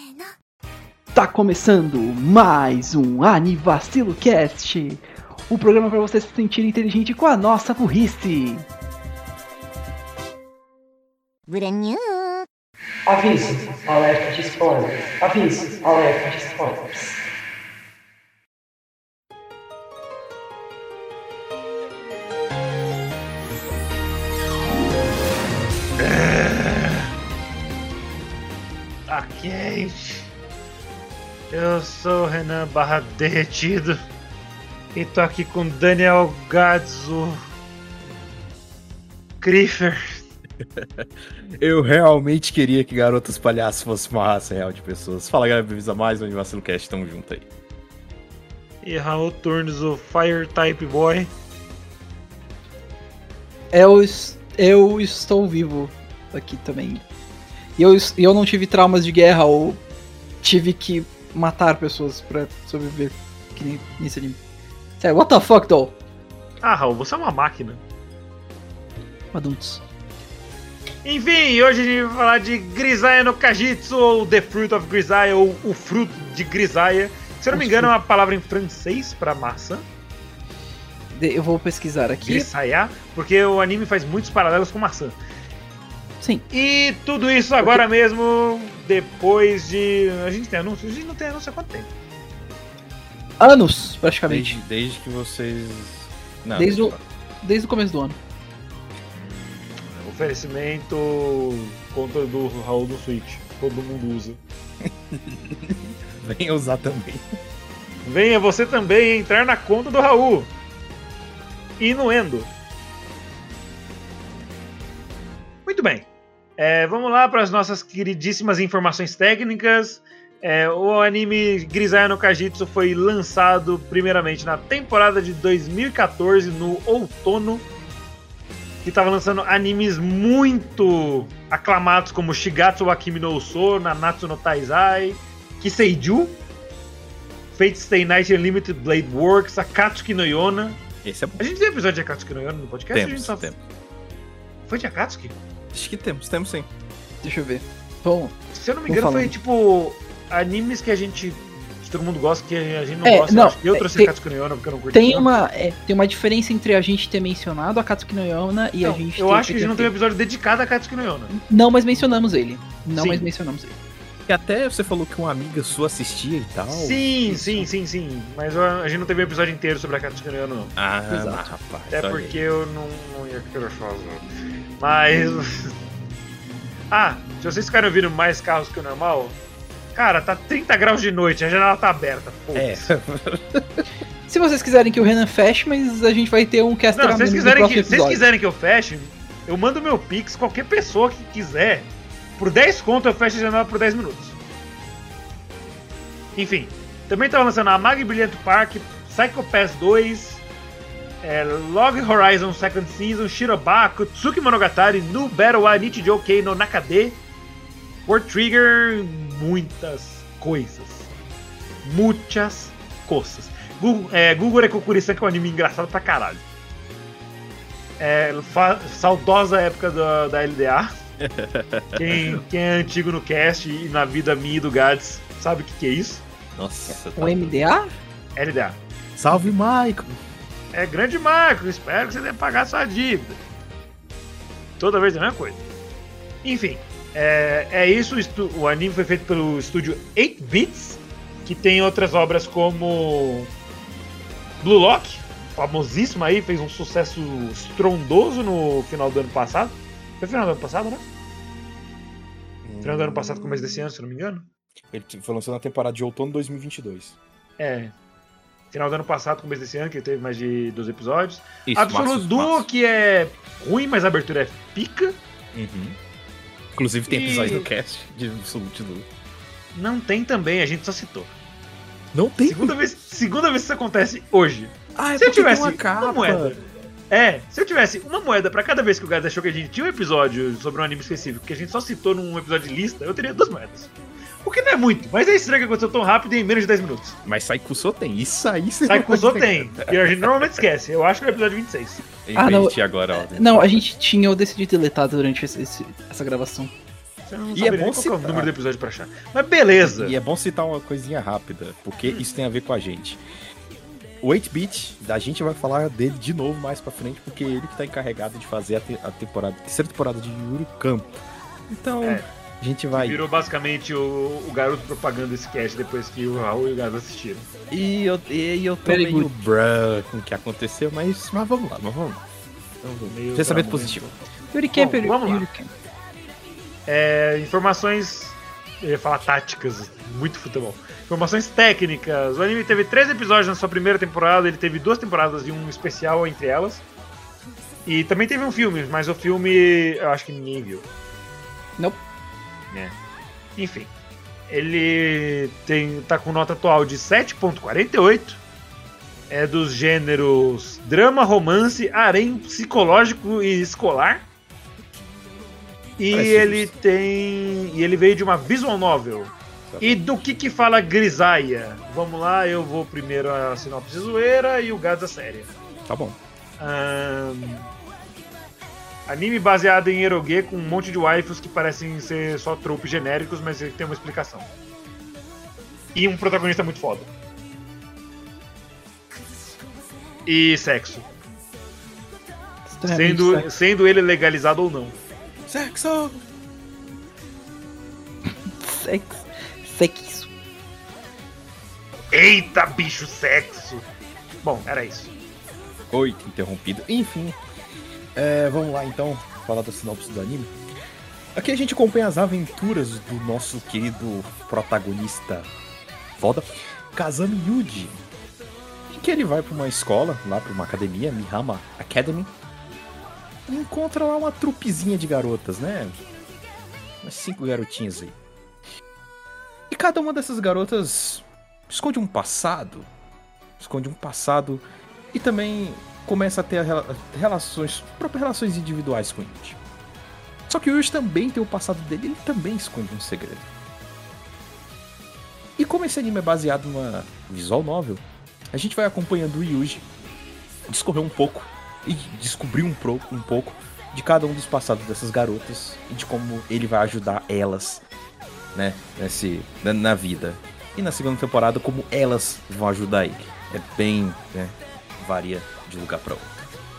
Tá começando mais um Anivacilo Cast, o programa para você se sentir inteligente com a nossa burrice. Aviso, alerta de spoilers. Aviso, alerta de spoilers. Ok. Eu sou o Renan Barra Derretido e tô aqui com Daniel Gadzo Griffer. Eu realmente queria que Garotos Palhaços fosse uma raça real de pessoas. Fala galera, bem-vindos a mais um Anivacilo Cast, tamo junto aí. E Raul Turnes, o Fire Type Boy. Eu estou vivo aqui também. E eu não tive traumas de guerra ou tive que matar pessoas pra sobreviver, que nem nesse anime. Sério, what the fuck, though? Ah, Raul, você é uma máquina. Adultos. Enfim, hoje a gente vai falar de Grisaia no Kajitsu, ou The Fruit of Grisaia, ou o fruto de Grisaia. Se eu não me engano, é uma palavra em francês pra maçã. Eu vou pesquisar aqui. Grisaia, porque o anime faz muitos paralelos com maçã. Sim. E tudo isso agora mesmo, depois de... A gente tem anúncio? A gente não tem anúncio há quanto tempo? Anos, praticamente. Desde que vocês... Não, Desde o começo do ano. Oferecimento conta do Raul do Switch. Todo mundo usa. Venha usar também. Venha você também entrar na conta do Raul. Inuendo. Muito bem. Vamos lá para as nossas queridíssimas informações técnicas. O anime Grisaia no Kajitsu foi lançado primeiramente na temporada de 2014, no outono, que estava lançando animes muito aclamados como Shigatsu wa Kimi no Uso, Nanatsu no Taizai, Kiseiju, Fate Stay Night Unlimited Blade Works, Akatsuki no Yona. Esse é bom. A gente tem episódio de Akatsuki no Yona no podcast? Temos. Foi de Akatsuki? Acho que temos sim. Deixa eu ver. Bom, se eu não me engano, foi tipo animes que todo mundo gosta, que a gente não gosta. Não, eu trouxe Akatsuki no Yona porque eu não curti. Tem uma diferença entre a gente ter mencionado a Akatsuki no Yona e a gente eu acho que a gente não tem um episódio dedicado a Akatsuki no Yona. Não, mas mencionamos ele. E até você falou que uma amiga sua assistia e tal. Sim. Mas a gente não teve um episódio inteiro sobre a Akatsuki no Yona, não. Ah, exato. Rapaz. Até porque eu não ia querer fazer. Mas... se vocês ficarem ouvindo mais carros que o normal... Cara, tá 30 graus de noite, a janela tá aberta. Se vocês quiserem que o Renan feche, mas a gente vai ter um cast. Não, se vocês quiserem que eu feche, eu mando meu Pix, qualquer pessoa que quiser. Por 10 conto eu fecho a janela por 10 minutos. Enfim, também tava lançando a Mag Brilliant Park, Psycho Pass 2, Log Horizon Second Season, Shirobaku, Tsuki Monogatari, Nu Battle wa Nichijou Kei no Nakade, World Trigger, muitas coisas. Muitas coisas. Google Rekokuri-san, que é um anime engraçado pra caralho. Saudosa época da LDA. Quem é antigo no cast e na vida minha e do Gads sabe o que é isso? Nossa. O MDA? LDA. Salve, Michael! Grande Michael, espero que você tenha pagado sua dívida. Toda vez a mesma coisa. Enfim, isso. O anime foi feito pelo estúdio 8 Bits, que tem outras obras como Blue Lock, famosíssima aí, fez um sucesso estrondoso no final do ano passado. Foi final do ano passado, né? Final do ano passado, começo desse ano, se não me engano. Ele foi lançado na temporada de outono de 2022. Final do ano passado, começo desse ano, que teve mais de 12 episódios. Isso, Absolute Duo, que é ruim, mas a abertura é pica. Uhum. Inclusive tem episódios do cast de Absolute Duo. Não tem também, a gente só citou. Não tem? Segunda vez que isso acontece hoje. Se eu tivesse uma moeda... se eu tivesse uma moeda pra cada vez que o Gás achou que a gente tinha um episódio sobre um anime específico, que a gente só citou num episódio de lista, eu teria 2 moedas. O que não é muito, mas é estranho que aconteceu tão rápido e em menos de 10 minutos. Mas Saikusou tem, isso aí você Saikusou tem, e a gente normalmente esquece, eu acho que é o episódio 26. Eu inventi agora, ó. Não, a gente tinha decidido deletar durante essa gravação. Você não E sabe é nem bom qual que é o citar. número do episódio pra achar. Mas beleza. E é bom citar uma coisinha rápida, porque isso tem a ver com a gente. O 8-Bit, a gente vai falar dele de novo mais pra frente, porque ele que tá encarregado de fazer a terceira temporada de Yuri Campo. Então, a gente vai... Virou basicamente o garoto propaganda desse cast depois que o Raul e o Gado assistiram. E eu tô Very meio good. brã com o que aconteceu, mas vamos lá. Meio Pensamento pra positivo. Yuri Camp, Bom, vamos lá. Yuri Camp. Informações. Eu ia falar táticas, muito futebol. Informações técnicas. O anime teve 3 episódios na sua primeira temporada, ele teve 2 temporadas e um especial entre elas. E também teve um filme, mas o filme eu acho que ninguém viu. Nope. Enfim. Ele tá com nota atual de 7.48. É dos gêneros drama, romance, harém, psicológico e escolar. E Parece ele justo. ele veio de uma visual novel. E do que fala Grisaia? Vamos lá, eu vou primeiro a sinopse zoeira e o Gado a séria. Tá bom. Anime baseado em eroge com um monte de waifus que parecem ser só tropes genéricos, mas ele tem uma explicação. E um protagonista muito foda. E sexo. Extremamente Sendo ele legalizado ou não. Sexo! Sexo. Eita, bicho, sexo! Bom, era isso. Oito, interrompido. Enfim, vamos lá então, falar da sinopse do anime. Aqui a gente acompanha as aventuras do nosso querido protagonista foda, Kazami Yuji. Em que ele vai pra uma escola, lá pra uma academia, Mihama Academy, e encontra lá uma trupezinha de garotas, né? Umas 5 garotinhas aí. E cada uma dessas garotas esconde um passado e também começa a ter próprias relações individuais com o Yuji. Só que o Yuji também tem o passado dele, ele também esconde um segredo. E como esse anime é baseado numa visual novel, a gente vai acompanhando o Yuji discorrer um pouco e descobrir um pouco de cada um dos passados dessas garotas e de como ele vai ajudar elas, né, na vida. E na segunda temporada, como elas vão ajudar ele. É bem, né, varia de lugar para outro.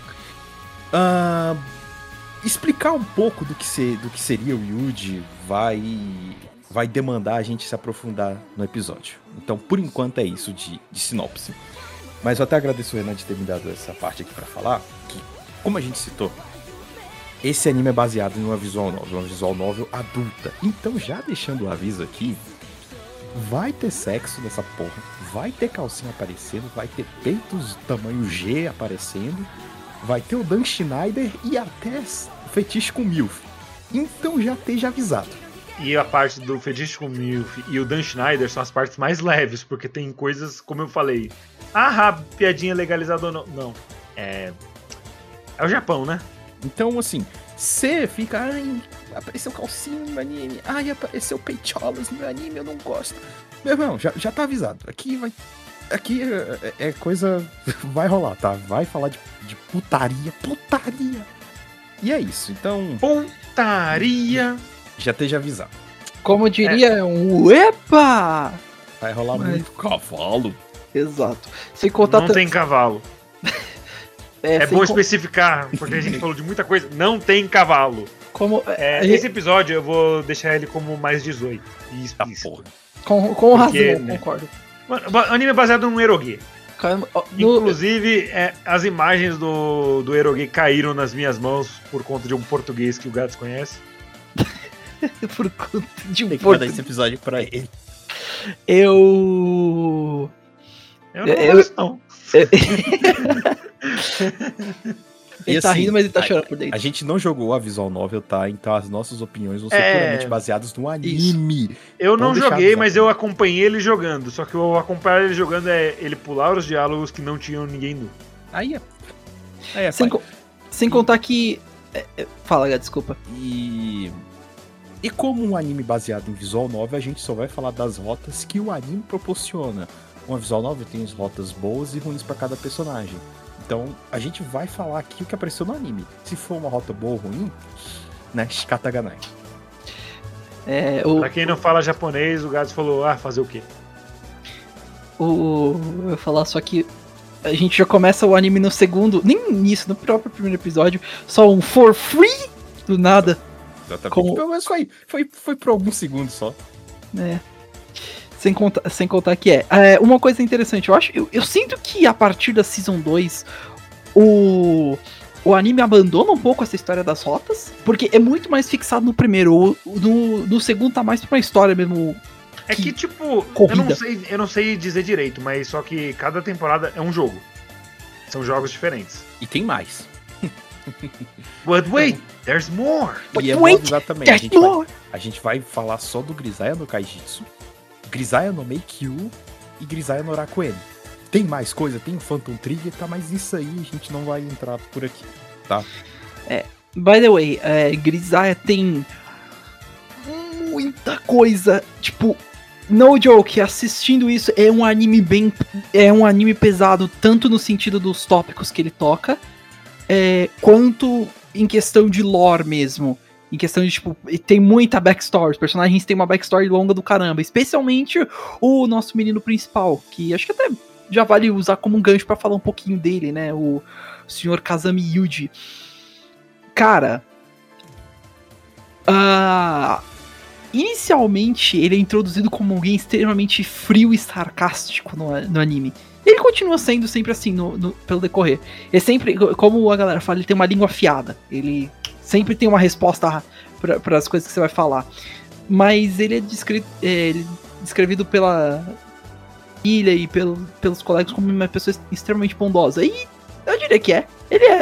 Explicar um pouco do que seria o Yuji vai demandar a gente se aprofundar no episódio. Então, por enquanto é isso de sinopse. Mas eu até agradeço o Renan de ter me dado essa parte aqui pra falar, que, como a gente citou, esse anime é baseado em uma visual novel adulta. Então, já deixando o aviso aqui, vai ter sexo nessa porra, vai ter calcinha aparecendo, vai ter peitos tamanho G aparecendo, vai ter o Dan Schneider e até fetiche com MILF. Então já esteja avisado. E a parte do fetiche com MILF e o Dan Schneider são as partes mais leves, porque tem coisas, como eu falei, piadinha legalizada ou não. Não. É o Japão, né? Então, assim, você fica, apareceu calcinha no meu anime, apareceu peitolas no meu anime, eu não gosto. Meu irmão, já tá avisado. Aqui é coisa, vai rolar, tá? Vai falar de putaria. E é isso, então... Pontaria! Já esteja avisado. Como diria um epa! Vai rolar muito cavalo. Exato. Sem contar Não tem cavalo. É sem bom especificar, porque a gente falou de muita coisa. Não tem cavalo. Como, Esse episódio eu vou deixar ele como mais 18 e explícito. com razão, né? concordo. Mano, o anime é baseado num eroge. No, Inclusive, as imagens do eroge caíram nas minhas mãos por conta de um português que o Gats conhece. por conta de um Tem que mandar esse episódio pra ele. Eu não gosto, não. Ele E tá assim, rindo, mas ele tá chorando por dentro. A gente não jogou a visual novel, tá? Então as nossas opiniões vão ser puramente baseadas no anime. Eu Então não deixar joguei, avisado. mas eu acompanhei ele jogando. Só que o acompanhar ele jogando é ele pular os diálogos que não tinham ninguém nu. Aí é Sem contar que... Fala, Gá, desculpa. E como um anime baseado em visual novel, a gente só vai falar das rotas que o anime proporciona. Uma visual novel tem as rotas boas e ruins pra cada personagem. Então, a gente vai falar aqui o que apareceu no anime. Se for uma rota boa ou ruim, né, shikataganai. Pra quem não fala japonês, o Gats falou, fazer o quê? Eu vou falar só que a gente já começa o anime no segundo, nem nisso, no próprio primeiro episódio, só um for free do nada. Exatamente. Pelo menos foi por alguns segundos só. Sem contar que uma coisa interessante, eu sinto que a partir da Season 2, o anime abandona um pouco essa história das rotas, porque é muito mais fixado no primeiro, no segundo tá mais pra uma história mesmo. É que tipo, eu não sei dizer direito, mas só que cada temporada é um jogo. São jogos diferentes. E tem mais. But wait, there's more! E exatamente, a gente vai falar só do Grisaya no Kaijitsu, Grisaya no Meikyu e Grisaya no Rakuen. Tem mais coisa, tem Phantom Trigger, tá? Mas isso aí a gente não vai entrar por aqui, tá? By the way, Grisaya tem muita coisa, tipo, no joke, assistindo isso é um anime pesado, tanto no sentido dos tópicos que ele toca, quanto em questão de lore mesmo. Em questão de, tipo, tem muita backstory. Os personagens têm uma backstory longa do caramba. Especialmente o nosso menino principal, que acho que até já vale usar como um gancho pra falar um pouquinho dele, né? O Sr. Kazami Yuji. Cara, inicialmente ele é introduzido como alguém extremamente frio e sarcástico no anime. Ele continua sendo sempre assim pelo decorrer. Ele sempre, como a galera fala, ele tem uma língua afiada. Ele sempre tem uma resposta para as coisas que você vai falar. Mas ele é descrevido pela ilha e pelos colegas como uma pessoa extremamente bondosa. E eu diria que é.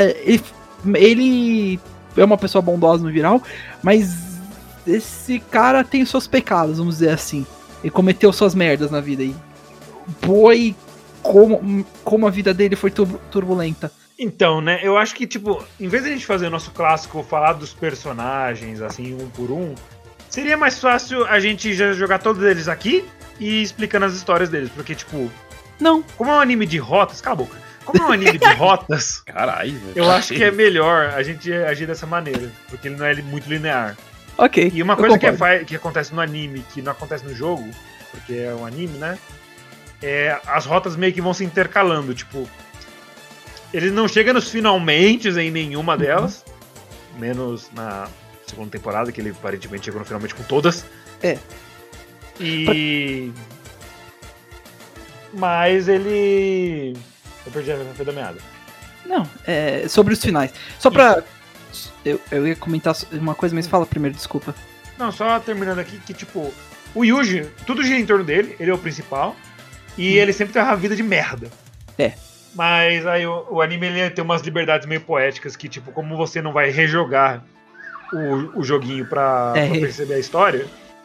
Ele é uma pessoa bondosa no geral, mas esse cara tem suas pecados, vamos dizer assim. Ele cometeu suas merdas na vida. E como a vida dele foi turbulenta. Então, né, eu acho que, tipo, em vez de a gente fazer o nosso clássico, falar dos personagens, assim, um por um, seria mais fácil a gente já jogar todos eles aqui e explicando as histórias deles, porque, tipo... Não. Como é um anime de rotas... Cala a boca. Como é um anime de rotas... Caralho. Eu acho que é melhor a gente agir dessa maneira, porque ele não é muito linear. Ok. E uma coisa que acontece no anime, que não acontece no jogo, porque é um anime, né? As rotas meio que vão se intercalando, tipo... Ele não chega nos finalmente em nenhuma delas, menos na segunda temporada, que ele aparentemente chegou no finalmente com todas. Mas ele... Eu perdi a da meada. Não, sobre os finais. Só pra... Eu ia comentar uma coisa, mas fala primeiro, desculpa. Não, só terminando aqui, que tipo... O Yuji, tudo gira em torno dele, ele é o principal, e ele sempre tem uma vida de merda. Mas aí o anime ele tem umas liberdades meio poéticas que, tipo, como você não vai rejogar o joguinho pra perceber a história,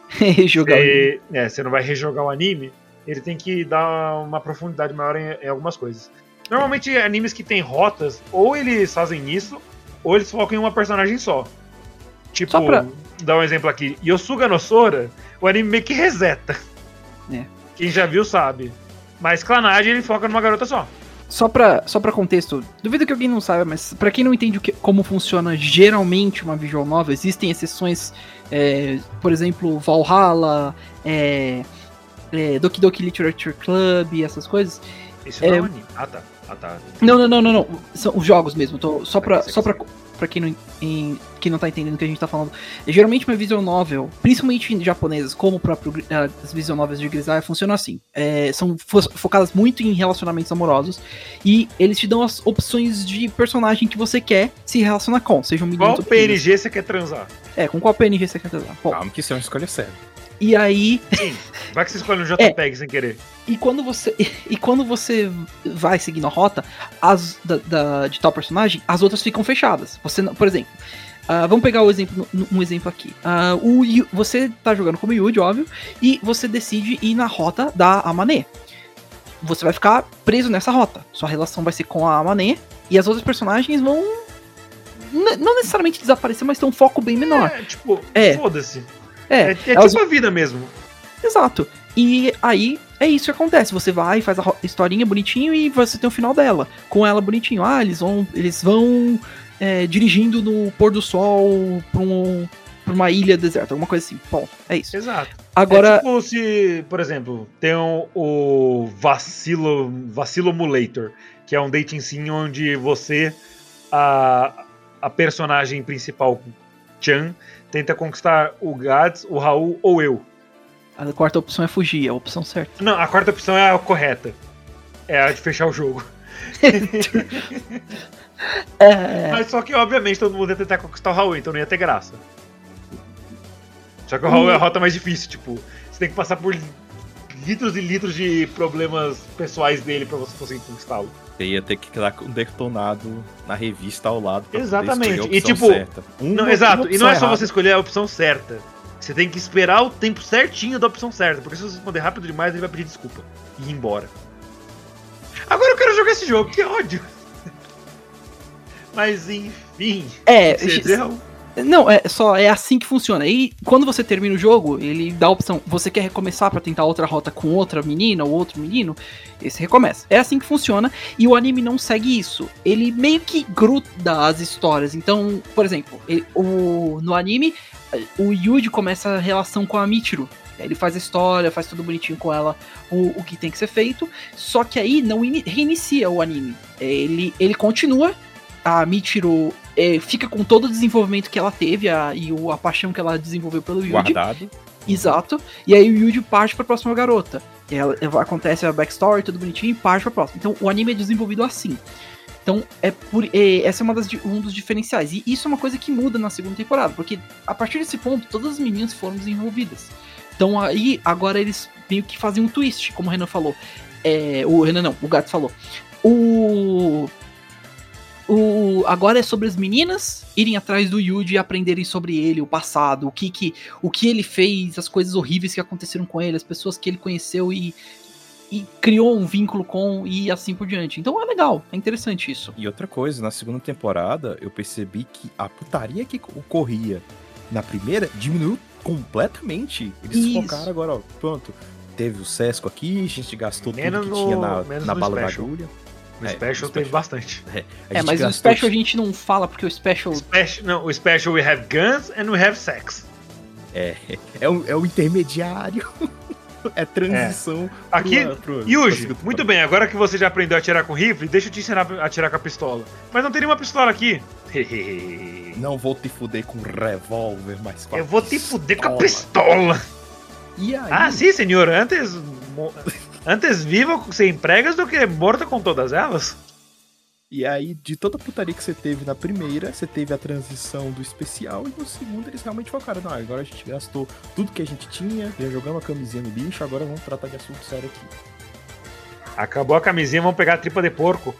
você não vai rejogar o anime, ele tem que dar uma profundidade maior em algumas coisas. Normalmente, animes que tem rotas, ou eles fazem isso, ou eles focam em uma personagem só. Tipo, dar um exemplo aqui, Yosuga no Sora, o anime meio que reseta. Quem já viu sabe. Mas Clannad, ele foca numa garota só. Só pra contexto, duvido que alguém não saiba, mas pra quem não entende como funciona geralmente uma visual novel, existem exceções, por exemplo, Valhalla, Doki Doki Literature Club e essas coisas. Isso não é um anime. Ah, tá. Não. São os jogos mesmo. Só pra quem não tá entendendo o que a gente tá falando. Geralmente uma visual novel, principalmente em japonesas, como as visual novels de Grisaya, funciona assim. São focadas muito em relacionamentos amorosos. E eles te dão as opções de personagem que você quer se relacionar com. Seja um qual PNG você quer transar? Com qual PNG você quer transar? Calma que isso é uma escolha séria. E aí... Sim, vai que você escolhe um JPEG sem querer. E quando você vai seguindo a rota de tal personagem, as outras ficam fechadas. Por exemplo, vamos pegar um exemplo aqui. Você tá jogando como Yuji, óbvio, e você decide ir na rota da Amane. Você vai ficar preso nessa rota. Sua relação vai ser com a Amane, e as outras personagens vão... Não necessariamente desaparecer, mas ter um foco bem menor. Foda-se. Tipo a vida mesmo. Exato. E aí, é isso que acontece. Você vai, faz a historinha bonitinho e você tem o final dela. Com ela bonitinho. Eles vão dirigindo no pôr do sol pra uma ilha deserta, alguma coisa assim. Bom, é isso. Exato. Agora, É tipo se, por exemplo, tem o Vacilomulator, que é um dating sim onde você, a personagem principal, Chan, tenta conquistar o Gads, o Raul ou eu. a quarta opção é fugir, é a opção certa. Não, a quarta opção é a correta. É a de fechar o jogo. Mas só que, obviamente, todo mundo ia tentar conquistar o Raul, então não ia ter graça. Só que o Raul é a rota mais difícil, tipo, você tem que passar por litros e litros de problemas pessoais dele pra você conseguir conquistá-lo. Você ia ter que dar um detonado na revista ao lado pra Exatamente. poder escolher a opção E tipo, certa. Não, exato, e não é só errada. você escolher a opção certa. Você tem que esperar o tempo certinho da opção certa, porque se você responder rápido demais, ele vai pedir desculpa e ir embora. Agora eu quero jogar esse jogo, que ódio! Mas enfim. Você deu? Não, é assim que funciona. E quando você termina o jogo, ele dá a opção, você quer recomeçar pra tentar outra rota com outra menina ou outro menino, esse recomeça. É assim que funciona, e o anime não segue isso. Ele meio que gruda as histórias. Então, por exemplo, no anime, o Yuji começa a relação com a Michiru. Ele faz a história, faz tudo bonitinho com ela, o que tem que ser feito. Só que aí não reinicia o anime. Ele continua, a Michiru fica com todo o desenvolvimento que ela teve e a paixão que ela desenvolveu pelo Yuji. Guardado. Exato. E aí o Yuji parte pra próxima garota. Acontece a backstory, tudo bonitinho, e parte pra próxima. Então o anime é desenvolvido assim. Então essa é um dos diferenciais. E isso é uma coisa que muda na segunda temporada, porque a partir desse ponto todas as meninas foram desenvolvidas. Então aí agora eles meio que fazem um twist, como o Renan falou. O Gato falou. Agora é sobre as meninas irem atrás do Yuji e aprenderem sobre ele, o passado, o que ele fez, as coisas horríveis que aconteceram com ele, as pessoas que ele conheceu e criou um vínculo com, e assim por diante. Então é legal, é interessante isso. E outra coisa, na segunda temporada eu percebi que a putaria que ocorria na primeira diminuiu completamente. Eles focaram agora, ó, pronto. Teve o Sesco aqui, a gente gastou tudo que tinha na bala da agulha. No Special teve bastante. Mas o Special a gente não fala porque o Special... O Special we have guns and we have sex. É o intermediário. É transição. Aqui, Yuji, muito bem, agora que você já aprendeu a atirar com rifle, deixa eu te ensinar a atirar com a pistola. Mas não teria uma pistola aqui. Não vou te fuder com revólver, mas com eu vou te fuder com a pistola. E aí? Ah, sim, senhor. Antes viva sem pregas do que morta com todas elas. E aí, de toda a putaria que você teve na primeira, você teve a transição do especial, e no segundo eles realmente focaram. Não, agora a gente gastou tudo que a gente tinha, já jogamos a camisinha no lixo, agora vamos tratar de assunto sério aqui. Acabou a camisinha, vamos pegar a tripa de porco.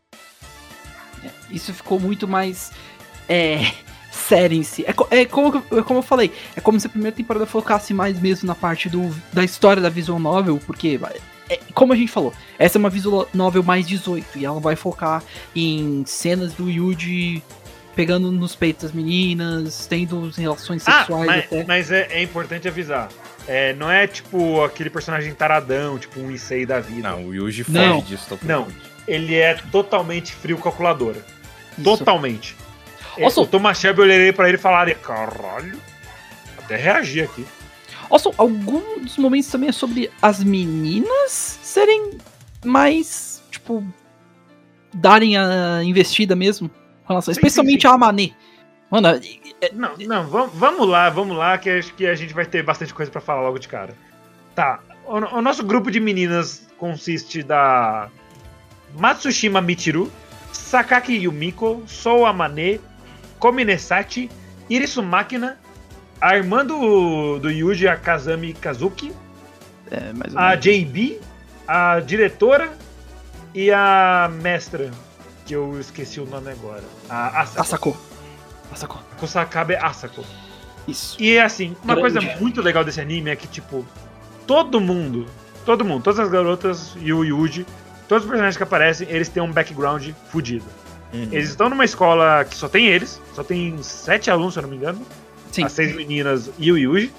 Isso ficou muito mais sério em si. Como eu falei, é como se a primeira temporada focasse mais mesmo na parte da história da visual novel, porque, como a gente falou, essa é uma visual novel mais 18, e ela vai focar em cenas do Yuji pegando nos peitos das meninas, tendo relações sexuais até. Mas é importante avisar. Não é tipo aquele personagem taradão, tipo um Issei da vida. Não, o Yuji foge disso. Não, ele é totalmente frio calculadora. Isso. Totalmente. Nossa, o Thomas Shelby, eu olhei pra ele e falaria, caralho, até reagir aqui. Nossa, alguns momentos também é sobre as meninas serem mais, tipo, darem a investida mesmo com relação, especialmente a Amane. Mano, não, vamos lá, que acho que a gente vai ter bastante coisa pra falar logo de cara. Tá, o nosso grupo de meninas consiste da Matsushima Michiru, Sakaki Yumiko, Sou Amane, Kominesachi, Irisu Makina, a irmã do Yuji, a Kazami Kazuki, a JB, a diretora e a mestra, que eu esqueci o nome agora, a Asako. Kusakabe Asako. Isso. E assim, uma coisa muito legal desse anime é que, tipo, todo mundo, todas as garotas e o Yuji, todos os personagens que aparecem, eles têm um background fudido. Eles estão numa escola que só tem eles, só tem 7 alunos, se eu não me engano. Sim. As 6 meninas e o Yuji.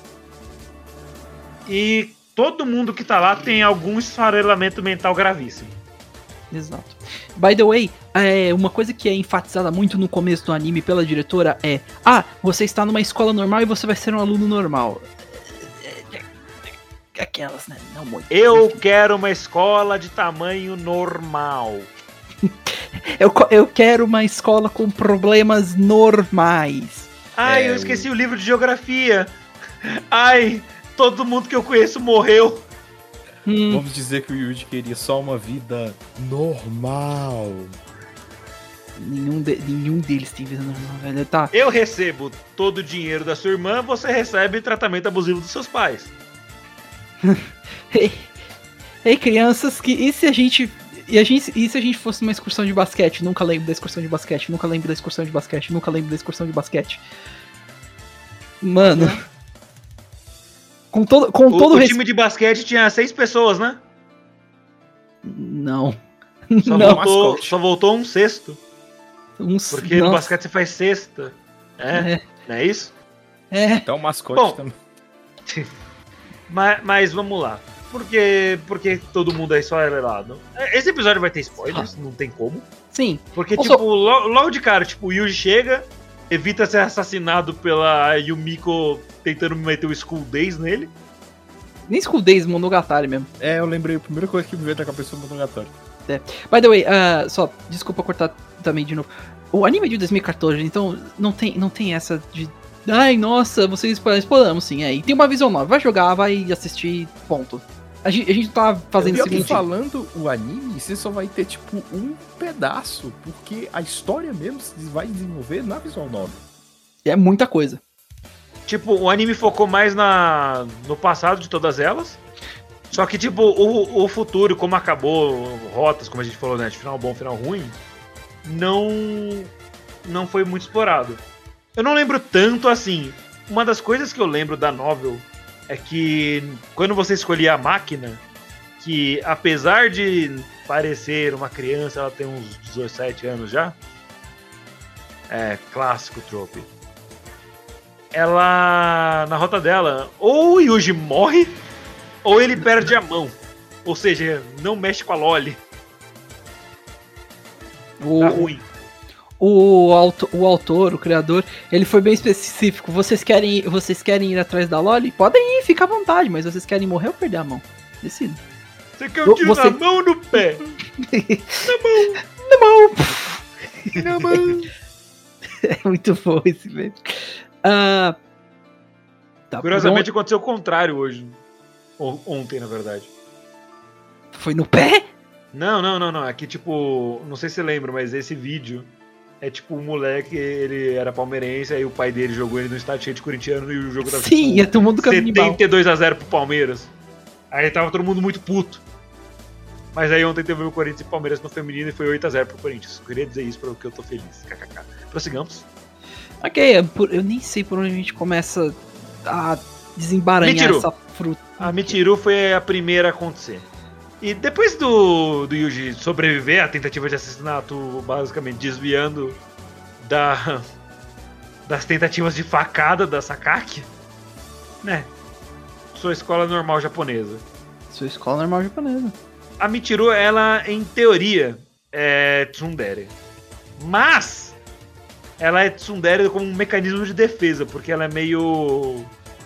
E todo mundo que tá lá tem algum esfarelamento mental gravíssimo. Exato. By the way, uma coisa que é enfatizada muito no começo do anime pela diretora é: você está numa escola normal e você vai ser um aluno normal. Aquelas, né? Não muito. Eu quero uma escola de tamanho normal. Eu quero uma escola com problemas normais. Ai, eu esqueci o livro de geografia. Ai, todo mundo que eu conheço morreu. Vamos dizer que o Yuji queria só uma vida normal. Nenhum deles tem vida normal, velho. Tá. Eu recebo todo o dinheiro da sua irmã, você recebe tratamento abusivo dos seus pais. Ei, crianças, e se a gente fosse numa excursão de basquete? Nunca lembro da excursão de basquete, nunca lembro da excursão de basquete, nunca lembro da excursão de basquete. Mano. Com todo o time de basquete tinha 6 pessoas, né? Não. Só voltou um sexto. Porque no basquete você faz cesta. Não é isso? Então o mascote também. Mas vamos lá. Porque todo mundo aí só é lelado. Esse episódio vai ter spoilers, não tem como. Sim. Porque, logo de cara, o Yuji chega, evita ser assassinado pela Yumiko tentando meter o School Days nele. Nem School Days, Monogatari mesmo. Eu lembrei, a primeira coisa que me veio na cabeça foi Monogatari. By the way, só, desculpa cortar também de novo. O anime é de 2014, então não tem essa de... Ai, nossa, vocês exploramos sim, E tem uma visão nova, vai jogar, vai assistir, ponto. A gente tá fazendo o seguinte... falando o anime, você só vai ter, um pedaço, porque a história mesmo vai desenvolver na visual novel. É muita coisa. O anime focou mais no passado de todas elas. Só que, o futuro, como acabou, rotas, como a gente falou, né, de final bom, final ruim, não foi muito explorado. Eu não lembro tanto assim. Uma das coisas que eu lembro da novel é que quando você escolhia a máquina, que apesar de parecer uma criança, ela tem uns 17 anos já. Clássico trope. Ela, na rota dela, ou o Yuji morre, ou ele perde a mão. Ou seja, não mexe com a Loli. Tá ruim. O autor, o criador, ele foi bem específico. Vocês querem ir atrás da Loli? Podem ir, fica à vontade, mas vocês querem morrer ou perder a mão? Decida. Você quer um tiro na mão ou no pé? Na mão. É muito bom esse vídeo. Curiosamente aconteceu o contrário hoje. Ontem, na verdade. Foi no pé? Não. É que não sei se você lembra, mas esse vídeo é um moleque, ele era palmeirense, aí o pai dele jogou ele no estádio cheio de corintiano e o jogo tava 72-0 pro Palmeiras. Aí tava todo mundo muito puto. Mas aí ontem teve o Corinthians e Palmeiras no feminino e foi 8-0 pro Corinthians. Eu queria dizer isso porque eu tô feliz. KKK. Prossigamos. Ok, eu nem sei por onde a gente começa a desembaranhar essa fruta. A Michiru foi a primeira a acontecer. E depois do Yuji sobreviver à tentativa de assassinato, basicamente desviando das tentativas de facada da Sakaki, né? Sua escola normal japonesa. A Michiru, ela, em teoria, é tsundere. Mas ela é tsundere como um mecanismo de defesa, porque ela é meio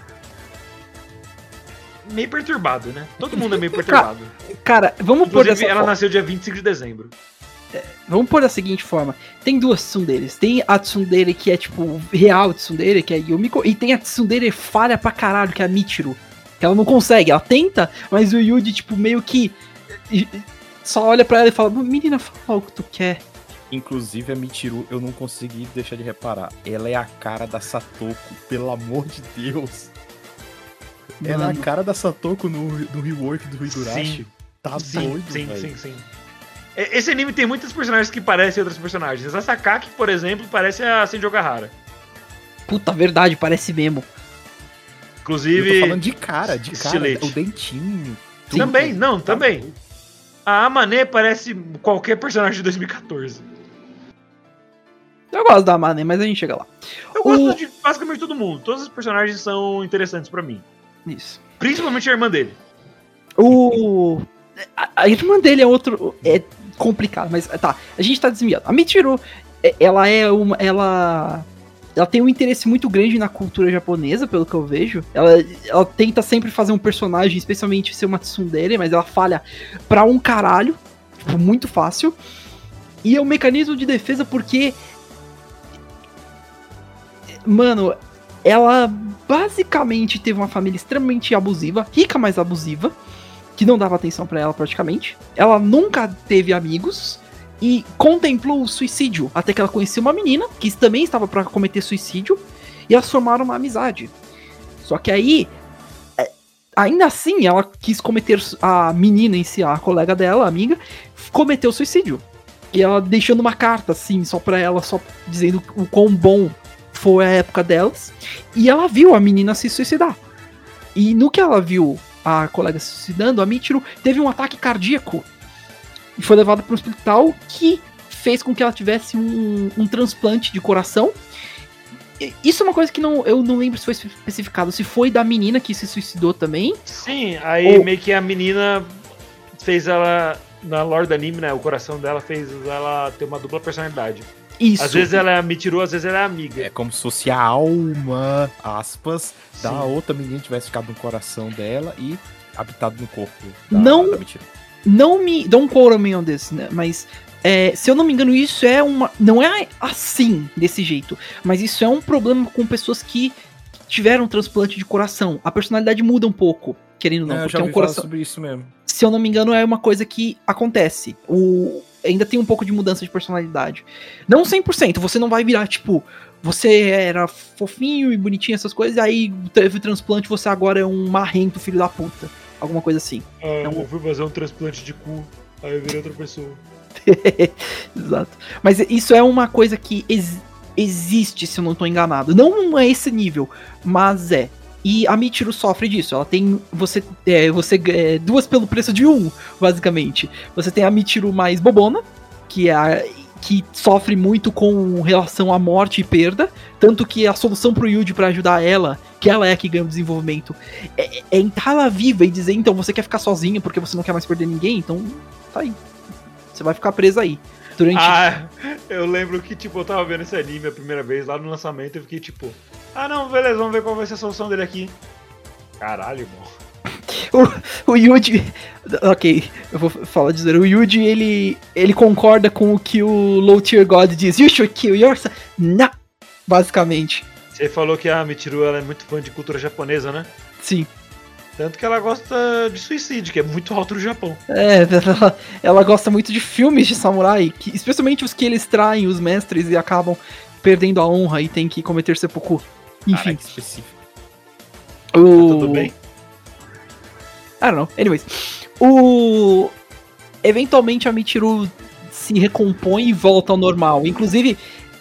perturbada, né? Todo mundo é meio perturbado. Cara, vamos pôr dessa ela forma. nasceu dia 25 de dezembro. Vamos pôr da seguinte forma. Tem duas tsunderes. Tem a tsundere que é real tsundere, que é a Yumiko, e tem a tsundere falha pra caralho, que é a Michiru. Que ela não consegue, ela tenta, mas o Yuji, meio que só olha pra ela e fala: menina, fala o que tu quer. Inclusive a Michiru, eu não consegui deixar de reparar. Ela é a cara da Satoko, pelo amor de Deus. Mano. Ela é a cara da Satoko no rework do Higurashi. Sim. Tá doido, velho. Sim. Esse anime tem muitos personagens que parecem outros personagens. A Sakaki, por exemplo, parece a Senjo Gahara. Puta, verdade, parece mesmo. Inclusive... Eu tô falando de cara, estilete. O dentinho. Também. A Amane parece qualquer personagem de 2014. Eu gosto da Amane, mas a gente chega lá. Eu gosto de basicamente todo mundo. Todos os personagens são interessantes pra mim. Isso. Principalmente a irmã dele. A irmã dele é outro... complicado, mas tá, a gente tá desviando. A Michiru, ela tem um interesse muito grande na cultura japonesa, pelo que eu vejo. Ela tenta sempre fazer um personagem, especialmente ser uma tsundere, mas ela falha pra um caralho, tipo, muito fácil. E é um mecanismo de defesa porque, mano, ela basicamente teve uma família extremamente abusiva, rica, mas abusiva, que não dava atenção pra ela praticamente. Ela nunca teve amigos e contemplou o suicídio, até que ela conheceu uma menina que também estava pra cometer suicídio e elas formaram uma amizade. Só que aí, ainda assim, ela quis cometer, a menina em si, a colega dela, a amiga, cometeu suicídio. E ela deixando uma carta, assim, só pra ela, só dizendo o quão bom foi a época delas. E ela viu a menina se suicidar. E no que ela viu a colega se suicidando, a Michiru teve um ataque cardíaco. E foi levada para um hospital que fez com que ela tivesse um transplante de coração. Isso é uma coisa que eu não lembro se foi especificado. Se foi da menina que se suicidou também. Sim, aí meio que a menina fez ela... Na lore do anime, né? O coração dela fez ela ter uma dupla personalidade. Isso. Às vezes ela é a Michiru, às vezes ela é a amiga. É como se fosse a alma, aspas, da outra menina tivesse ficado no coração dela e habitado no corpo da Michiru. Don't quote me on this, né? Mas se eu não me engano, isso não é assim, desse jeito. Mas isso é um problema com pessoas que tiveram transplante de coração. A personalidade muda um pouco, querendo ou não. Porque já ouvi um coração falar sobre isso mesmo. Se eu não me engano, é uma coisa que acontece. Ainda tem um pouco de mudança de personalidade. Não 100%, você não vai virar, tipo, você era fofinho e bonitinho, essas coisas, e aí teve transplante, você agora é um marrento filho da puta. Alguma coisa assim. Eu fui fazer um transplante de cu, aí eu virei outra pessoa. Exato. Mas isso é uma coisa que existe, se eu não tô enganado. Não é esse nível, mas é. E a Michiru sofre disso. Ela tem. Você duas pelo preço de um, basicamente. Você tem a Michiru mais bobona, que sofre muito com relação à morte e perda. Tanto que a solução pro Yuji pra ajudar ela, que ela é a que ganha o desenvolvimento, é entrar ela viva e dizer: então você quer ficar sozinha porque você não quer mais perder ninguém, então tá aí. Você vai ficar presa aí. Eu lembro que, tipo, eu tava vendo esse anime a primeira vez lá no lançamento e eu fiquei tipo, não, beleza, vamos ver qual vai ser a solução dele aqui. Caralho, irmão. O Yuji. Ok, eu vou falar dizer. O Yuji, ele concorda com o que o Low Tier God diz. You should kill yourself. Não! Basicamente. Você falou que a Michiru ela é muito fã de cultura japonesa, né? Sim. Tanto que ela gosta de suicídio, que é muito alto no Japão. Ela gosta muito de filmes de samurai, especialmente os que eles traem os mestres e acabam perdendo a honra e tem que cometer seppuku. Enfim. Que específico. Tá tudo bem? I don't know. Anyways. Eventualmente a Michiru se recompõe e volta ao normal. Inclusive,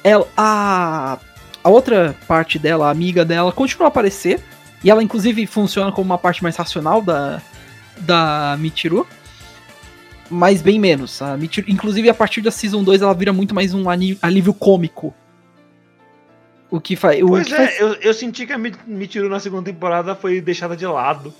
a outra parte dela, a amiga dela, continua a aparecer. E ela, inclusive, funciona como uma parte mais racional da Michiru. Mas bem menos. A Michiru, inclusive, a partir da Season 2, ela vira muito mais um alívio cômico. O que faz... Eu senti que a Michiru na segunda temporada foi deixada de lado.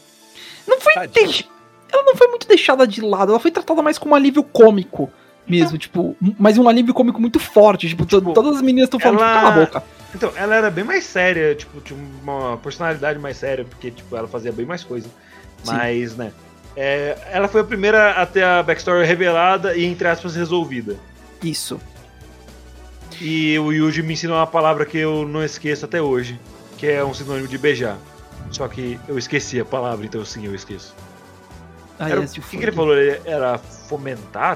Ela não foi muito deixada de lado. Ela foi tratada mais como um alívio cômico mesmo. Tipo, mas um alívio cômico muito forte. Tipo, todas as meninas estão falando, cala a boca. Então, ela era bem mais séria, tipo, tinha uma personalidade mais séria, porque, tipo, ela fazia bem mais coisa. Mas, sim, né, ela foi a primeira a ter a backstory revelada e, entre aspas, resolvida. Isso. E o Yuji me ensinou uma palavra que eu não esqueço até hoje, que é um sinônimo de beijar. Só que eu esqueci a palavra, então sim, eu esqueço. O que ele falou? Era fomentar?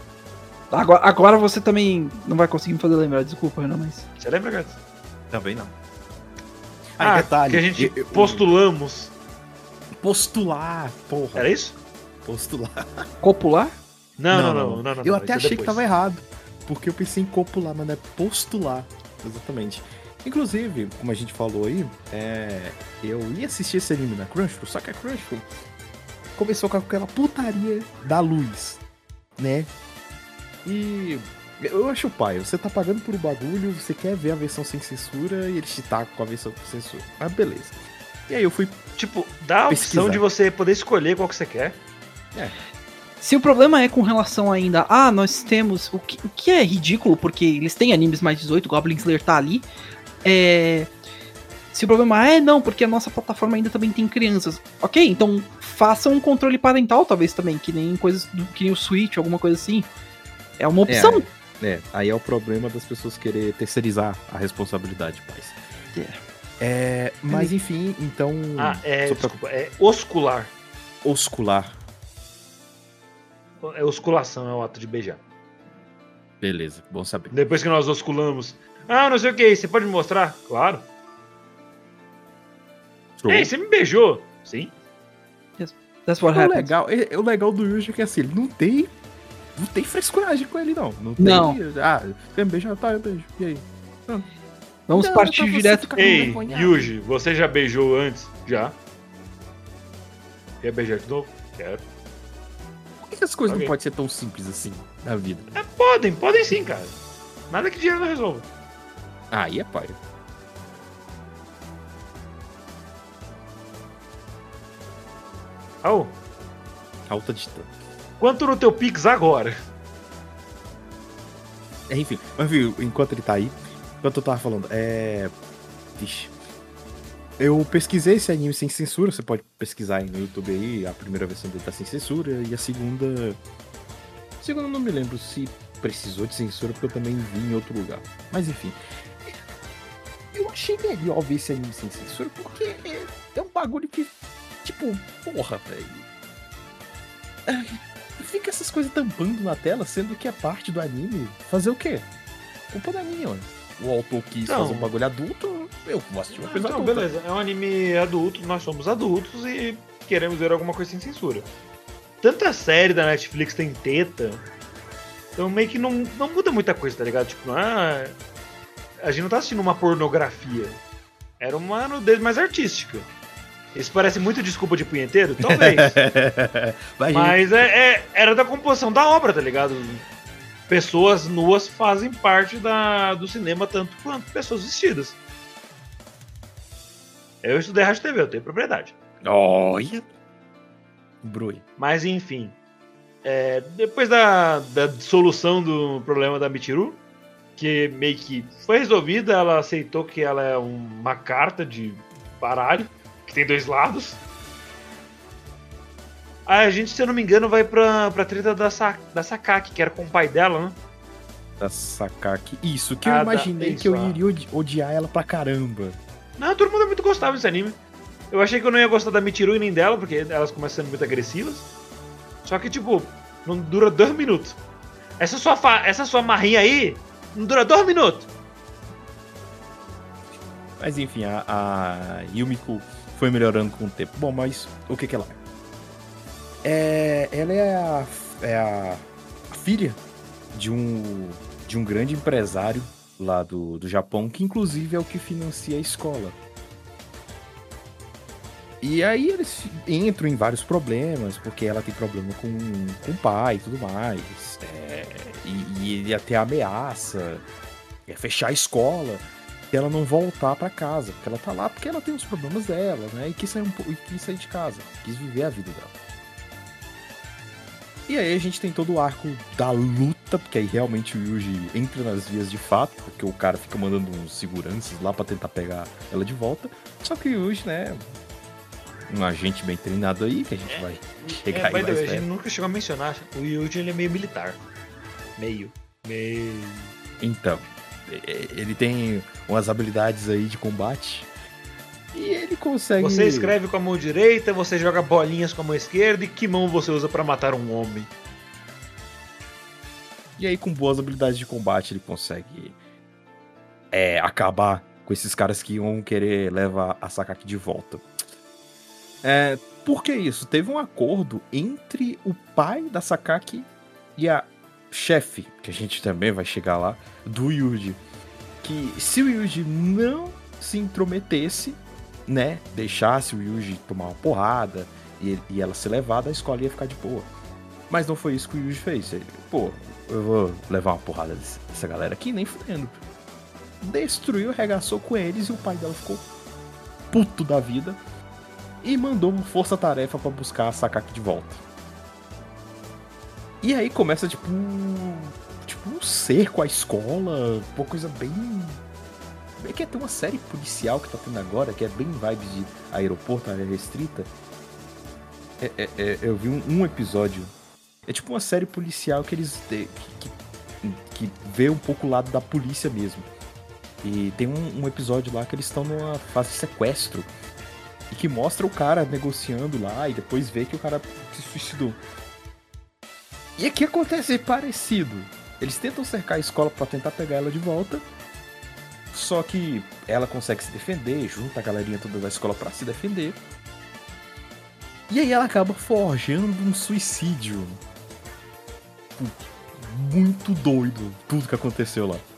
Agora você também não vai conseguir me fazer lembrar, desculpa, Renan, mas... Você lembra, Gats? Também não. Detalhe. Que a gente postulamos. Postular, porra. Era isso? Postular. Copular? Não. Eu até achei que tava errado. Porque eu pensei em copular, mas não é postular. Exatamente. Inclusive, como a gente falou aí, eu ia assistir esse anime na Crunchyroll, só que a Crunchyroll começou com aquela putaria da luz, né? E eu acho, pai, você tá pagando por um bagulho, você quer ver a versão sem censura e eles te tacam com a versão com censura. Mas beleza. E aí eu fui, tipo, dá a opção de você poder escolher qual que você quer. Se o problema é com relação ainda, nós temos, o que é ridículo, porque eles têm animes mais 18, Goblin Slayer tá ali, se o problema não, porque a nossa plataforma ainda também tem crianças, ok, então façam um controle parental talvez também, que nem coisas, que nem o Switch, alguma coisa assim, é uma opção. Aí é o problema das pessoas querer terceirizar a responsabilidade, pais. Mas enfim, então... Desculpa, é oscular. Oscular. É osculação, é o ato de beijar. Beleza, bom saber. Depois que nós osculamos. Não sei o que é isso, você pode me mostrar? Claro. Ei, você me beijou? Sim. Yes. That's what happens. O legal do Yuji é que assim, ele não tem frescuragem com ele, não. Não. Você me beijou? Tá, eu beijo. E aí? Vamos partir direto. Ei, Yuji, você já beijou antes? Já. Quer beijar de novo? Quero. Por que as coisas não podem ser tão simples assim na vida? Podem sim, cara. Nada que dinheiro não resolva. Aí é pai. Alta distância. Quanto no teu Pix agora? Enfim, mas viu, enquanto ele tá aí, enquanto eu tava falando, Vixe. Eu pesquisei esse anime sem censura, você pode pesquisar aí no YouTube aí, a primeira versão dele tá sem censura, e a segunda... A segunda eu não me lembro se precisou de censura, porque eu também vi em outro lugar. Mas enfim. Eu achei melhor ver esse anime sem censura, porque é um bagulho que... Tipo, porra, velho. Fica essas coisas tampando na tela, sendo que é parte do anime. Fazer o quê? Culpa da minha, mano. O autor quis fazer um bagulho adulto, eu vou assistir uma coisa adulta. Beleza, é um anime adulto, nós somos adultos e queremos ver alguma coisa sem censura. Tanta série da Netflix tem teta, então meio que não muda muita coisa, tá ligado? Tipo, a gente não tá assistindo uma pornografia. Era uma nudez mais artística. Isso parece muito desculpa de punheteiro? Talvez. Mas era da composição da obra, tá ligado? Pessoas nuas fazem parte do cinema tanto quanto pessoas vestidas. Eu estudei rádio e TV, eu tenho propriedade. Olha! Brui. Mas enfim. Depois da solução do problema da Michiru, que meio que foi resolvida, ela aceitou que ela é uma carta de baralho, que tem 2 lados. A gente, se eu não me engano, vai pra treta da Sakaki, que era com o pai dela, né? Da Sakaki. Isso, que eu imaginei que eu iria odiar ela pra caramba. Não, todo mundo é muito gostável desse anime. Eu achei que eu não ia gostar da Michiru e nem dela, porque elas começam sendo muito agressivas. Só que, tipo, não dura 2 minutos. Essa sua marrinha aí, não dura 2 minutos. Mas enfim, a Yumiko foi melhorando com o tempo. Bom, mas o que ela é? Ela é a filha de um grande empresário lá do Japão, que inclusive é o que financia a escola. E aí eles entram em vários problemas, porque ela tem problema com o pai e tudo mais. E ele até ameaça fechar a escola e ela não voltar pra casa, porque ela tá lá porque ela tem os problemas dela, né? E quis sair de casa, quis viver a vida dela. E aí a gente tem todo o arco da luta, porque aí realmente o Yuji entra nas vias de fato, porque o cara fica mandando uns seguranças lá pra tentar pegar ela de volta. Só que o Yuji, né, um agente bem treinado aí, que a gente vai chegar aí mais perto. A gente nunca chegou a mencionar, o Yuji ele é meio militar. Meio. Então, ele tem umas habilidades aí de combate e ele consegue... Você escreve com a mão direita, você joga bolinhas com a mão esquerda, e que mão você usa pra matar um homem? E aí, com boas habilidades de combate, ele consegue acabar com esses caras que iam querer levar a Sakaki de volta. Por que isso? Teve um acordo entre o pai da Sakaki e a chefe, que a gente também vai chegar lá, do Yuji, que se o Yuji não se intrometesse, né, deixasse o Yuji tomar uma porrada e ela ser levada, a escola ia ficar de boa. Mas não foi isso que o Yuji fez. Ele, eu vou levar uma porrada dessa galera aqui, nem fudendo. Destruiu, arregaçou com eles e o pai dela ficou puto da vida e mandou uma força-tarefa pra buscar a Sakaki de volta. E aí começa, tipo um cerco à escola, uma coisa bem... É que tem uma série policial que tá tendo agora, que é bem vibes de aeroporto, área restrita. Eu vi um episódio. É tipo uma série policial que eles... que vê um pouco o lado da polícia mesmo. E tem um episódio lá que eles estão numa fase de sequestro. E que mostra o cara negociando lá e depois vê que o cara se suicidou. E aqui acontece parecido. Eles tentam cercar a escola pra tentar pegar ela de volta. Só que ela consegue se defender, junta a galerinha toda da escola pra se defender. E aí ela acaba forjando um suicídio. Muito doido tudo que aconteceu lá.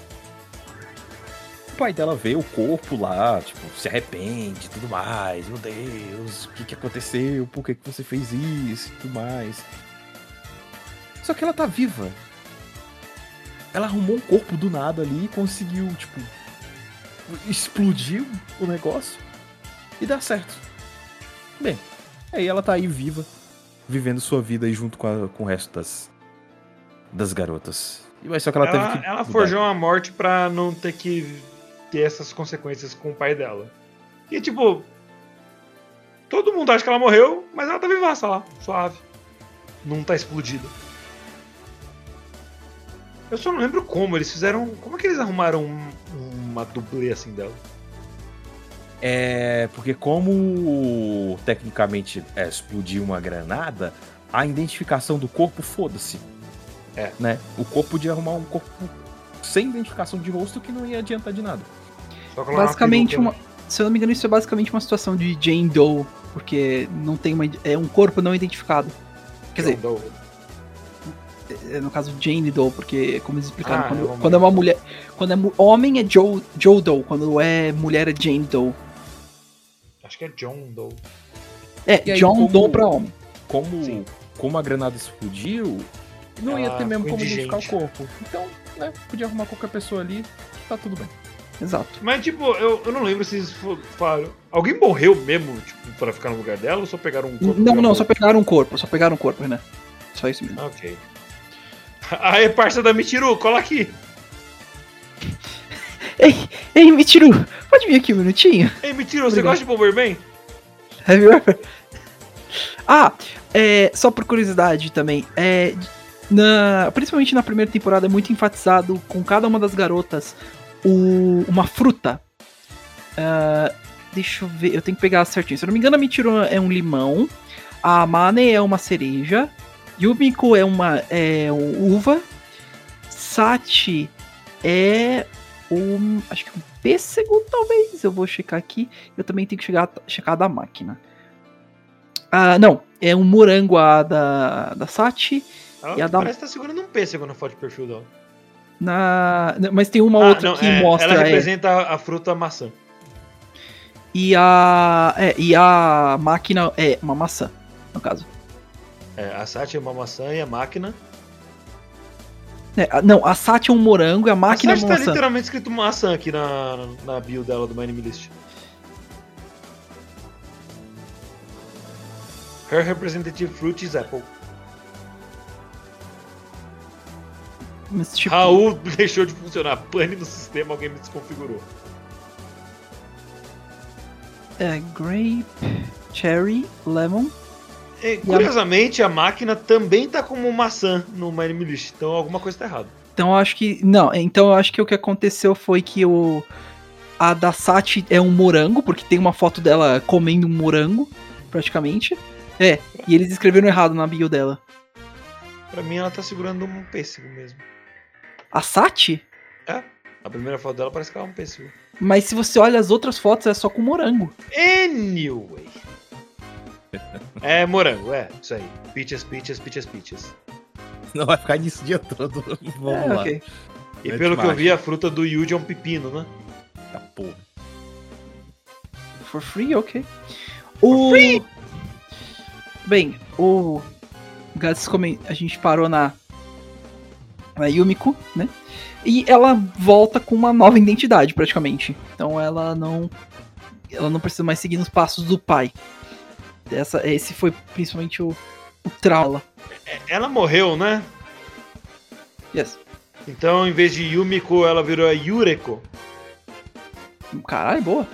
O pai dela vê o corpo lá, tipo, se arrepende e tudo mais. Meu Deus, o que aconteceu? Por que você fez isso e tudo mais? Só que ela tá viva. Ela arrumou um corpo do nada ali e conseguiu, tipo, explodir o negócio e dá certo. Bem, aí ela tá aí viva, vivendo sua vida aí junto com o resto das garotas. E só que ela teve que... Ela forjou uma morte pra não ter que ter essas consequências com o pai dela. E tipo, todo mundo acha que ela morreu, mas ela tá vivaça lá, suave. Não tá explodida. Eu só não lembro como eles fizeram. Como é que eles arrumaram uma dublê assim dela? Porque como tecnicamente explodir uma granada, a identificação do corpo, foda-se. Né? O corpo podia arrumar um corpo sem identificação de rosto que não ia adiantar de nada. Basicamente, se eu não me engano, isso é basicamente uma situação de Jane Doe, porque não tem é um corpo não identificado. Quer dizer, no caso Jane Doe, porque como eles explicaram, quando é uma mulher, quando é homem é Joe Doe, quando é mulher é Jane Doe. Acho que é John Doe. John Doe pra homem. Como a granada explodiu, não ia ter mesmo como identificar o corpo. Então, né, podia arrumar qualquer pessoa ali, tá tudo bem. Exato. Mas, tipo, eu não lembro se eles falaram. Alguém morreu mesmo, tipo, pra ficar no lugar dela ou só pegaram um corpo? Não, só pegaram um corpo, né? Só isso mesmo. Ok. Aí, parça da Michiru, cola aqui. Ei, Michiru, pode vir aqui um minutinho? Ei, Michiru, você gosta de Bomberman? Have you ever? Só por curiosidade também, principalmente na primeira temporada é muito enfatizado com cada uma das garotas uma fruta. Deixa eu ver, eu tenho que pegar certinho. Se eu não me engano, a Michiru é um limão, a Mane é uma cereja, Yumiko é uma uva, Sachi é acho que um pêssego, talvez. Eu vou checar aqui. Eu também tenho que checar da máquina. Não, é um morango da Sachi. Ela parece que tá segurando um pêssego na foto de perfil dela. Mas tem uma outra que mostra. Ela representa a fruta maçã. E a máquina é uma maçã, no caso. A Sachi é uma maçã e a máquina. Não, a Sachi é um morango e a máquina é uma maçã. Tá literalmente escrito maçã aqui na bio dela do My Anime List. Her representative fruit is apple. Mas, tipo... Raul deixou de funcionar. Pane no sistema, alguém me desconfigurou. Grape, cherry, lemon. Curiosamente, a máquina também tá como maçã no My Anime List. Então alguma coisa tá errada. Então eu acho que... Não, então eu acho que o que aconteceu foi que a da Sachi é um morango, porque tem uma foto dela comendo um morango, praticamente. E eles escreveram errado na bio dela. Pra mim ela tá segurando um pêssego mesmo. A Sachi? A primeira foto dela parece que ela é um pêssego. Mas se você olha as outras fotos, é só com morango. Anyway. Morango, isso aí. Peaches. Não vai ficar nisso o dia todo. Vamos lá. Okay. E pelo que eu vi, a fruta do Yuji é um pepino, né? Tá porra. For free, ok. For free? Bem, o Gats, a gente parou na Yumiko, né? E ela volta com uma nova identidade, praticamente. Então ela não precisa mais seguir nos passos do pai. Esse foi principalmente o trauma. Ela morreu, né? Yes. Então, em vez de Yumiko, ela virou a Yureko. Caralho, boa.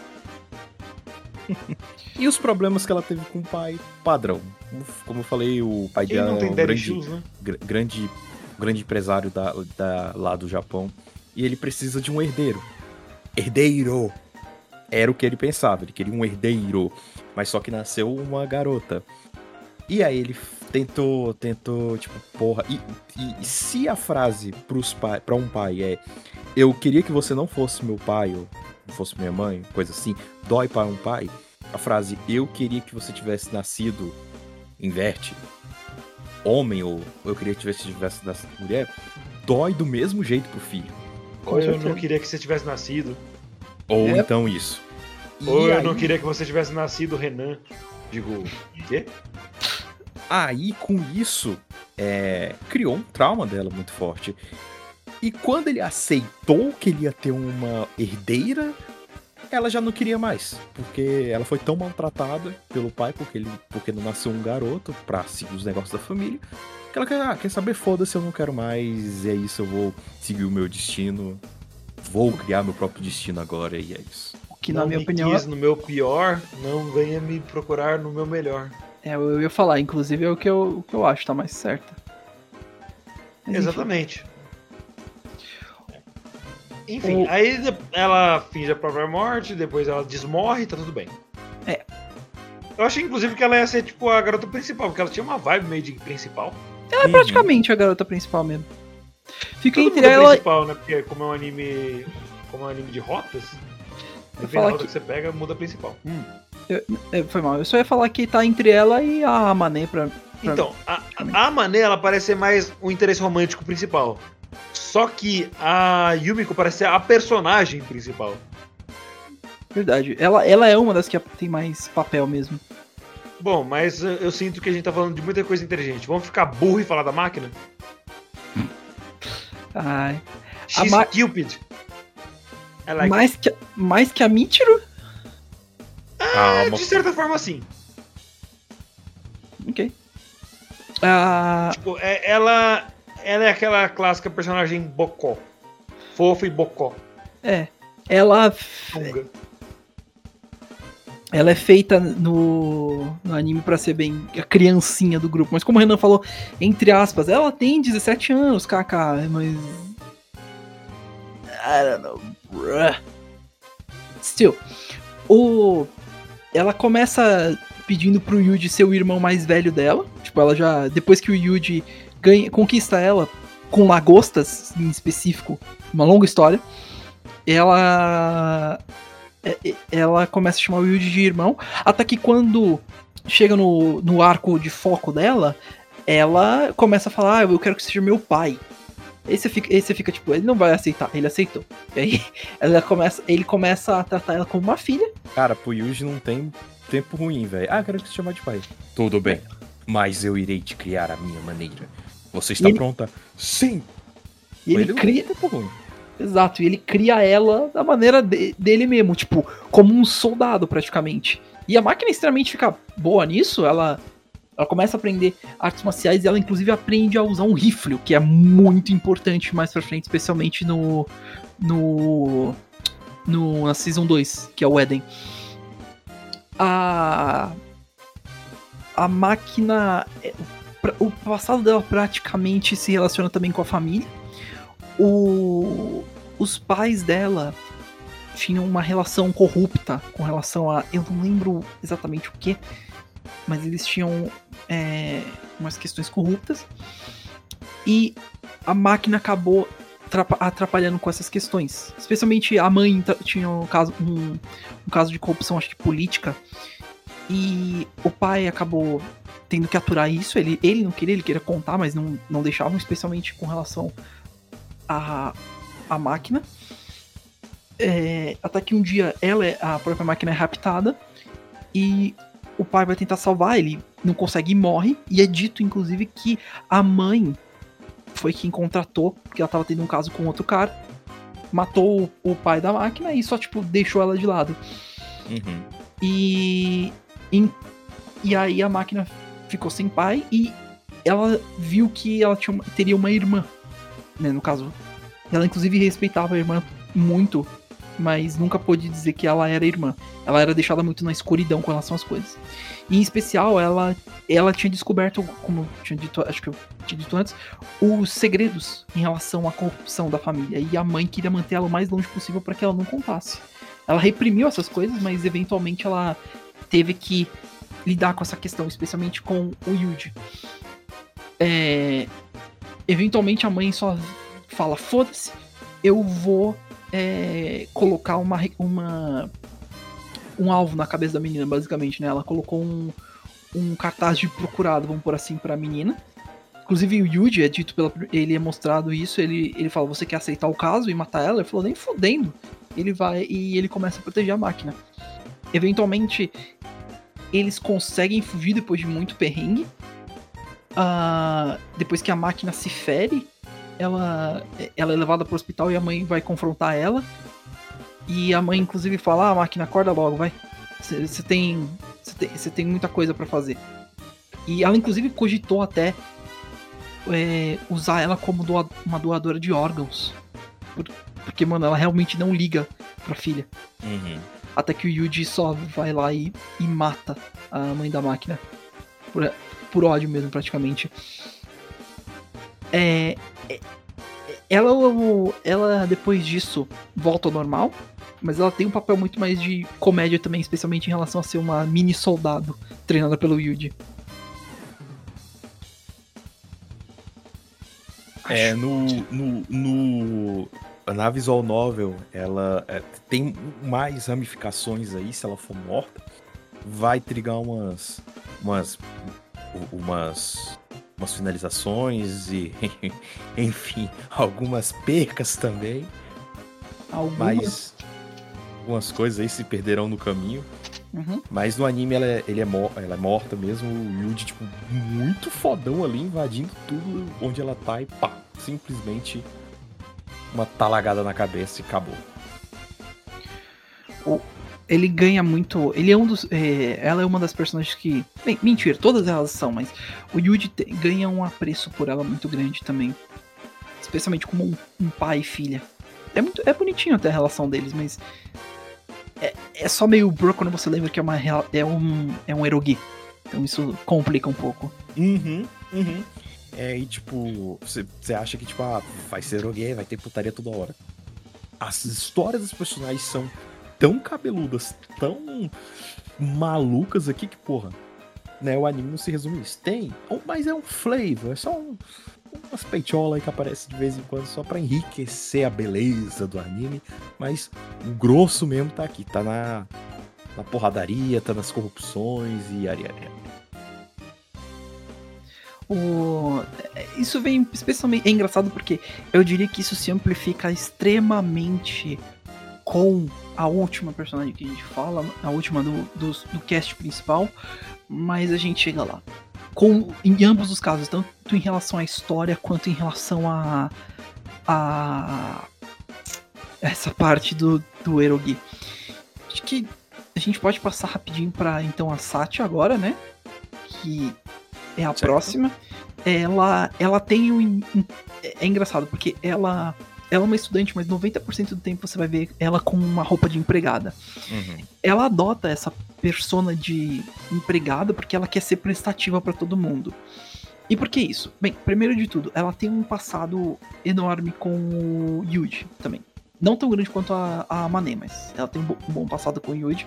E os problemas que ela teve com o pai, padrão. Como eu falei, o pai Quem dela não é tem um daddy grande, issues, né? grande empresário lá do Japão. E ele precisa de um herdeiro. Herdeiro! Era o que ele pensava, ele queria um herdeiro. Mas só que nasceu uma garota. E aí ele tentou, tipo, porra. E se a frase pra um pai é: eu queria que você não fosse meu pai, ou não fosse minha mãe, coisa assim, dói para um pai. A frase, eu queria que você tivesse nascido, inverte, homem, ou eu queria que tivesse nascido mulher, dói do mesmo jeito pro filho. Ou eu não queria que você tivesse nascido. Ou então isso. Ou eu não queria que você tivesse nascido, Renan. Digo, o quê? Aí, com isso, criou um trauma dela muito forte. E quando ele aceitou que ele ia ter uma herdeira, ela já não queria mais. Porque ela foi tão maltratada pelo pai, porque não nasceu um garoto pra seguir os negócios da família, que ela quer saber, foda-se, eu não quero mais, é isso, eu vou seguir o meu destino, vou criar meu próprio destino agora, e é isso. Que não na minha me opinião. Quis no meu pior, não venha me procurar no meu melhor. Eu ia falar, inclusive é o que eu acho, tá mais certo. Mas, exatamente. Enfim, aí ela finge a própria morte, depois ela desmorre e tá tudo bem. Eu achei, inclusive, que ela ia ser, tipo, a garota principal, porque ela tinha uma vibe meio de principal. Ela é praticamente a garota principal mesmo. Fica Todo entre mundo é ela... principal, né? Porque como é um anime de rotas, depende da rota que você pega, muda a principal. Foi mal, eu só ia falar que tá entre ela e a Amane pra... Então, a Amane, ela parece ser mais um interesse romântico principal. Só que a Yumiko parece ser a personagem principal. Verdade, ela é uma das que tem mais papel mesmo. Bom, mas eu sinto que a gente tá falando de muita coisa inteligente. Vamos ficar burro e falar da máquina? Ai. She's Cupid. I like mais que a Michiru? De certa forma, sim. Ok. Tipo, ela é aquela clássica personagem bocó. Fofa e bocó. Ela Tunga. Ela é feita no anime pra ser bem a criancinha do grupo. Mas como o Renan falou, entre aspas, ela tem 17 anos, kkk, mas... I don't know, bruh. Still, ela começa pedindo pro Yuji ser o irmão mais velho dela. Tipo, ela já... Depois que o Yuji conquista ela, com lagostas em específico, uma longa história, ela começa a chamar o Yuji de irmão, até que quando chega no arco de foco dela, ela começa a falar, eu quero que seja meu pai. Aí você fica tipo, ele não vai aceitar, ele aceitou. E aí ele começa a tratar ela como uma filha. Cara, pro Yuji não tem tempo ruim, velho. Eu quero que você chame de pai. Tudo bem, mas eu irei te criar à minha maneira. Você está pronta? Sim! E ele cria... Tempo ruim. Exato, e ele cria ela da maneira dele mesmo, tipo, como um soldado praticamente. E a máquina extremamente fica boa nisso, ela começa a aprender artes marciais e ela inclusive aprende a usar um rifle, o que é muito importante mais pra frente, especialmente na Season 2, que é o Eden. A máquina, o passado dela praticamente se relaciona também com a família. Os pais dela tinham uma relação corrupta com relação a... Eu não lembro exatamente o que, mas eles tinham umas questões corruptas. E a máquina acabou atrapalhando com essas questões. Especialmente a mãe tinha um caso de corrupção, acho que política. E o pai acabou tendo que aturar isso. Ele não queria, ele queria contar, mas não deixavam, especialmente com relação a máquina. Até que um dia a própria máquina é raptada e o pai vai tentar salvar, ele não consegue e morre. E é dito, inclusive, que a mãe foi quem contratou, porque ela tava tendo um caso com outro cara, matou o pai da máquina e só, tipo, deixou ela de lado. Uhum. E aí a máquina ficou sem pai e ela viu que ela teria uma irmã, né, no caso. Ela inclusive respeitava a irmã muito, mas nunca pôde dizer que ela era irmã. Ela era deixada muito na escuridão com relação às coisas. E, em especial, ela tinha descoberto, como eu tinha dito, acho que eu tinha dito antes, os segredos em relação à corrupção da família. E a mãe queria manter ela o mais longe possível para que ela não contasse. Ela reprimiu essas coisas, mas eventualmente ela teve que lidar com essa questão, especialmente com o Yuji. Eventualmente a mãe só fala, foda-se, eu vou colocar um alvo na cabeça da menina, basicamente, né? Ela colocou um cartaz de procurado, vamos por assim, pra menina. Inclusive o Yuji ele é mostrado isso, ele fala, você quer aceitar o caso e matar ela? Ele falou, nem fodendo. Ele vai e ele começa a proteger a máquina. Eventualmente, eles conseguem fugir depois de muito perrengue. Depois que a máquina se fere, ela é levada pro hospital e a mãe vai confrontar ela. E a mãe, inclusive, fala, máquina, acorda logo, vai. Você tem muita coisa pra fazer. E ela, inclusive, cogitou até usar ela como uma doadora de órgãos. Porque, mano, ela realmente não liga pra filha. Uhum. Até que o Yuji só vai lá e mata a mãe da máquina. Por ódio mesmo, praticamente. Ela, depois disso, volta ao normal. Mas ela tem um papel muito mais de comédia também, especialmente em relação a ser uma mini soldado treinada pelo Yuji. Na visual novel, ela tem mais ramificações aí, se ela for morta. Vai trigar umas finalizações e, enfim, algumas percas também. Mas algumas coisas aí se perderão no caminho. Uhum. Mas no anime ela é morta mesmo. O Yuji, tipo, muito fodão ali, invadindo tudo onde ela tá e pá, simplesmente uma talagada na cabeça e acabou. Ele ganha muito. Ele é ela é uma das personagens que. Bem, mentira, todas elas são, mas o Yuji ganha um apreço por ela muito grande também. Especialmente como um pai e filha. É bonitinho até a relação deles, mas. É só meio bro quando você lembra que é um erogi. Então isso complica um pouco. Uhum. E tipo, você acha que tipo, vai ser erogi, vai ter putaria toda hora. As histórias dos personagens são tão cabeludas, tão malucas aqui que, porra, né, o anime não se resume nisso. Tem, mas é um flavor, é só umas peitolas aí que aparecem de vez em quando só pra enriquecer a beleza do anime, mas o grosso mesmo tá aqui, tá na porradaria, tá nas corrupções e Isso vem especialmente... É engraçado porque eu diria que isso se amplifica extremamente com a última personagem que a gente fala, a última do cast principal, mas a gente chega lá. Em ambos os casos, tanto em relação à história quanto em relação a essa parte do erogi. Acho que a gente pode passar rapidinho pra então a Sachi agora, né? Que é a próxima. Ela tem é engraçado, porque ela é uma estudante, mas 90% do tempo você vai ver ela com uma roupa de empregada. Uhum. Ela adota essa persona de empregada porque ela quer ser prestativa pra todo mundo. E por que isso? Bem, primeiro de tudo, ela tem um passado enorme com o Yuji também. Não tão grande quanto a Mane, mas ela tem um bom passado com o Yuji.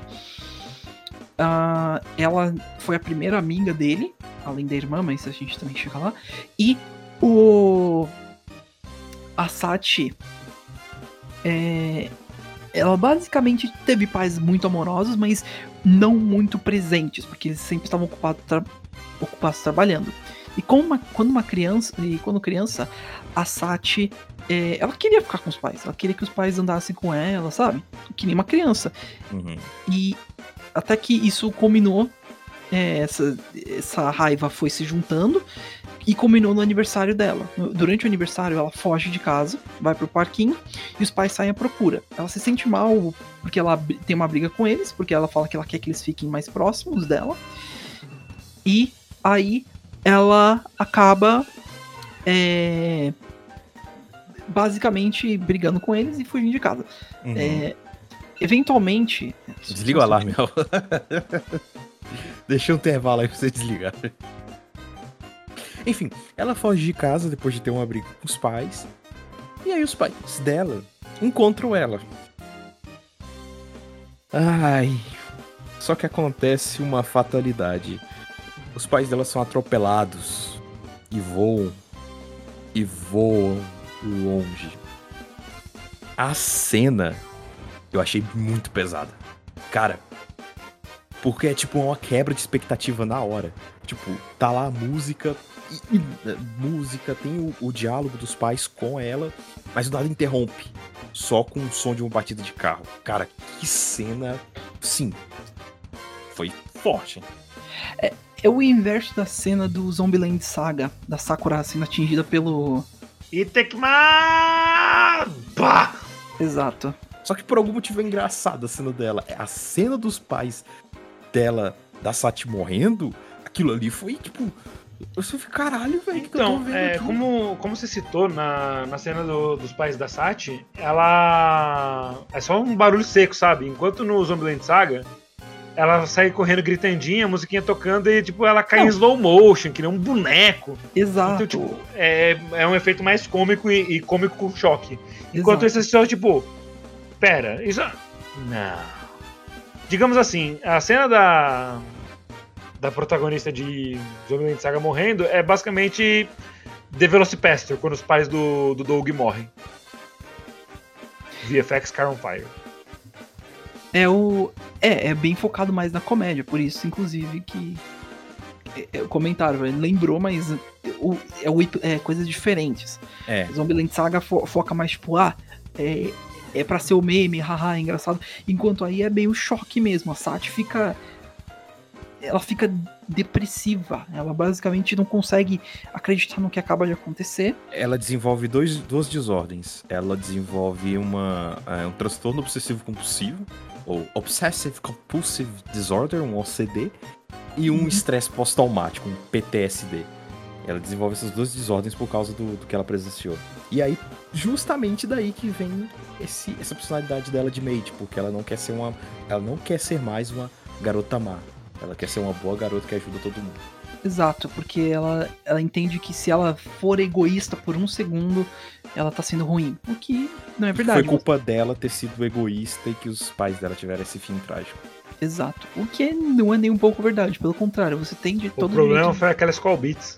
Ela foi a primeira amiga dele, além da irmã, mas a gente também chega lá. E a Sachi, ela basicamente teve pais muito amorosos, mas não muito presentes, porque eles sempre estavam ocupados trabalhando. E quando criança, a Sachi, ela queria ficar com os pais, ela queria que os pais andassem com ela, sabe? Que nem uma criança. Uhum. E até que isso culminou, essa raiva foi se juntando e culminou no aniversário dela. Durante o aniversário, ela foge de casa, vai pro parquinho e os pais saem à procura. Ela se sente mal porque ela tem uma briga com eles, porque ela fala que ela quer que eles fiquem mais próximos dela. E aí ela acaba basicamente brigando com eles e fugindo de casa. Eventualmente... Desliga o alarme. Deixa um intervalo aí pra você desligar. Enfim, ela foge de casa depois de ter uma briga com os pais. E aí os pais dela encontram ela. Ai... Só que acontece uma fatalidade. Os pais dela são atropelados. E voam longe. A cena eu achei muito pesada. Cara, porque é tipo uma quebra de expectativa na hora. Tipo, tá lá a música. Música, tem o diálogo dos pais com ela, mas o nada interrompe. Só com o som de uma batida de carro. Cara, que cena. Sim. Foi forte, hein? É o inverso da cena do Zombieland Saga, da Sakura sendo atingida pelo... Itekma! Pá! Exato. Só que por algum motivo é engraçado a cena dela. A cena dos pais dela, da Sati morrendo, aquilo ali foi tipo... Você fica, caralho, velho, então, que eu tô vendo aqui? como você citou na cena dos pais da Sati, ela... é só um barulho seco, sabe? Enquanto no Zombieland Saga... ela sai correndo gritandinha, a musiquinha tocando e, tipo, ela cai em slow motion, que nem um boneco. Exato. Então, tipo, é um efeito mais cômico e cômico com choque. Enquanto esse só, tipo, pera, isso... Não. Digamos assim, a cena da protagonista de Zombieland Saga morrendo é basicamente The Velocipaster, quando os pais do Doug morrem. VFX Car on Fire. É bem focado mais na comédia, por isso, inclusive, que o comentário, ele lembrou, mas coisas diferentes. Zombieland Saga foca mais, tipo, é pra ser o meme, haha, é engraçado, enquanto aí é bem o choque mesmo, a Sati fica depressiva, ela basicamente não consegue acreditar no que acaba de acontecer. Ela desenvolve duas desordens. Ela desenvolve um transtorno obsessivo compulsivo, ou Obsessive Compulsive Disorder, um OCD, e um estresse pós-traumático, um PTSD. Ela desenvolve essas duas desordens por causa do que ela presenciou. E aí, justamente daí que vem essa personalidade dela de Maid, porque ela não quer ser mais uma garota má. Ela quer ser uma boa garota que ajuda todo mundo. Exato, porque ela entende que se ela for egoísta por um segundo, ela tá sendo ruim. O que não é verdade. Foi culpa dela ter sido egoísta e que os pais dela tiveram esse fim trágico. Exato. O que não é nem um pouco verdade. Pelo contrário, você tem de todo O problema foi aquela Skull Beats.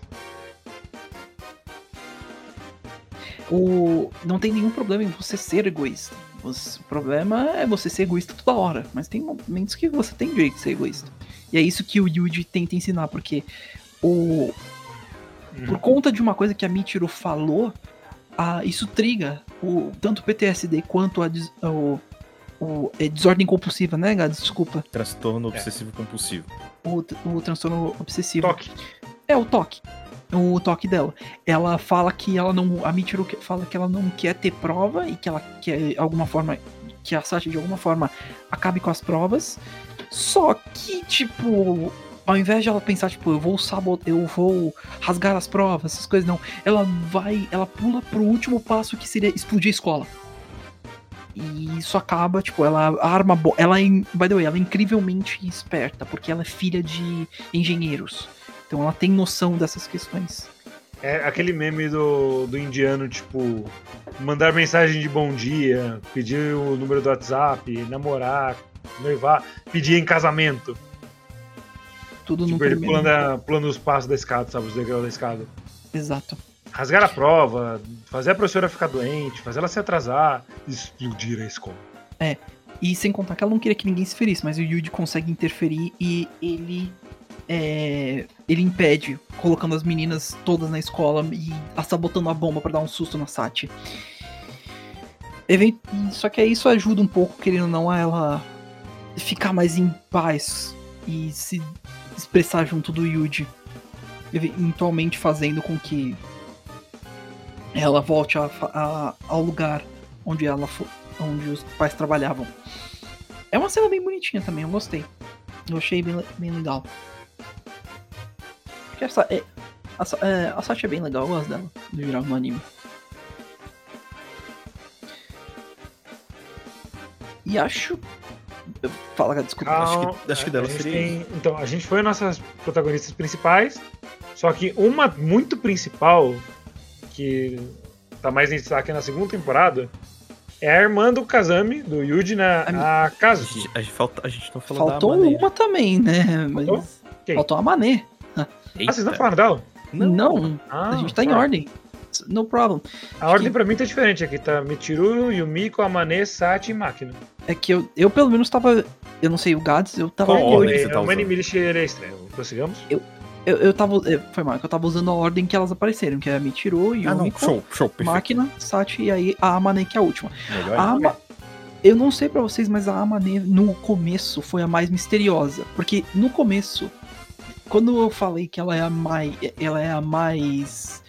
Não tem nenhum problema em você ser egoísta. O problema é você ser egoísta toda hora. Mas tem momentos que você tem direito de ser egoísta. E é isso que o Yuji tenta ensinar, porque por conta de uma coisa que a Michiru falou, isso triga tanto o PTSD quanto a desordem compulsiva, né, Gad? Desculpa. Transtorno obsessivo compulsivo. O transtorno obsessivo. Toque. O toque. O toque dela. Ela fala que ela não... A Michiru fala que ela não quer ter prova e que ela quer alguma forma... Que a Sati de alguma forma acabe com as provas. Só que, tipo... Ao invés de ela pensar, tipo, eu vou rasgar as provas, essas coisas, não. Ela pula pro último passo, que seria explodir a escola. E isso acaba, tipo, ela arma... By the way, ela é incrivelmente esperta, porque ela é filha de engenheiros. Então ela tem noção dessas questões. É aquele meme do indiano, tipo, mandar mensagem de bom dia, pedir o número do WhatsApp, namorar, noivar, pedir em casamento. Tudo tipo, no ele primeiro. pulando os passos da escada, sabe? Os degraus da escada. Exato. Rasgar a prova, fazer a professora ficar doente, fazer ela se atrasar, explodir a escola. E sem contar que ela não queria que ninguém se ferisse, mas o Yuji consegue interferir e ele impede, colocando as meninas todas na escola e sabotando a bomba pra dar um susto na Sati. Só que aí isso ajuda um pouco, querendo ou não, a ela ficar mais em paz e se expressar junto do Yuji, eventualmente fazendo com que ela volte ao lugar onde os pais trabalhavam. É uma cena bem bonitinha também, eu gostei. Eu achei bem legal. A Sachi é bem legal, eu gosto dela, no geral, no anime. E acho... Fala, desculpa. Acho que dela seria... Então, a gente foi nossas protagonistas principais, só que uma muito principal, que tá mais em destaque na segunda temporada, é a irmã do Kazami, do Yuji, a Kazuki. A gente não falou Faltou da Amane. uma também, né? Faltou? Mas... Quem? Faltou a Mané. Vocês não falaram dela? Não. A gente tá em ordem. No problem. A ordem pra mim tá diferente. Aqui tá Michiru, Yumiko, Amane, Sachi e Makino. É que eu pelo menos tava... Eu não sei, o Gads, eu tava... Qual ordem que você tá O usando? Manimilish é estranho. Prossigamos? Eu tava... Foi mal, que eu tava usando a ordem que elas apareceram, que é a Michiru, Yumiko, Show, perfeito. Máquina, Sachi e aí a Amane, que é a última. Melhor. Eu não sei pra vocês, mas a Amane no começo foi a mais misteriosa. Porque no começo, quando eu falei que ela é a mais...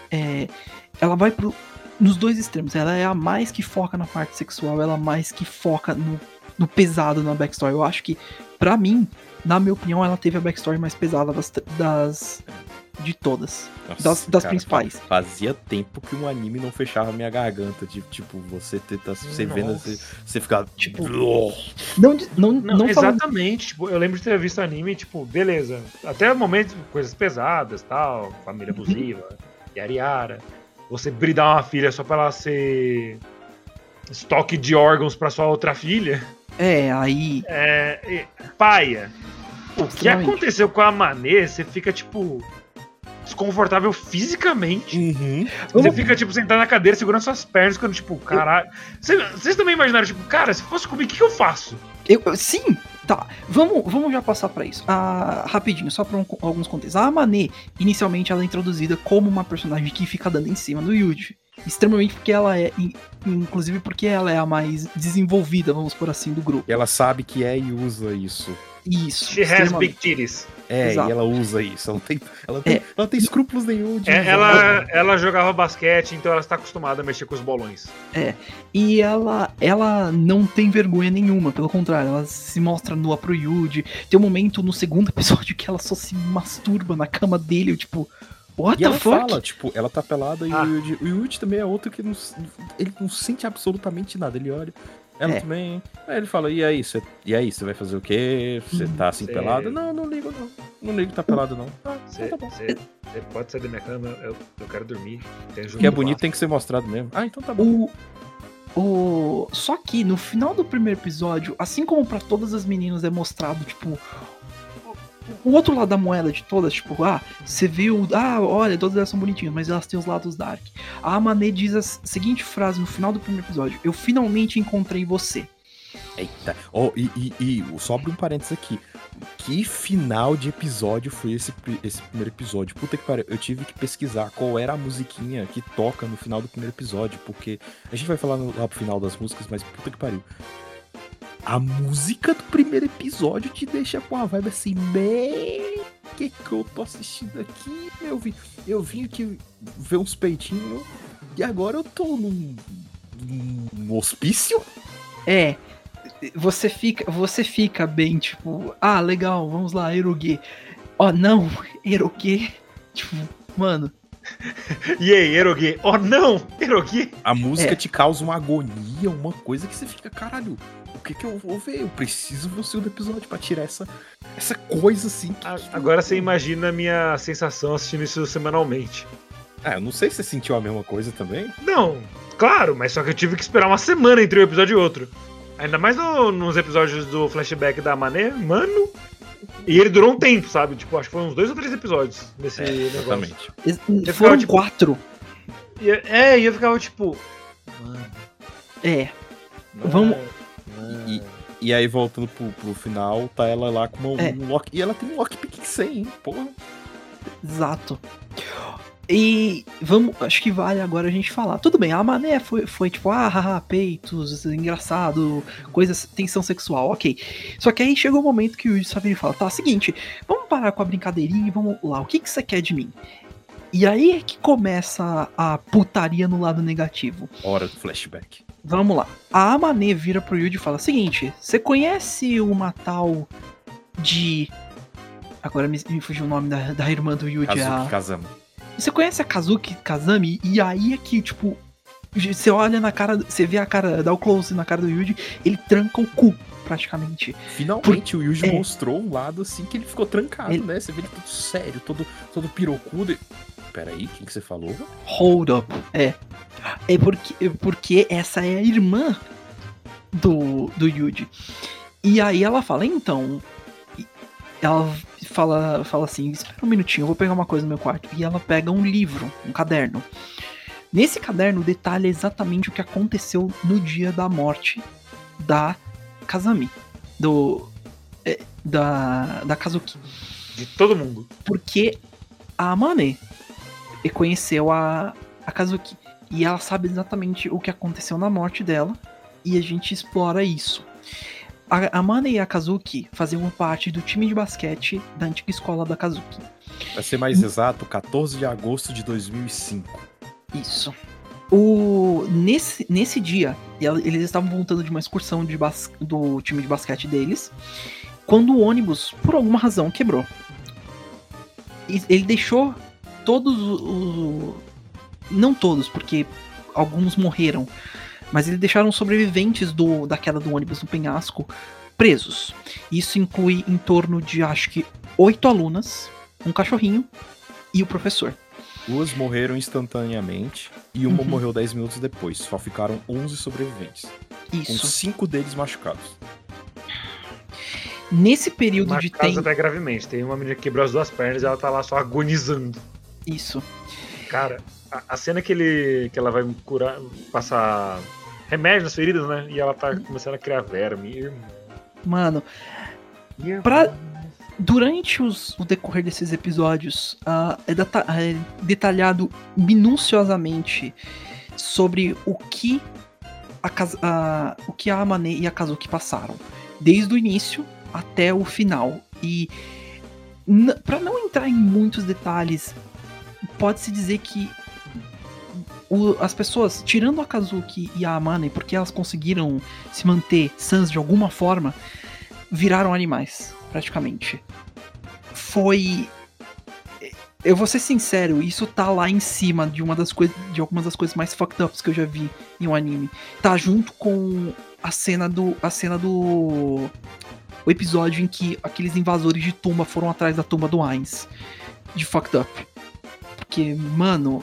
ela vai nos dois extremos. Ela é a mais que foca na parte sexual, ela é a mais que foca no pesado na backstory. Eu acho que, pra mim, na minha opinião, ela teve a backstory mais pesada de todas. Nossa, das cara, principais. Fazia tempo que um anime não fechava minha garganta. Tipo, você vendo, você ficar. Tipo, Não, não exatamente. Tipo, eu lembro de ter visto anime, tipo, beleza. Até o momento, coisas pesadas, tal, família abusiva, yara. Você bridar uma filha só pra ela ser estoque de órgãos pra sua outra filha. Aí... Paia. O que Extremamente. aconteceu com a Mané, você fica, tipo, desconfortável fisicamente. Uhum. Você fica, tipo, sentado na cadeira, segurando suas pernas, ficando, tipo, caralho. Vocês também imaginaram, tipo, cara, se fosse comigo, o que eu faço? Sim, tá. Vamos já passar pra isso. Rapidinho, só pra alguns contextos. A Amane, inicialmente, ela é introduzida como uma personagem que fica dando em cima do Yuji. Extremamente porque ela é... Inclusive porque ela é a mais desenvolvida, vamos por assim, do grupo. Ela sabe que é e usa isso. Isso. She has big titties. Exato. E ela usa isso. Ela não tem escrúpulos nenhum de Ela jogava basquete, então ela está acostumada a mexer com os bolões. E ela não tem vergonha nenhuma, pelo contrário, ela se mostra nua pro Yuji. Tem um momento no segundo episódio que ela só se masturba na cama dele, eu, tipo, what E the ela fuck? fala, tipo, ela tá pelada e o Yuji também é outro que ele não sente absolutamente nada. Ele olha, ela também. Aí ele fala, e aí, você vai fazer o quê? Você tá assim pelada? Não ligo não. Não ligo tá pelado não. Você tá bom. pode sair da minha cama, eu quero dormir. O que é bonito tem que ser mostrado mesmo. Então tá bom. Só que no final do primeiro episódio, assim como pra todas as meninas é mostrado, tipo, o outro lado da moeda de todas, tipo, você viu, olha, todas elas são bonitinhas, mas elas têm os lados dark. A Amane diz a seguinte frase no final do primeiro episódio: eu finalmente encontrei você. Eita. E só abre um parênteses aqui. Que final de episódio foi esse primeiro episódio? Puta que pariu. Eu tive que pesquisar qual era a musiquinha que toca no final do primeiro episódio, porque a gente vai falar lá pro final das músicas, mas puta que pariu. A música do primeiro episódio te deixa com a vibe assim, que eu tô assistindo aqui? Eu vim aqui ver uns peitinhos e agora eu tô num hospício? Você fica bem, tipo, legal, vamos lá, erogue. Não, erogue. Tipo, mano. E aí, erogue? Não, erogue. A música te causa uma agonia, uma coisa que você fica, caralho, o que eu vou ver? Eu preciso ver o segundo episódio pra tirar essa coisa assim. Agora você imagina a minha sensação assistindo isso semanalmente. Eu não sei se você sentiu a mesma coisa também. Não, claro, mas só que eu tive que esperar uma semana entre um episódio e outro. Ainda mais nos episódios do flashback da Mané, mano. E ele durou um tempo, sabe? Tipo, acho que foi uns 2 ou 3 episódios desse negócio. Exatamente. Foram tipo, 4. E eu ficava tipo... Mano. Vamos... E aí, voltando pro final, tá ela lá com um lock... E ela tem um lockpick 100, hein? Porra. Exato. E acho que vale agora a gente falar. Tudo bem, a Mané foi tipo, peitos, engraçado, coisas, tensão sexual, ok. Só que aí chegou o momento que o Yuji Saviri fala, seguinte, vamos parar com a brincadeirinha e vamos lá, o que você quer de mim? E aí é que começa a putaria no lado negativo. Hora do flashback. Vamos lá. A Amane vira pro Yuji e fala, seguinte, você conhece uma tal de Agora me fugiu o nome da irmã do Yuji. Kazuki Kazama. Você conhece a Kazuki Kazami? E aí é que, tipo, você olha na cara, você vê a cara, dá o close na cara do Yuji, ele tranca o cu, praticamente. Finalmente o Yuji mostrou um lado assim que ele ficou trancado, né? Você vê ele todo sério, todo pirocudo. Peraí, quem que você falou? Hold up. É porque essa é a irmã do Yuji. E aí ela fala, então... Ela fala assim, espera um minutinho, eu vou pegar uma coisa no meu quarto. E ela pega um livro, um caderno. Nesse caderno detalha exatamente o que aconteceu no dia da morte da Kazami. Da Kazuki. De todo mundo. Porque a Amane conheceu a Kazuki. E ela sabe exatamente o que aconteceu na morte dela. E a gente explora isso. A Amane e a Kazuki faziam parte do time de basquete da antiga escola da Kazuki. Pra ser mais exato, 14 de agosto de 2005. Isso. Nesse dia, eles estavam voltando de uma excursão do time de basquete deles, quando o ônibus, por alguma razão, quebrou. Ele deixou todos não todos, porque alguns morreram, mas eles deixaram sobreviventes da queda do ônibus no penhasco presos. Isso inclui em torno de, acho que, 8 alunas, um cachorrinho e o professor. 2 morreram instantaneamente e uma morreu 10 minutos depois. Só ficaram 11 sobreviventes. Isso. Com 5 deles machucados. Nesse período de tempo... até gravemente. Tem uma menina que quebrou as 2 pernas e ela tá lá só agonizando. Isso. Cara, a cena que ela vai passar remédio nas feridas, né? E ela tá começando a criar verme. Mano, durante o decorrer desses episódios, é detalhado minuciosamente sobre o que a Amane e a Kazuki passaram, desde o início até o final. E pra não entrar em muitos detalhes, pode-se dizer que as pessoas, tirando a Kazuki e a Amane, porque elas conseguiram se manter sãs de alguma forma, viraram animais, praticamente. Eu vou ser sincero, isso tá lá em cima de algumas das coisas mais fucked ups que eu já vi em um anime. Tá junto com a cena do o episódio em que aqueles invasores de tumba foram atrás da tumba do Ainz. De fucked up. Porque, mano...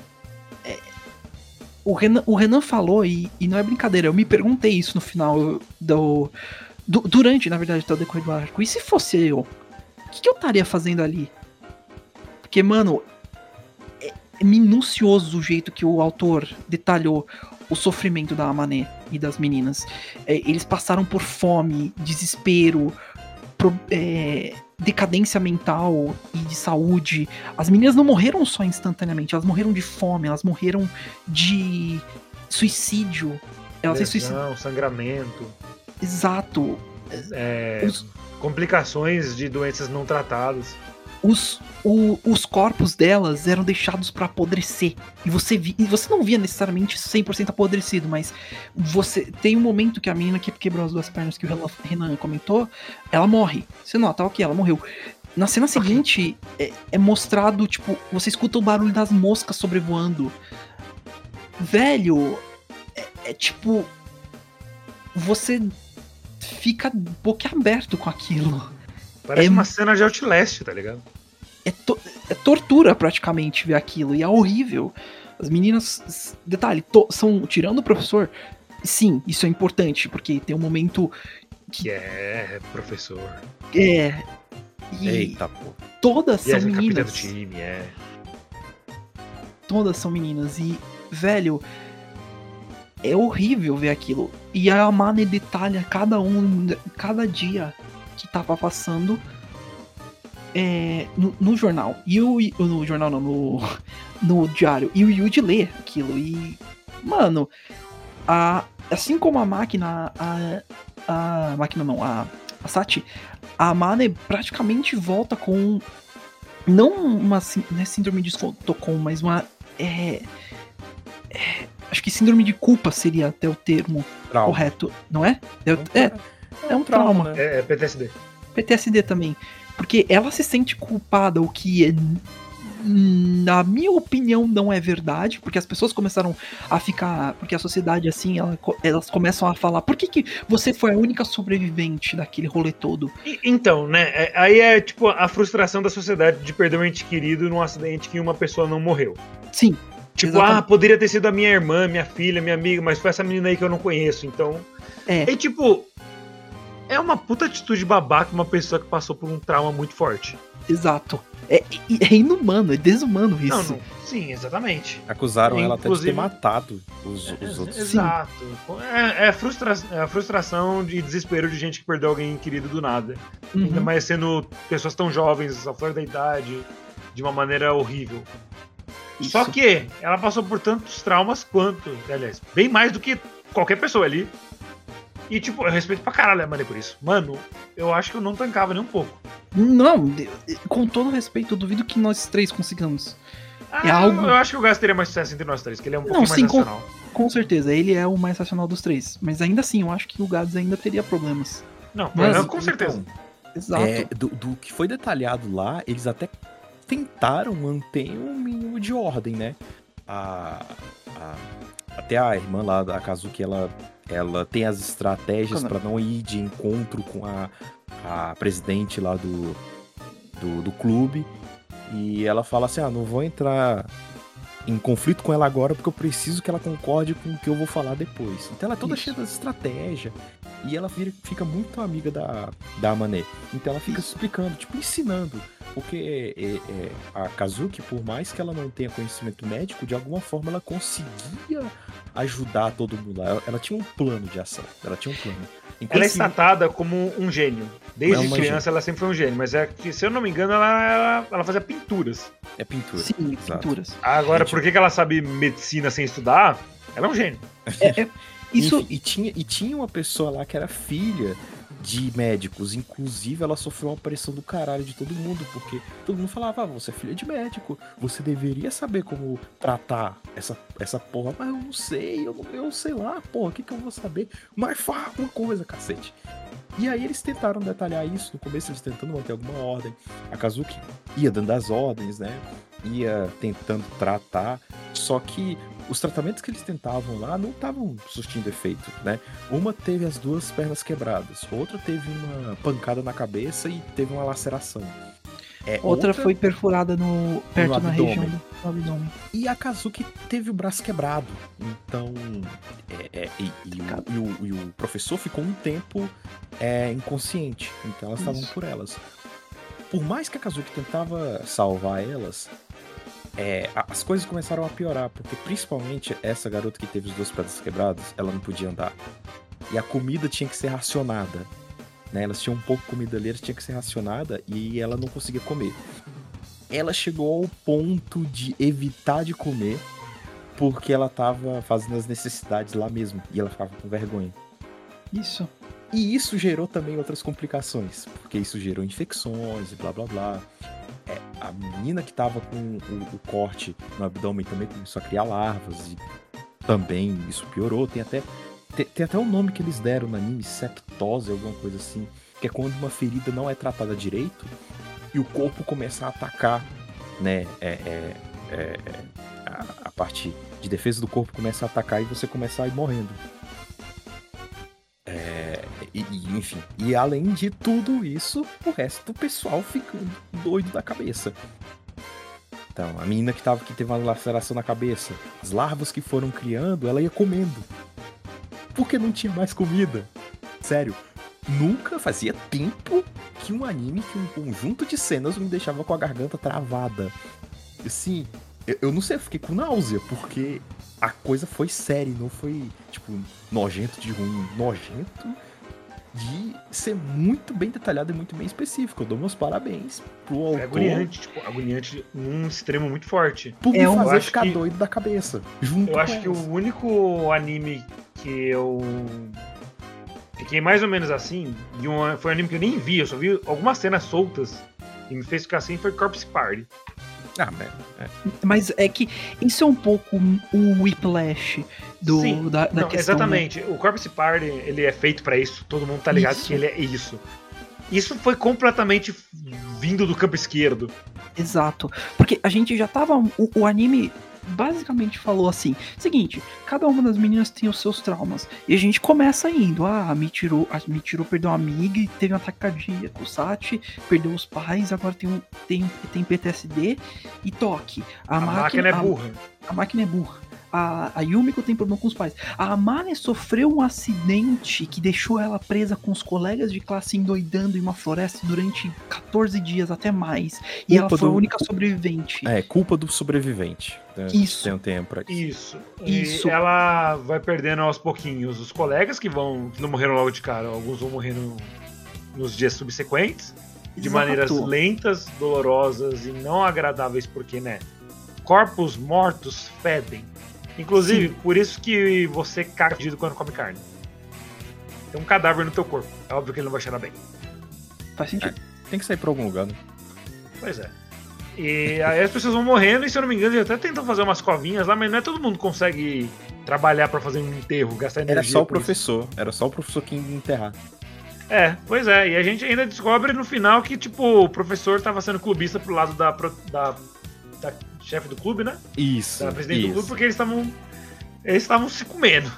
O Renan falou, e não é brincadeira, eu me perguntei isso no final durante, na verdade, até o decorrer do arco. E se fosse eu? O que eu estaria fazendo ali? Porque, mano, é minucioso o jeito que o autor detalhou o sofrimento da Amane e das meninas. Eles passaram por fome, desespero, decadência mental e de saúde. As meninas não morreram só instantaneamente, elas morreram de fome, elas morreram de suicídio. Lesão, sangramento. Exato. Complicações de doenças não tratadas. Os corpos delas eram deixados pra apodrecer. E você não via necessariamente 100% apodrecido, mas tem um momento que a menina que quebrou as 2 pernas que o Renan comentou, ela morre. Você nota, ok, ela morreu. Na cena seguinte, é mostrado, tipo, você escuta o barulho das moscas sobrevoando. Velho, tipo... Você fica boquiaberto com aquilo. Parece uma cena de Outlast, tá ligado? É tortura praticamente ver aquilo, e é horrível. As meninas, detalhe, são tirando o professor. Sim, isso é importante, porque tem um momento que é professor. Eita, pô. Todas são meninas. Do time, Todas são meninas, e, velho, é horrível ver aquilo. E a Amane detalha cada dia que tava passando no jornal. No jornal não, no diário. E o Yuji lê aquilo. E, mano, assim como a máquina, a Sachi, a Amane praticamente volta com não uma síndrome de Estocolmo, mas uma acho que síndrome de culpa seria até o termo correto, não é? É um trauma. É PTSD. PTSD também. Porque ela se sente culpada, o que na minha opinião não é verdade, porque as pessoas começaram a ficar, porque a sociedade assim, elas começam a falar, por que você foi a única sobrevivente daquele rolê todo? Então, né, aí é tipo a frustração da sociedade de perder um ente querido num acidente que uma pessoa não morreu. Sim. Tipo, poderia ter sido a minha irmã, minha filha, minha amiga, mas foi essa menina aí que eu não conheço, então... E tipo, é uma puta atitude babaca uma pessoa que passou por um trauma muito forte. Exato. É inumano, é desumano isso. Não, sim, exatamente. Acusaram ela até de ter matado os outros. Exato. É a frustração e desespero de gente que perdeu alguém querido do nada. Ainda mais sendo pessoas tão jovens, à flor da idade, de uma maneira horrível. Isso. Só que ela passou por tantos traumas quanto, aliás, bem mais do que qualquer pessoa ali. E, tipo, eu respeito pra caralho a Mané por isso. Mano, eu acho que eu não tancava nem um pouco. Não, com todo respeito, eu duvido que nós três consigamos. Eu acho que o Gás teria mais sucesso entre nós três, que ele é um pouquinho mais racional. Com certeza, ele é o mais racional dos três. Mas ainda assim, eu acho que o Gads ainda teria problemas. Não, com certeza. Exato. Do que foi detalhado lá, eles até tentaram manter um mínimo de ordem, né? Até a irmã lá da Kazuki, ela tem as estratégias para não ir de encontro com a presidente lá do clube. E ela fala assim, não vou entrar em conflito com ela agora porque eu preciso que ela concorde com o que eu vou falar depois. Então ela é toda cheia de estratégia. E ela fica muito amiga da Mané. Então ela fica explicando, tipo, ensinando. Porque a Kazuki, por mais que ela não tenha conhecimento médico, de alguma forma ela conseguia ajudar todo mundo lá. Ela tinha um plano de ação. Ela tinha um plano. Ela é tratada como um gênio. Desde criança ela sempre foi um gênio. Mas se eu não me engano, ela fazia pinturas. É pintura. Sim, exato. Pinturas. Agora, por que ela sabe medicina sem estudar? Ela é um gênio. Isso... E tinha uma pessoa lá que era filha de médicos. Inclusive, ela sofreu uma pressão do caralho de todo mundo, porque todo mundo falava, você é filha de médico, você deveria saber como tratar essa porra. Mas eu não sei, eu sei lá, porra, o que eu vou saber? Mas fala uma coisa, cacete. E aí eles tentaram detalhar isso, no começo eles tentando manter alguma ordem. A Kazuki ia dando as ordens, né? Ia tentando tratar, só que os tratamentos que eles tentavam lá não estavam surtindo efeito, né? Uma teve as 2 pernas quebradas, outra teve uma pancada na cabeça e teve uma laceração. Outra foi perfurada perto na região do abdômen. E a Kazuki teve o braço quebrado. Então, e o professor ficou um tempo inconsciente. Então elas estavam por elas. Por mais que a Kazuki tentava salvar elas, as coisas começaram a piorar, porque principalmente essa garota que teve as 2 pedras quebradas, ela não podia andar. E a comida tinha que ser racionada, né? Elas tinham um pouco de comida ali, ela tinha que ser racionada e ela não conseguia comer. Ela chegou ao ponto de evitar de comer porque ela estava fazendo as necessidades lá mesmo e ela ficava com vergonha. Isso. E isso gerou também outras complicações, porque isso gerou infecções e blá blá blá. A menina que tava com o corte no abdômen também começou a criar larvas e também isso piorou. Tem até um nome que eles deram no anime, septose, alguma coisa assim, que é quando uma ferida não é tratada direito e o corpo começa a atacar, né? A parte de defesa do corpo começa a atacar e você começa a ir morrendo. Enfim, e além de tudo isso, o resto do pessoal ficando doido da cabeça. Então, a menina que teve uma laceração na cabeça, as larvas que foram criando, ela ia comendo. Porque não tinha mais comida. Sério, nunca fazia tempo que um anime, que um conjunto de cenas me deixava com a garganta travada. Assim, eu não sei, eu fiquei com náusea, porque a coisa foi séria, não foi, tipo, nojento de ruim, nojento de ser muito bem detalhado e muito bem específico. Eu dou meus parabéns pro autor. Agoniante num extremo muito forte. Por me fazer ficar doido da cabeça. Eu acho que o único anime que eu fiquei mais ou menos assim, foi um anime que eu nem vi, eu só vi algumas cenas soltas e me fez ficar assim, foi Corpse Party. Mas é que isso é um pouco o Whiplash da questão. Exatamente. Né? O Corpse Party, ele é feito pra isso. Todo mundo tá ligado que ele é isso. Isso foi completamente vindo do campo esquerdo. Exato. Porque a gente já tava. O anime basicamente falou assim: seguinte, cada uma das meninas tem os seus traumas. E a gente começa indo. A Michiru perdeu uma amiga e teve um ataque cardíaco. O Sachi perdeu os pais, agora tem PTSD e toque. A máquina é burra. A máquina é burra. A Yumiko tem problema com os pais. A Amane sofreu um acidente que deixou ela presa com os colegas de classe endoidando em uma floresta durante 14 dias, até mais. E ela foi a única sobrevivente. É, culpa do sobrevivente. Isso. Tem um tempo pra isso. Isso. E ela vai perdendo aos pouquinhos os colegas que não morreram logo de cara. Alguns vão morrer nos dias subsequentes. De maneiras lentas, dolorosas e não agradáveis, porque, né? Corpos mortos fedem. Inclusive, por isso que você caga quando come carne. Tem um cadáver no teu corpo. É óbvio que ele não vai cheirar bem. Faz sentido. Tem que sair pra algum lugar, né? Pois é. E aí as pessoas vão morrendo e, se eu não me engano, eles até tentam fazer umas covinhas lá, mas não é todo mundo que consegue trabalhar pra fazer um enterro, gastar energia. Era só o professor. Era só o professor que ia enterrar. É, pois é. E a gente ainda descobre no final que, tipo, o professor tava sendo clubista pro lado da chefe do clube, né? Isso. Da presidente do clube, porque eles estavam se comendo.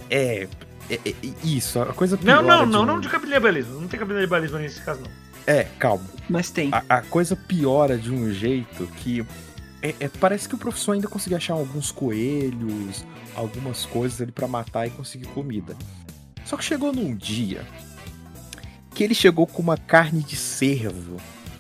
Isso, a coisa pior. Não de canibalismo. Não tem canibalismo nesse caso, não. Calma. Mas tem. A coisa piora de um jeito que parece que o professor ainda conseguiu achar alguns coelhos, algumas coisas ali pra matar e conseguir comida. Só que chegou num dia que ele chegou com uma carne de cervo.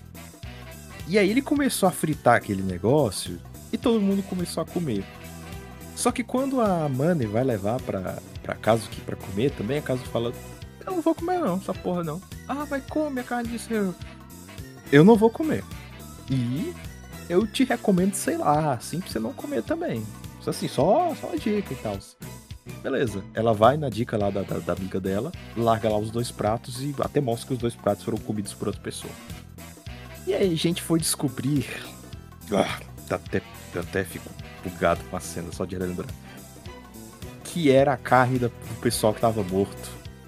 E aí ele começou a fritar aquele negócio e todo mundo começou a comer. Só que quando a Amane vai levar pra Kazuki pra comer também, a Kazuki fala: eu não vou comer não, essa porra não. Ah, vai comer a carne de cervo. Eu não vou comer. E eu te recomendo, sei lá, assim, pra você não comer também. Assim, só a dica e tal. Beleza. Ela vai na dica lá da amiga dela, larga lá os 2 pratos e até mostra que os 2 pratos foram comidos por outra pessoa. E aí a gente foi descobrir... eu até fico bugado com a cena, só de lembrar. Que era a carne do pessoal que tava morto.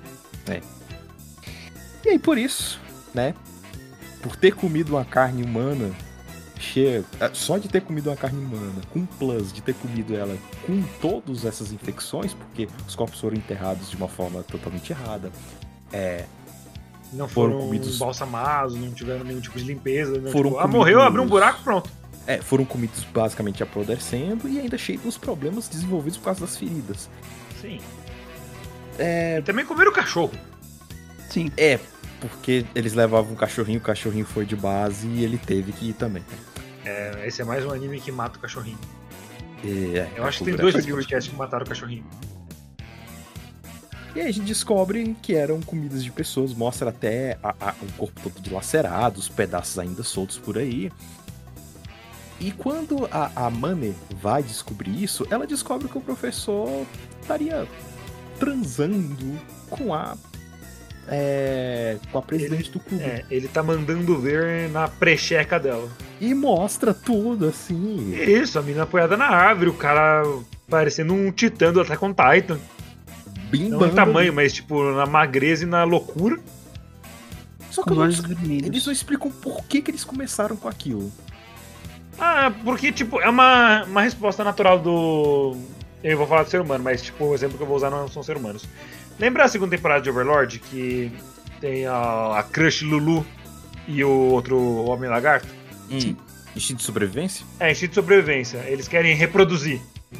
E aí por isso, né? Por ter comido uma carne humana... Só de ter comido uma carne humana, com plus de ter comido ela com todas essas infecções, porque os corpos foram enterrados de uma forma totalmente errada. Não foram comidos balsamados, não tiveram nenhum tipo de limpeza. Né? Foram tipo, morreu, abriu um buraco, pronto. Foram comidos basicamente apodrecendo e ainda cheio dos problemas desenvolvidos por causa das feridas. Sim. E também comeram o cachorro. Sim. Porque eles levavam o cachorrinho foi de base e ele teve que ir também. Esse é mais um anime que mata o cachorrinho. Eu acho que tem 2 podcasts que mataram o cachorrinho. E aí a gente descobre que eram comidas de pessoas, mostra até o corpo todo dilacerado, os pedaços ainda soltos por aí. E quando a Amane vai descobrir isso, ela descobre que o professor estaria transando com a presidente do clube. Ele tá mandando ver na precheca dela. E mostra tudo, assim. Isso, a mina apoiada na árvore, o cara parecendo um titã do Attack on Titan. Não em tamanho, mas tipo, na magreza e na loucura. Só que eles não explicam por que eles começaram com aquilo. Porque, tipo, é uma resposta natural do... Eu vou falar do ser humano, mas, tipo, o exemplo que eu vou usar não são seres humanos. Lembra a segunda temporada de Overlord, que tem a Crush Lulu e o outro Homem Lagarto? Sim. Instinto de sobrevivência? Instinto de sobrevivência. Eles querem reproduzir.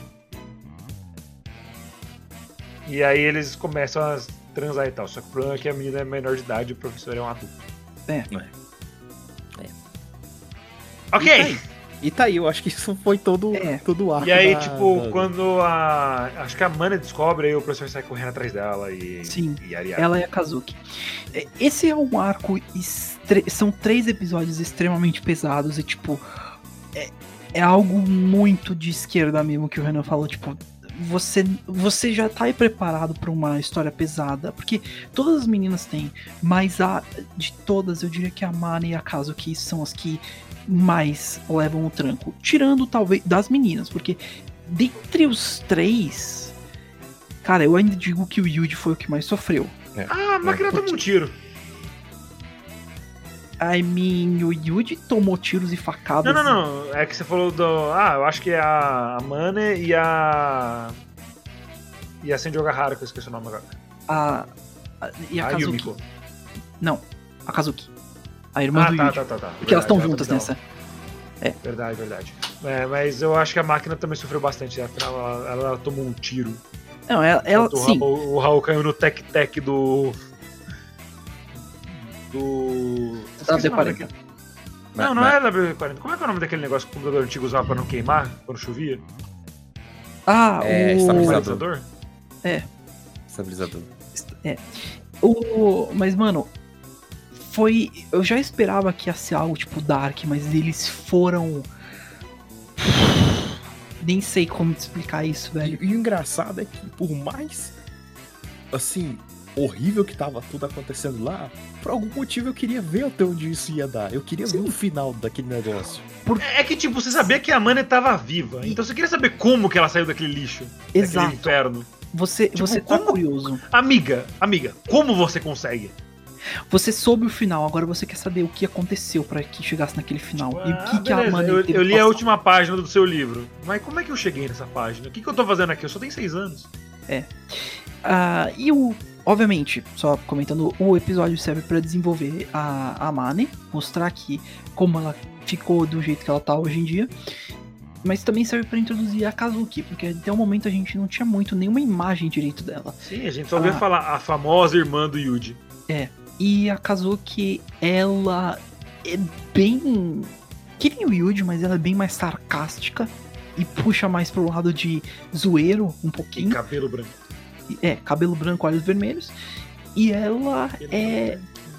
E aí eles começam a transar e tal. Só que o problema é que a menina é menor de idade e o professor é um adulto. Ok! E tá aí, eu acho que isso foi todo o arco. E aí, quando acho que a Amane descobre, aí o professor sai correndo atrás dela e... Sim, e ela é a Kazuki. Esse é um arco... São 3 episódios extremamente pesados e, tipo... É algo muito de esquerda mesmo que o Renan falou, tipo... Você já tá aí preparado pra uma história pesada, porque todas as meninas têm, mas de todas eu diria que a Amane e a Kazuki são as que mais levam o tranco, tirando talvez das meninas, porque dentre os 3, cara, eu ainda digo que o Yuji foi o que mais sofreu. A máquina toma um tiro. o Yuji tomou tiros e facadas. Não. É que você falou do... eu acho que é a Mane e a Senju Ogahara, que eu esqueci o nome agora. E a A Kazuki. Yumiko. Não, a Kazuki. A irmã do Yuji. Tá. Porque elas estão Verdade, juntas ela nessa. Verdade. Mas eu acho que a máquina também sofreu bastante. Afinal, ela tomou um tiro. Não, ela sim. O Raul caiu no tec-tec do... WD-40. Não é WD-40. Como é que é o nome daquele negócio que o computador antigo usava pra não queimar quando chovia? Estabilizador. Estabilizador. Mas, mano, eu já esperava que ia ser algo tipo Dark, mas eles foram... Nem sei como te explicar isso, velho. E o engraçado é que, por mais, assim, horrível que tava tudo acontecendo lá, por algum motivo eu queria ver até onde isso ia dar. Eu queria ver o final daquele negócio. É que, tipo, você sabia que a Mane tava viva, então você queria saber como que ela saiu daquele lixo. Exato. Daquele inferno. Você tá curioso. Amiga, como você consegue? Você soube o final, agora você quer saber o que aconteceu pra que chegasse naquele final. E o que a beleza. Mane teve Eu li que a passar. última página do seu livro. Mas como é que eu cheguei nessa página? O que eu tô fazendo aqui? Eu só tenho 6 anos. Obviamente, só comentando, o episódio serve pra desenvolver a Mane, mostrar que como ela ficou do jeito que ela tá hoje em dia, mas também serve pra introduzir a Kazuki, porque até o momento a gente não tinha nenhuma imagem direito dela. Sim, a gente só ouvia falar a famosa irmã do Yuji. E a Kazuki, ela é bem... que nem o Yuji, mas ela é bem mais sarcástica e puxa mais pro lado de zoeiro um pouquinho. E cabelo branco. Cabelo branco, olhos vermelhos. E ela é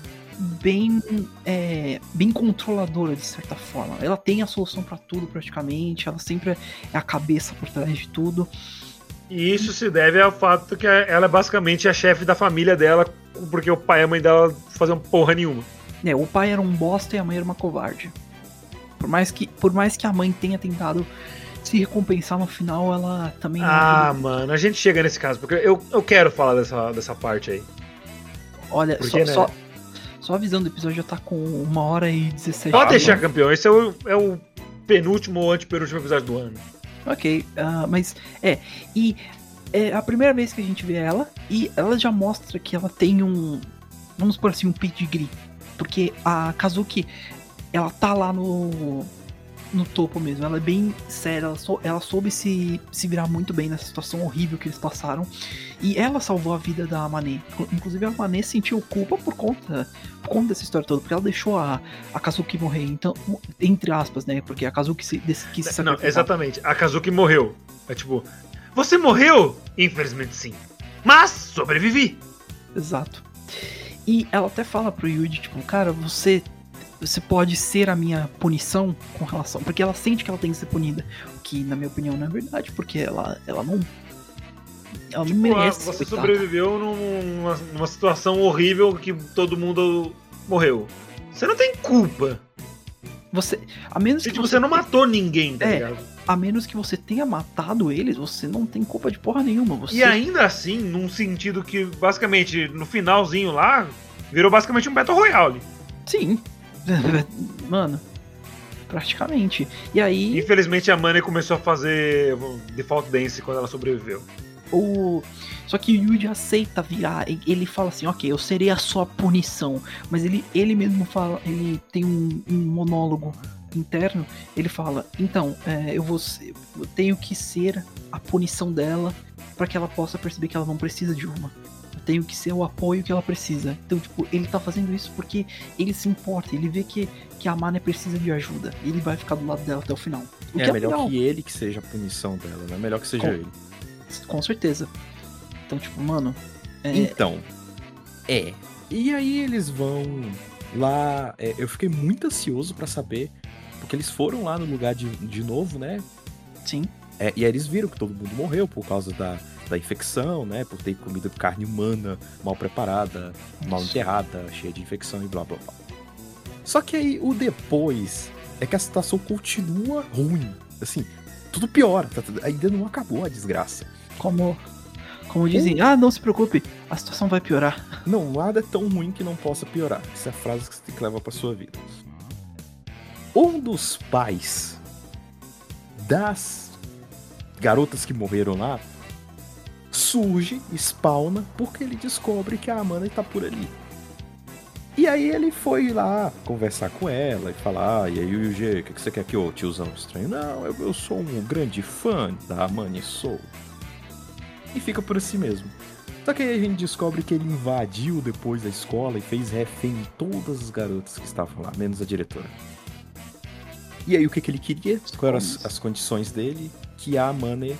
bem controladora, de certa forma. Ela tem a solução pra tudo, praticamente. Ela sempre é a cabeça por trás de tudo. E isso se deve ao fato que ela é basicamente a chefe da família dela, porque o pai e a mãe dela faziam porra nenhuma. O pai era um bosta e a mãe era uma covarde. Por mais que a mãe tenha tentado se recompensar no final, ela também... Mano, a gente chega nesse caso, porque eu quero falar dessa parte aí. Olha, porque, só avisando, o episódio já tá com 1h17. Pode deixar, campeão. Esse é o penúltimo ou antepenúltimo episódio do ano. Ok, mas e é a primeira vez que a gente vê ela, e ela já mostra que ela tem vamos por assim, um pedigree, porque a Kazuki, ela tá lá no topo mesmo, ela é bem séria, ela soube se virar muito bem nessa situação horrível que eles passaram, e ela salvou a vida da Mane. Inclusive a Mane sentiu culpa por conta dessa história toda, porque ela deixou a Kazuki morrer, então, entre aspas, né, porque a Kazuki quis se sacrificar. Não, exatamente, a Kazuki morreu. É tipo, você morreu? Infelizmente sim, mas sobrevivi. Exato. E ela até fala pro Yuji, tipo, cara, você pode ser a minha punição com relação... Porque ela sente que ela tem que ser punida. O que, na minha opinião, não é verdade. Porque ela não... Ela não merece. Você sobreviveu numa situação horrível que todo mundo morreu. Você não tem culpa. A menos que você não matou ninguém, tá ligado? A menos que você tenha matado eles, você não tem culpa de porra nenhuma. E ainda assim, num sentido que, basicamente, no finalzinho lá, virou basicamente um Battle Royale. Sim. Mano, praticamente. E aí... Infelizmente a Mane começou a fazer Default Dance quando ela sobreviveu. Só que o Yuji aceita virar. Ele fala assim, ok, eu serei a sua punição. Mas ele mesmo fala, ele tem um monólogo interno. Ele fala, então, eu tenho que ser a punição dela pra que ela possa perceber que ela não precisa de uma. Tenho que ser o apoio que ela precisa. Então, tipo, ele tá fazendo isso porque ele se importa, ele vê que a Mane precisa de ajuda. E ele vai ficar do lado dela até o final. É melhor que ele que seja a punição dela, não é melhor que seja ele. Com certeza. Então, tipo, mano... E aí eles vão lá... eu fiquei muito ansioso pra saber, porque eles foram lá no lugar de novo, né? Sim. E aí eles viram que todo mundo morreu por causa da infecção, né? Por ter comido carne humana mal preparada, mal enterrada, cheia de infecção e blá blá blá. Só que aí o depois é que a situação continua ruim. Assim, tudo piora. Ainda não acabou a desgraça. Como Como dizem, não se preocupe, a situação vai piorar. Não, nada é tão ruim que não possa piorar. Essa é a frase que você tem que levar pra sua vida. Um dos pais das garotas que morreram lá surge, spawna, porque ele descobre que a Amanda tá por ali. E aí ele foi lá conversar com ela e falar, e aí Yuji, o que você quer que eu, tiozão estranho? Não, eu sou um grande fã da Amanda Soul. E fica por assim mesmo. Só que aí a gente descobre que ele invadiu depois da escola e fez refém em todas as garotas que estavam lá, menos a diretora. E aí o que ele queria? Quais eram as condições dele? Que a Amanda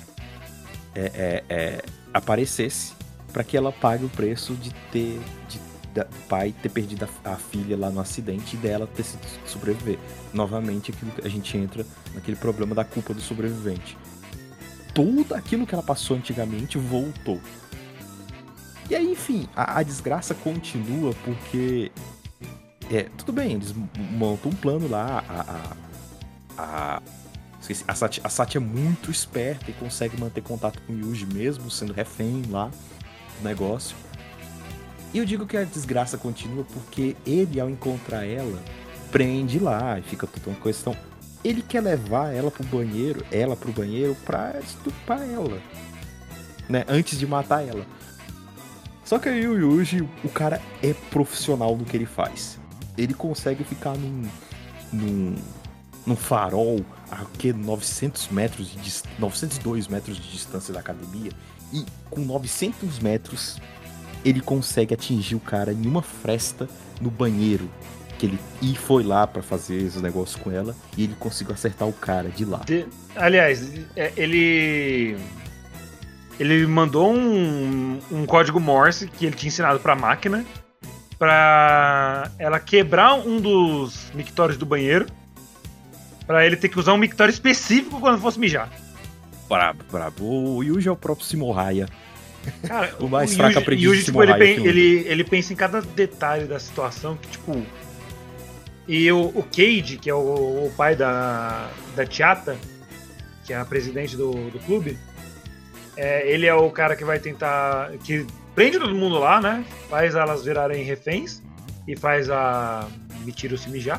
aparecesse para que ela pague o preço de pai ter perdido a filha lá no acidente e dela ter sido sobreviver. Novamente, a gente entra naquele problema da culpa do sobrevivente. Tudo aquilo que ela passou antigamente voltou. E aí, enfim, a desgraça continua porque... tudo bem, eles montam um plano lá, a Sati é muito esperta e consegue manter contato com o Yuji mesmo, sendo refém lá do negócio. E eu digo que a desgraça continua porque ele, ao encontrar ela, prende lá e fica toda uma questão. Ele quer levar ela pro banheiro pra estuprar ela, né? Antes de matar ela. Só que aí o Yuji, o cara é profissional no que ele faz. Ele consegue ficar num farol a 902 metros de distância da academia, e com 900 metros ele consegue atingir o cara em uma fresta no banheiro, que ele foi lá pra fazer os negócios com ela, e ele conseguiu acertar o cara de lá. Aliás, ele mandou um código Morse que ele tinha ensinado pra máquina, pra ela quebrar um dos mictórios do banheiro, pra ele ter que usar um mictório específico quando fosse mijar. Brabo. O Yuji é o próprio Simoraya. Cara, o mais fraco aprendiz de tipo, Simoraya. ele pensa em cada detalhe da situação, que tipo... E o Cade, que é o pai da Chiata, que é a presidente do clube, ele é o cara que vai tentar... que prende todo mundo lá, né? Faz elas virarem reféns e faz a Michiru se mijar.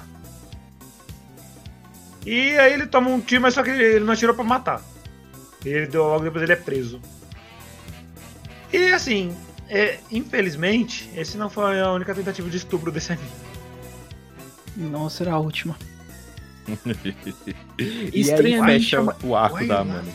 E aí ele toma um tiro, mas só que ele não atirou pra matar. E logo depois ele é preso. E assim, infelizmente, esse não foi a única tentativa de estupro desse anime. Não será a última. E aí fecha o arco da Amanda.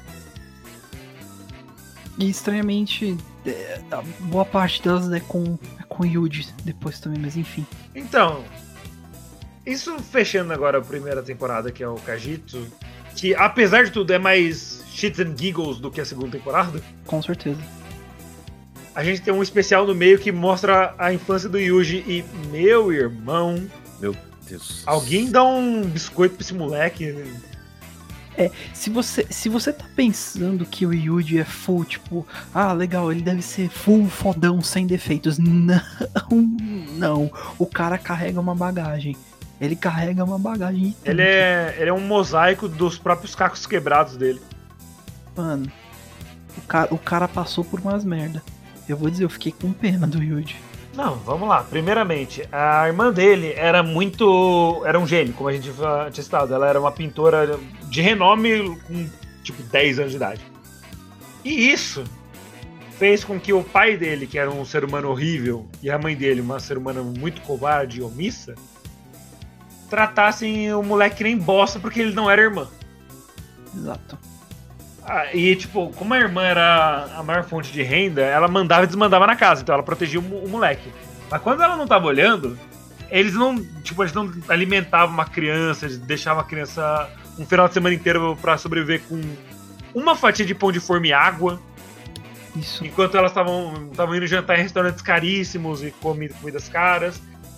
E estranhamente, boa parte delas é com Yuji depois também, mas enfim. Então, isso fechando agora a primeira temporada, que é o Kajitsu, que apesar de tudo é mais shits and giggles do que a segunda temporada. Com certeza. A gente tem um especial no meio que mostra a infância do Yuji e, meu irmão... Meu Deus. Alguém dá um biscoito pra esse moleque. Se você tá pensando que o Yuji é full, tipo, legal, ele deve ser full fodão, sem defeitos. Não. O cara carrega uma bagagem. Ele carrega uma bagagem. Ele é um mosaico dos próprios cacos quebrados dele. Mano, o cara passou por umas merda. Eu vou dizer, eu fiquei com pena do Yuji. Não, vamos lá. Primeiramente, a irmã dele era um gênio, como a gente tinha citado. Ela era uma pintora de renome com, tipo, 10 anos de idade. E isso fez com que o pai dele, que era um ser humano horrível, e a mãe dele, uma ser humana muito covarde e omissa, tratassem o moleque que nem bosta porque ele não era irmã. Exato. E, tipo, como a irmã era a maior fonte de renda, ela mandava e desmandava na casa, então ela protegia o moleque. Mas quando ela não tava olhando, eles não alimentavam uma criança, eles deixavam a criança um final de semana inteiro pra sobreviver com uma fatia de pão de forma e água. Isso. Enquanto elas estavam indo jantar em restaurantes caríssimos e comidas caras.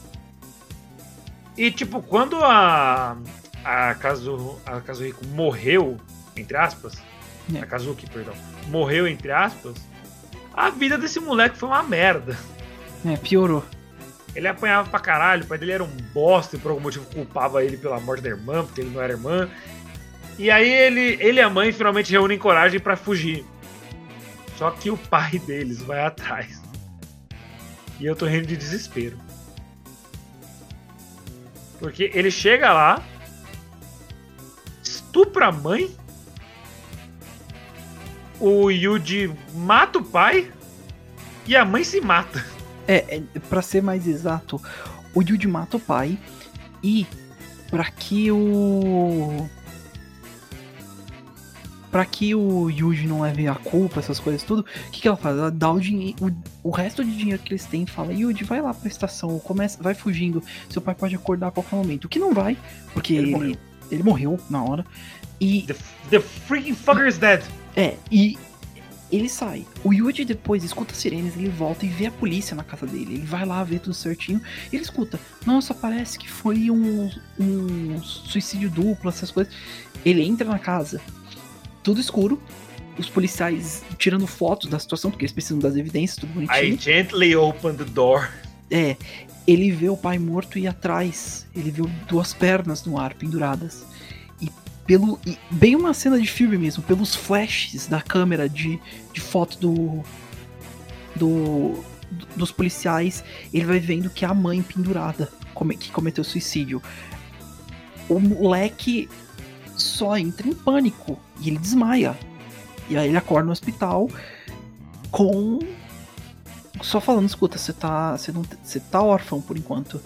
E, tipo, quando a Kazuhiko morreu, entre aspas... A Kazuki, perdão. Morreu, entre aspas. A vida desse moleque foi uma merda. Piorou. Ele apanhava pra caralho. O pai dele era um bosta e por algum motivo culpava ele pela morte da irmã, porque ele não era irmã. E aí ele e a mãe finalmente reúnem coragem pra fugir. Só que o pai deles vai atrás. E eu tô rindo de desespero. Porque ele chega lá, estupra a mãe, o Yuji mata o pai e a mãe se mata. Pra ser mais exato, o Yuji mata o pai e pra que o Yuji não leve a culpa, essas coisas tudo, o que ela faz? Ela dá o dinheiro, o resto de dinheiro que eles têm, fala, Yuji, vai lá pra estação, vai fugindo, seu pai pode acordar a qualquer momento. O que não vai, porque ele morreu na hora. E The freaking fucker is dead. E ele sai. O Yuji depois escuta sirenes, ele volta e vê a polícia na casa dele. Ele vai lá ver tudo certinho e ele escuta. Nossa, parece que foi um suicídio duplo, essas coisas. Ele entra na casa, tudo escuro. Os policiais tirando fotos da situação, porque eles precisam das evidências, tudo bonitinho. I gently open the door. Ele vê o pai morto e atrás ele vê 2 pernas no ar penduradas. E bem uma cena de filme mesmo, pelos flashes da câmera de foto dos policiais, ele vai vendo que é a mãe pendurada que cometeu suicídio. O moleque só entra em pânico e ele desmaia. E aí ele acorda no hospital só falando, escuta, você tá órfão por enquanto.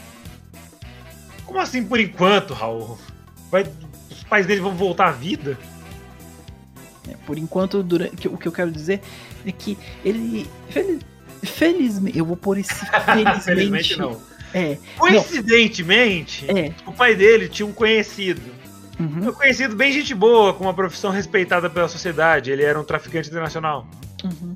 Como assim por enquanto, Raul? Os pais dele vão voltar à vida? Por enquanto, o que eu quero dizer é que ele felizmente, eu vou pôr esse felizmente. Felizmente não. Coincidentemente, o pai dele tinha um conhecido. Uhum. Um conhecido bem gente boa, com uma profissão respeitada pela sociedade. Ele era um traficante internacional. Uhum.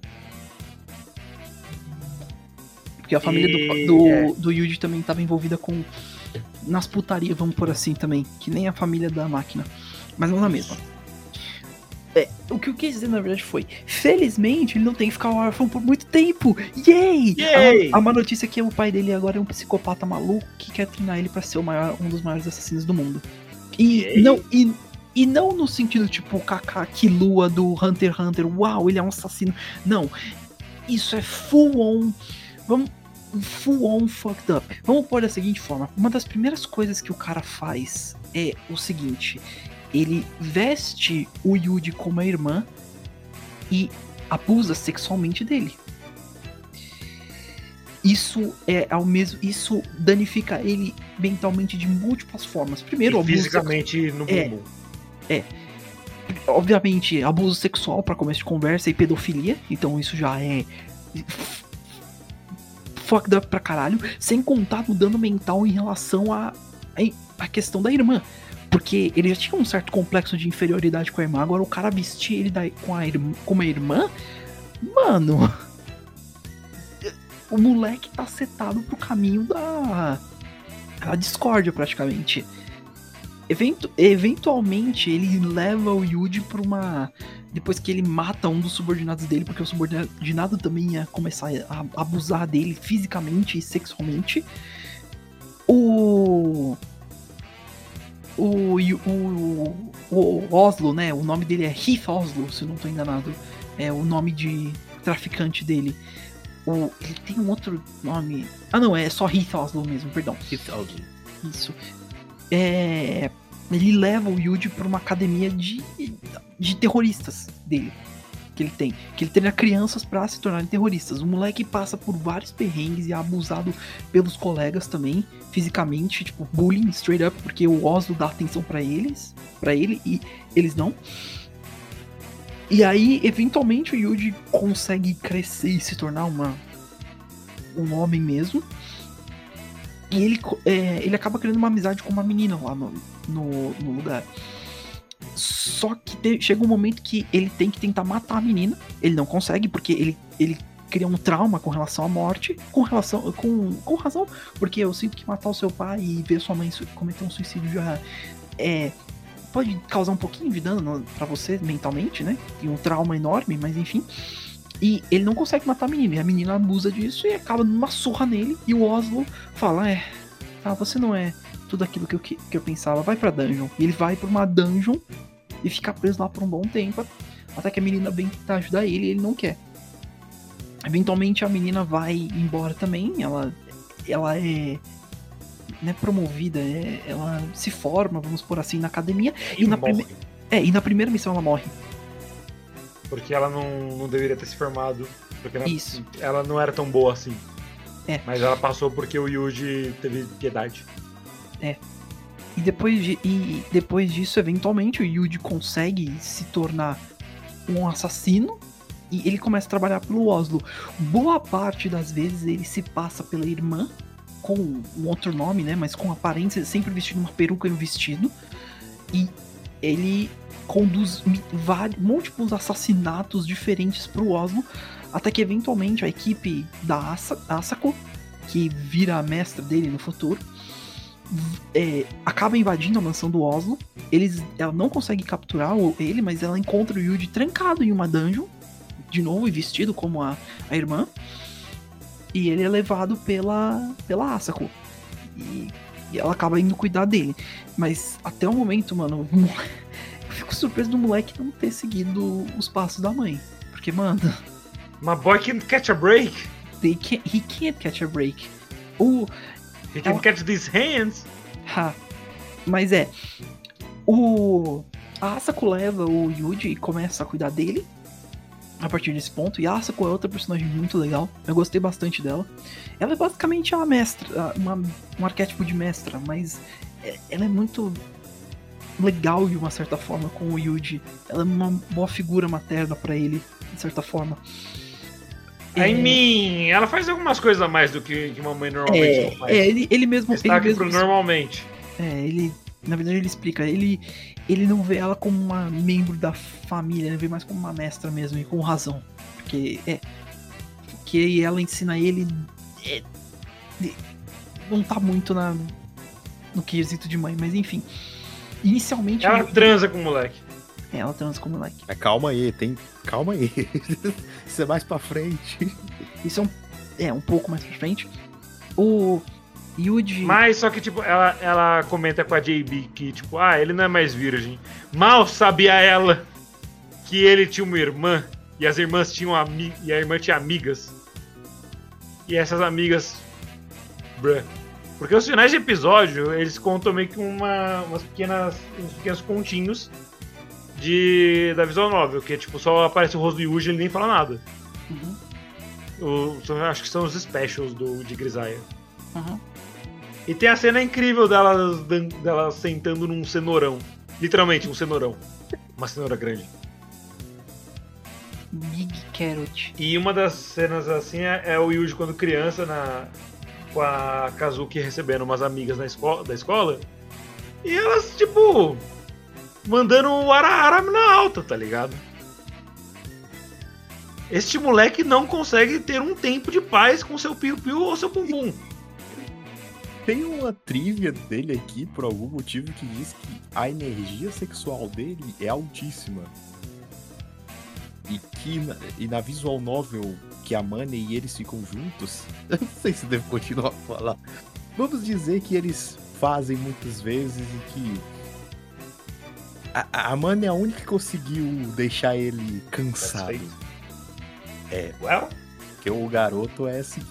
Porque a família do Yuji também estava envolvida nas putarias, vamos por assim também. Que nem a família da máquina. Mas não na mesma. O que eu quis dizer na verdade foi: felizmente ele não tem que ficar órfão por muito tempo. Yay! A má notícia é que o pai dele agora é um psicopata maluco que quer treinar ele pra ser um dos maiores assassinos do mundo. E não no sentido tipo Kaká Killua do Hunter x Hunter. Uau, ele é um assassino. Não. Isso é full on fucked up. Vamos pôr da seguinte forma: uma das primeiras coisas que o cara faz é o seguinte: ele veste o Yuji como a irmã e abusa sexualmente dele. Isso isso danifica ele mentalmente de múltiplas formas. Primeiro, e fisicamente no bumbum. Obviamente, abuso sexual para começo de conversa e pedofilia. Então isso já é fucked up pra caralho. Sem contar no dano mental em relação à questão da irmã. Porque ele já tinha um certo complexo de inferioridade com a irmã. Agora o cara vestir ele com uma irmã. Mano, o moleque tá setado pro caminho da discórdia praticamente. Eventualmente ele leva o Yuji pra depois que ele mata um dos subordinados dele, porque o subordinado também ia começar a abusar dele fisicamente e sexualmente. O Oslo, né? O nome dele é Heath Oslo, se eu não tô enganado. É o nome de traficante dele. Ele tem um outro nome. Ah, não, é só Heath Oslo mesmo, perdão. Heath Oslo. Isso. Ele leva o Yuji pra uma academia de terroristas dele. Que ele treina crianças pra se tornarem terroristas. O moleque passa por vários perrengues e é abusado pelos colegas também, fisicamente, tipo, bullying straight up, porque o Oslo dá atenção pra ele e eles não. E aí, eventualmente, o Yuji consegue crescer e se tornar um homem mesmo. E ele acaba criando uma amizade com uma menina lá no lugar. Só que chega um momento que ele tem que tentar matar a menina. Ele não consegue, porque ele cria um trauma com relação à morte. Com razão, porque eu sinto que matar o seu pai e ver sua mãe cometer um suicídio já pode causar um pouquinho de dano pra você mentalmente, né? Tem um trauma enorme, mas enfim. E ele não consegue matar a menina. E a menina abusa disso e acaba numa surra nele. E o Oslo fala: você não é tudo aquilo que eu pensava, vai pra dungeon. E ele vai pra uma dungeon e fica preso lá por um bom tempo, Até que a menina vem tentar ajudar ele e ele não quer. Eventualmente a menina vai embora também, ela é, não é promovida, ela se forma, vamos por assim, na academia. E na, morre. e na primeira missão ela morre. Porque ela não deveria ter se formado. Porque Isso. Ela não era tão boa assim. É. Mas ela passou porque o Yuji teve piedade. E depois disso, eventualmente, o Yuji consegue se tornar um assassino e ele começa a trabalhar pelo Oslo. Boa parte das vezes ele se passa pela irmã, com um outro nome, né? Mas com aparência, sempre vestindo uma peruca e um vestido. E ele conduz múltiplos assassinatos diferentes pro Oslo, até que eventualmente a equipe da Asako, que vira a mestra dele no futuro, acaba invadindo a mansão do Oslo. Ela não consegue capturar ele, mas ela encontra o Yuji trancado em uma dungeon, de novo, e vestido como a irmã. E ele é levado pela Asako. E ela acaba indo cuidar dele. Mas até o momento, mano, eu fico surpreso do moleque não ter seguido os passos da mãe. Porque, mano, My boy can't catch a break. he can't catch a break. He can catch these hands. Mas a Asako leva o Yuji e começa a cuidar dele a partir desse ponto. E a Asako é outra personagem muito legal. Eu gostei bastante dela. Ela é basicamente a mestra, um arquétipo de mestra, mas ela é muito legal de uma certa forma com o Yuji. Ela é uma boa figura materna pra ele, de certa forma. Ela faz algumas coisas a mais do que uma mãe normalmente não faz. Ele mesmo. Normalmente. Na verdade ele explica, ele não vê ela como uma membro da família, ele vê mais como uma mestra mesmo, e com razão. Porque ela ensina ele. Não tá muito no quesito de mãe, mas enfim. Inicialmente. Ela transa com o moleque. Ela transa com o moleque. Calma aí. Isso é mais pra frente. Isso é um pouco mais pra frente. O Yuji. Mas só que, tipo, ela comenta com a JB que, tipo, ele não é mais virgem. Mal sabia ela que ele tinha uma irmã e as irmãs tinham e a irmã tinha amigas. E essas amigas. Porque os finais de episódio, eles contam meio que uns pequenos continhos da visual novel, que tipo, só aparece o rosto do Yuji e ele nem fala nada. Acho que são os specials de Grisaia. E tem a cena incrível dela sentando num cenourão. Literalmente, um cenourão. Uma cenoura grande. Big Carrot. E uma das cenas assim é o Yuji quando criança, com a Kazuki recebendo umas amigas da escola. E elas, tipo, mandando o ara na alta, tá ligado? Este moleque não consegue ter um tempo de paz com seu piu-piu ou seu pum-pum. Tem uma trivia dele aqui, por algum motivo, que diz que a energia sexual dele é altíssima. E na visual novel que a Money e eles ficam juntos, eu não sei se devo continuar a falar. Vamos dizer que eles fazem muitas vezes e que a Money é a única que conseguiu deixar ele cansado. Porque o garoto é assim.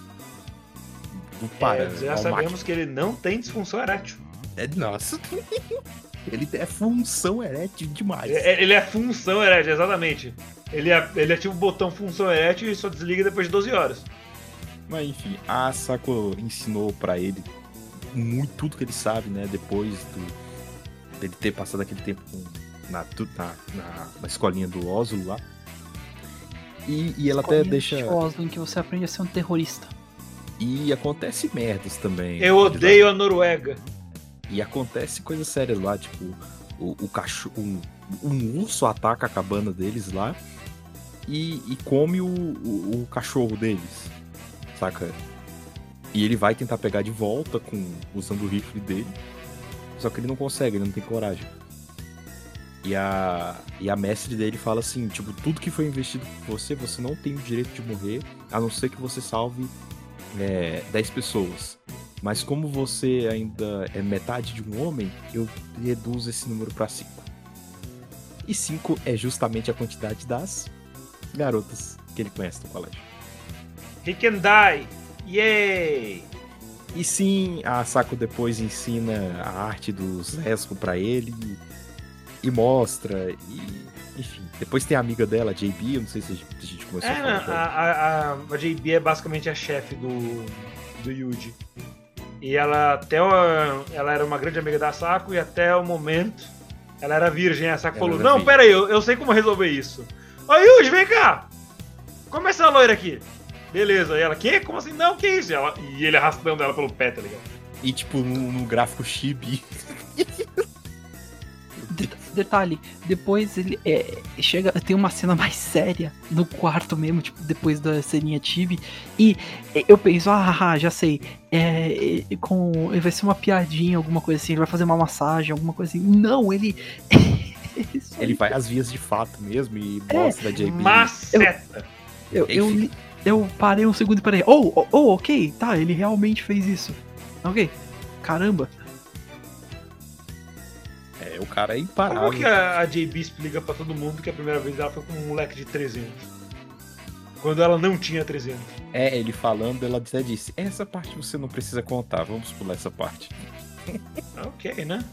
Já sabemos que ele não tem disfunção erétil. Nossa. Ele é função erétil demais. Ele é função erétil, exatamente. Ele ativa o botão função erétil e só desliga depois de 12 horas. Mas enfim, a Asako ensinou pra ele tudo que ele sabe, né? Depois dele ter passado aquele tempo na escolinha do Oslo lá. E ela até deixa. Oslo, em que você aprende a ser um terrorista. E acontece merdas também. Eu odeio a Noruega. E acontece coisas sérias lá, tipo, o cachorro. Um urso ataca a cabana deles lá e come o cachorro deles, saca? E ele vai tentar pegar de volta usando o rifle dele, só que ele não consegue, ele não tem coragem. E a mestre dele fala assim, tipo, tudo que foi investido por você não tem o direito de morrer, a não ser que você salve 10 pessoas. Mas como você ainda é metade de um homem, eu reduzo esse número pra 5. E 5 é justamente a quantidade das garotas que ele conhece no colégio. He can die! Yay! E sim, a Sako depois ensina a arte dos Resco pra ele e mostra, e enfim. Depois tem a amiga dela, a JB, eu não sei se a gente começou a falar. A JB é basicamente a chefe do Yuji. E ela era uma grande amiga da Sako e até o momento ela era virgem. A Sako falou, não, pera aí, eu sei como resolver isso. Ô Yuji, vem cá! Como é essa loira aqui? Beleza, e ela, que? Como assim? Não, que isso? E ele arrastando ela pelo pé, tá ligado? E tipo, no gráfico chibi. Detalhe, depois ele tem uma cena mais séria no quarto mesmo, tipo, depois da ceninha chibi. E eu penso, já sei. Vai ser uma piadinha, alguma coisa assim, ele vai fazer uma massagem, alguma coisa assim. Não, ele. Ele vai às vias de fato mesmo e mostra a JB. Maceta! Eu parei um segundo e parei. Ok, tá, ele realmente fez isso. Ok, caramba. O cara é imparável. Como que a JB explica pra todo mundo que a primeira vez ela foi com um moleque de 300? Quando ela não tinha 300. Ele falando, ela até disse, essa parte você não precisa contar, vamos pular essa parte. Ok, né?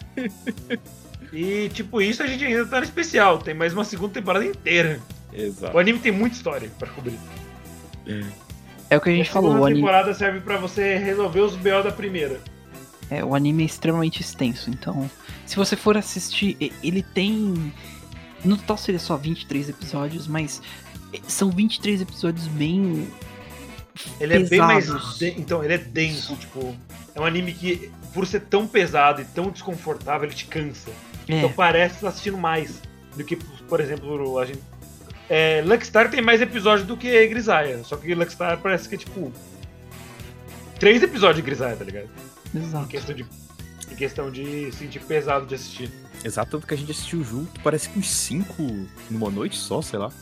E tipo, isso a gente ainda tá no especial, tem mais uma segunda temporada inteira. Exato. O anime tem muita história pra cobrir. É o que a gente falou. A segunda temporada serve pra você resolver os BO da primeira. O anime é extremamente extenso, então se você for assistir, ele tem, no total seria só 23 episódios, mas são 23 episódios bem ele pesados. É bem mais então ele é denso, tipo, é um anime que por ser tão pesado e tão desconfortável, ele te cansa. Então parece que você tá assistindo mais do que, por exemplo, a gente Luckstar tem mais episódios do que Grisaya, só que Luckstar parece que é tipo 3 episódios de Grisaya, tá ligado? Exato. Em questão de sentir pesado de assistir. Exato, tanto que a gente assistiu junto, parece que uns 5 numa noite só, sei lá.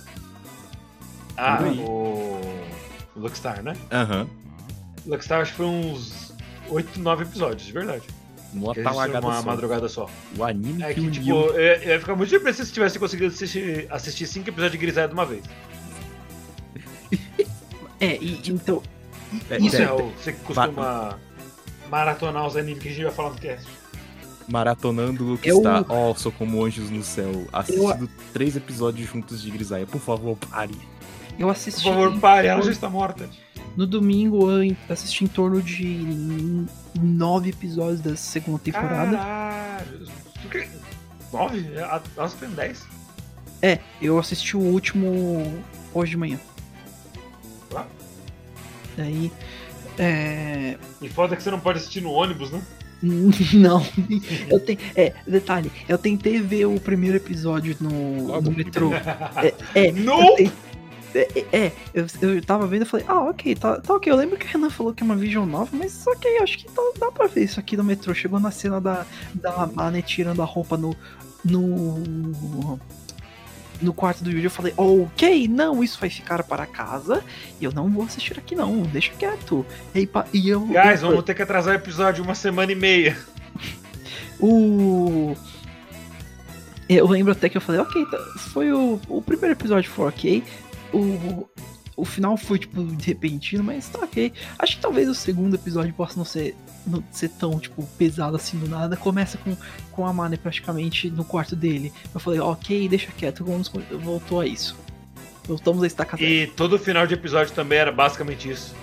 O Luckstar, né? Aham. Luckstar acho que foi uns 8, 9 episódios, de verdade. Numa talagada uma só. madrugada só. O anime que tipo, eu ia ficar muito surpreso se tivesse conseguido assistir 5 episódios de Grisaya de uma vez. Então... Isso você costuma maratonar os animes que a gente vai falar no cast. Maratonando o que está, sou como anjos no céu, assistindo 3 episódios juntos de Grisaya. Por favor, pare. Eu assisti. Por favor, pare, ela já está morta. No domingo eu assisti em torno de 9 episódios da segunda temporada. Caralho! 9? Nossa, tem 10. Eu assisti o último hoje de manhã. Daí. E foda que você não pode assistir no ônibus, né? Não. Detalhe, eu tentei ver o primeiro episódio no metrô. Eu tava vendo e falei, ok, tá ok. Eu lembro que o Renan falou que é uma Vision nova, mas ok, acho que dá pra ver isso aqui no metrô. Chegou na cena da Mane tirando a roupa no quarto do Yuji, eu falei, ok, não, isso vai ficar para casa e eu não vou assistir aqui não, deixa quieto. Guys, vamos ter que atrasar o episódio 1 semana e meia. Eu lembro até que eu falei, ok, foi o primeiro episódio foi ok, o final foi tipo repentino, mas tá ok. Acho que talvez o segundo episódio possa não ser tão tipo pesado assim do nada. Começa com a Mane praticamente no quarto dele. Eu falei, ok, deixa quieto, voltou a isso. Voltamos a estaca zero. E todo final de episódio também era basicamente isso.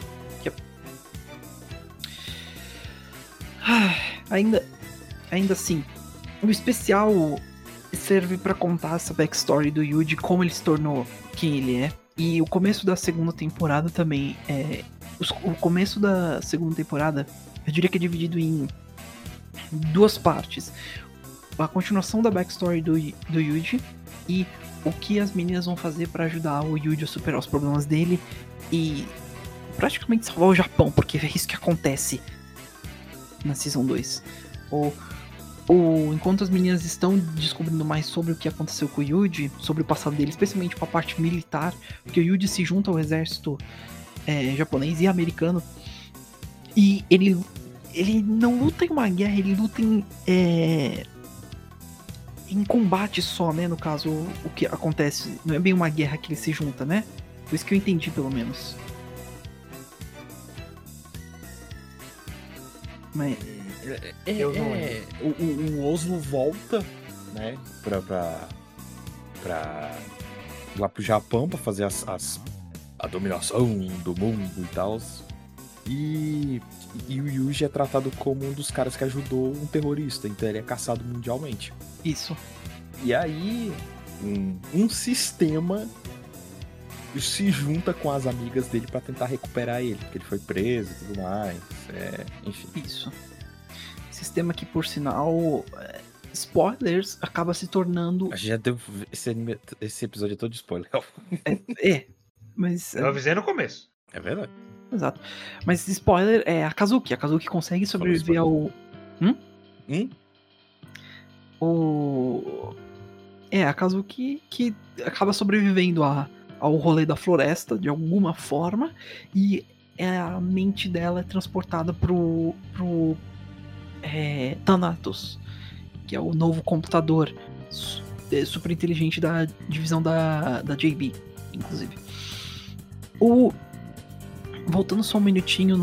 Ainda assim, o especial serve pra contar essa backstory do Yuji, como ele se tornou quem ele é. E o começo da segunda temporada também o começo da segunda temporada, eu diria que é dividido em 2 partes. A continuação da backstory do Yuji e o que as meninas vão fazer pra ajudar o Yuji a superar os problemas dele e praticamente salvar o Japão, porque é isso que acontece na Season 2. Enquanto as meninas estão descobrindo mais sobre o que aconteceu com o Yuji, sobre o passado dele, especialmente com a parte militar, porque o Yuji se junta ao exército japonês e americano, e ele não luta em uma guerra, ele luta em combate só, né? No caso, o que acontece. Não é bem uma guerra que ele se junta, né? Foi isso que eu entendi, pelo menos. Mas... O Oslo volta, né, lá pro Japão pra fazer a dominação do mundo e tal. E o Yuji é tratado como um dos caras que ajudou um terrorista, então ele é caçado mundialmente. Isso. E aí, um sistema se junta com as amigas dele pra tentar recuperar ele, porque ele foi preso e tudo mais. Enfim. Isso. Sistema que, por sinal, spoilers, acaba se tornando... A gente já deu... Esse episódio é todo de spoiler. Mas... Eu avisei no começo. É verdade. Exato. Mas spoiler é a Kazuki. A Kazuki consegue sobreviver ao... a Kazuki que acaba sobrevivendo ao rolê da floresta, de alguma forma, e a mente dela é transportada pro Thanatos, que é o novo computador super inteligente da divisão da JB, inclusive. Voltando só um minutinho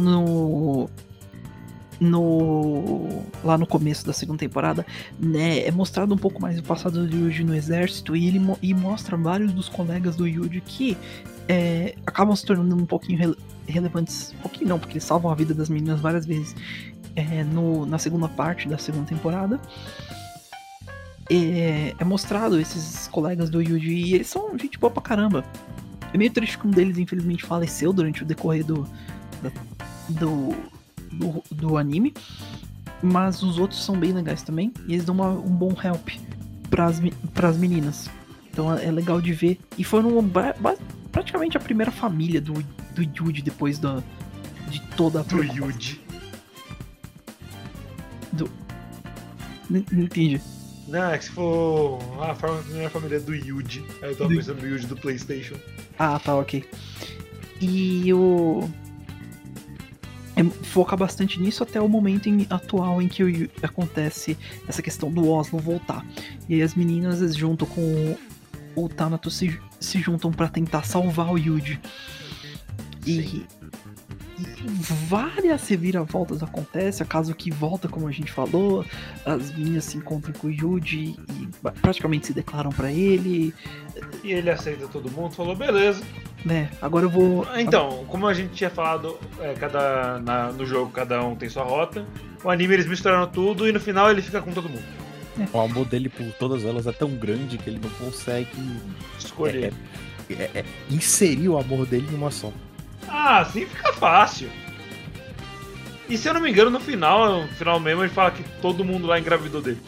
lá no começo da segunda temporada, né, é mostrado um pouco mais o passado do Yuji no exército, e mostra vários dos colegas do Yuji que acabam se tornando um pouquinho relevantes. Um pouquinho não, porque eles salvam a vida das meninas várias vezes na segunda parte da segunda temporada. É mostrado esses colegas do Yuji, e eles são gente boa pra caramba. É meio triste que um deles infelizmente faleceu durante o decorrer do anime, mas os outros são bem legais também, e eles dão um bom help pras meninas. Então é legal de ver. E foram praticamente a primeira família do Yuji depois de toda a... Do Yuji. Não entendi. Não, é que se for a primeira família do Yuji. Aí eu tava pensando no Yuji do PlayStation. Ah, tá, ok. E foca bastante nisso até o momento atual em que acontece essa questão do Oslo voltar. E aí as meninas, junto com o Thanatos, se juntam pra tentar salvar o Yuji. E várias reviravoltas acontecem. A Kazuki volta, como a gente falou. As meninas se encontram com o Yuji e praticamente se declaram pra ele. E ele aceita todo mundo, falou, beleza. Né, agora eu vou... Então, como a gente tinha falado, no jogo cada um tem sua rota. O anime eles misturaram tudo e no final ele fica com todo mundo. O amor dele por todas elas é tão grande que ele não consegue escolher. Inserir o amor dele numa só. Ah, assim fica fácil. E se eu não me engano, no final mesmo, ele fala que todo mundo lá engravidou dele.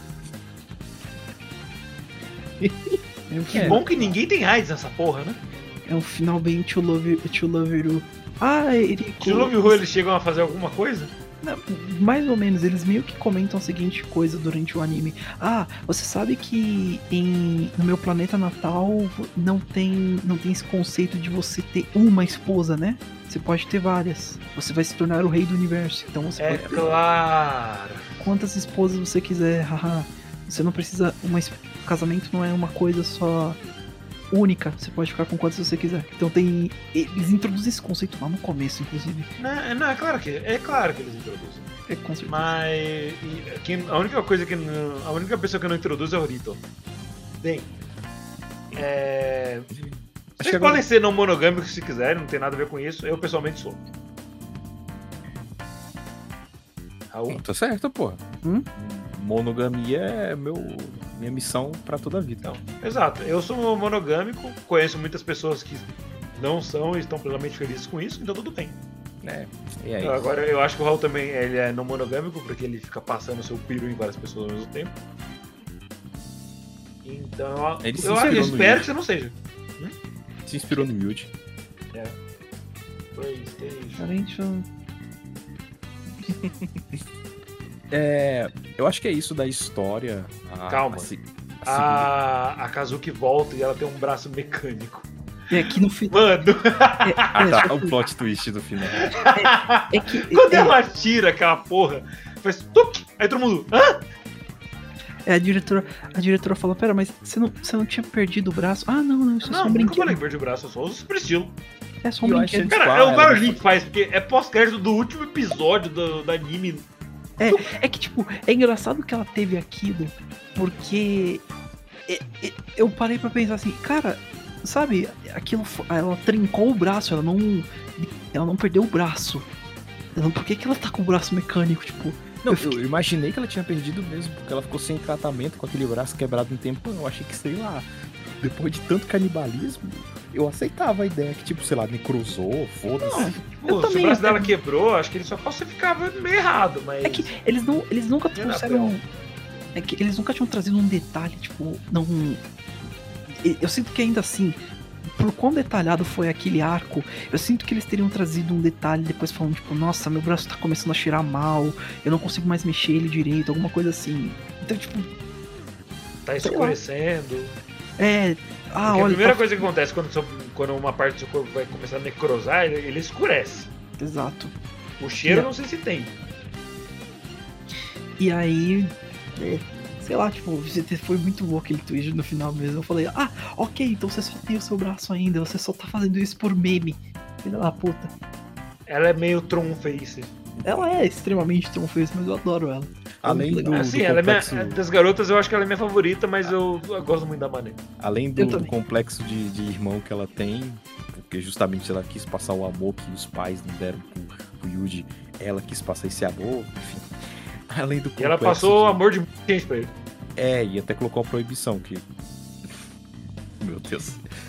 Que bom que ninguém tem AIDS nessa porra, né? É um final bem To Love You. Ah, Eriko... To Love You, eles chegam a fazer alguma coisa? Não, mais ou menos, eles meio que comentam a seguinte coisa durante o anime. Ah, você sabe que no meu planeta natal não tem esse conceito de você ter uma esposa, né? Você pode ter várias. Você vai se tornar o rei do universo. Então você pode ter claro. Quantas esposas você quiser, haha. Você não precisa... Casamento não é uma coisa só única. Você pode ficar com quantas você quiser. Então eles introduzem esse conceito lá no começo, inclusive. Não, é claro que eles introduzem. Com certeza. Mas a única pessoa que não introduz é o Rito. Bem, vocês podem ser não monogâmicos se quiserem, não tem nada a ver com isso. Eu pessoalmente sou. Raul? Tá certo, porra. Monogamia é minha missão pra toda a vida. Então, exato. Eu sou monogâmico, conheço muitas pessoas que não são e estão plenamente felizes com isso, então tudo bem. E aí? Agora, eu acho que o Raul também ele é não monogâmico, porque ele fica passando seu piru em várias pessoas ao mesmo tempo. Então, eu espero que você não seja. Se inspirou no Yuji. PlayStation. Eu acho que é isso da história. Calma. A Kazuki volta e ela tem um braço mecânico. Aqui no final. Mano! O plot twist do final. Quando ela tira aquela porra, faz tuc, aí todo mundo. Hã? A diretora falou, pera, mas você não tinha perdido o braço? Ah, não, isso é só um Nunca brinquedo. falei que perdi o braço, eu só uso super estilo. É só um Eu brinquedo. achei- Cara, é o Varolin que faz, porque é pós-crédito do último episódio do anime. É que, tipo, é engraçado que ela teve aquilo, porque eu parei pra pensar assim, cara, sabe, ela trincou o braço, ela não perdeu o braço. Por que ela tá com o braço mecânico, tipo... Não, eu fiquei- eu imaginei que ela tinha perdido mesmo, porque ela ficou sem tratamento com aquele braço quebrado um tempo. Eu achei que, sei lá, depois de tanto canibalismo, eu aceitava a ideia que, tipo, sei lá, necrosou, foda-se. Pô, se o também, braço dela eu- quebrou, acho que ele só falsificava meio errado, mas. É que eles nunca Era trouxeram... bom. É que eles nunca tinham trazido um detalhe, tipo, não... Eu sinto que ainda assim, por quão detalhado foi aquele arco, eu sinto que eles teriam trazido um detalhe depois falando, tipo, nossa, meu braço tá começando a cheirar mal, eu não consigo mais mexer ele direito, alguma coisa assim. Então, tipo, Tá sei lá. escurecendo. é... Ah, Porque a olha, primeira tá... coisa que acontece quando uma parte do seu corpo vai começar a necrosar, ele escurece. Exato. O cheiro eu Não. não sei se tem. E aí, sei lá, tipo, foi muito bom aquele tweet no final mesmo. Eu falei, ah, ok, então você só tem o seu braço ainda, você só tá fazendo isso por meme. Filha da puta. Ela é meio Tron Face. Ela é extremamente trunfeira, mas eu adoro ela. Além muito do, legal. Assim, do ela complexo, é das garotas, eu acho que ela é minha favorita, mas eu gosto muito da maneira. além Eu do também. complexo de irmão que ela tem, porque justamente ela quis passar o amor que os pais não deram pro Yuji, ela quis passar esse amor, enfim. Além do E ela complexo passou o de- amor de muita gente pra ele. E até colocou a proibição que... Meu Deus.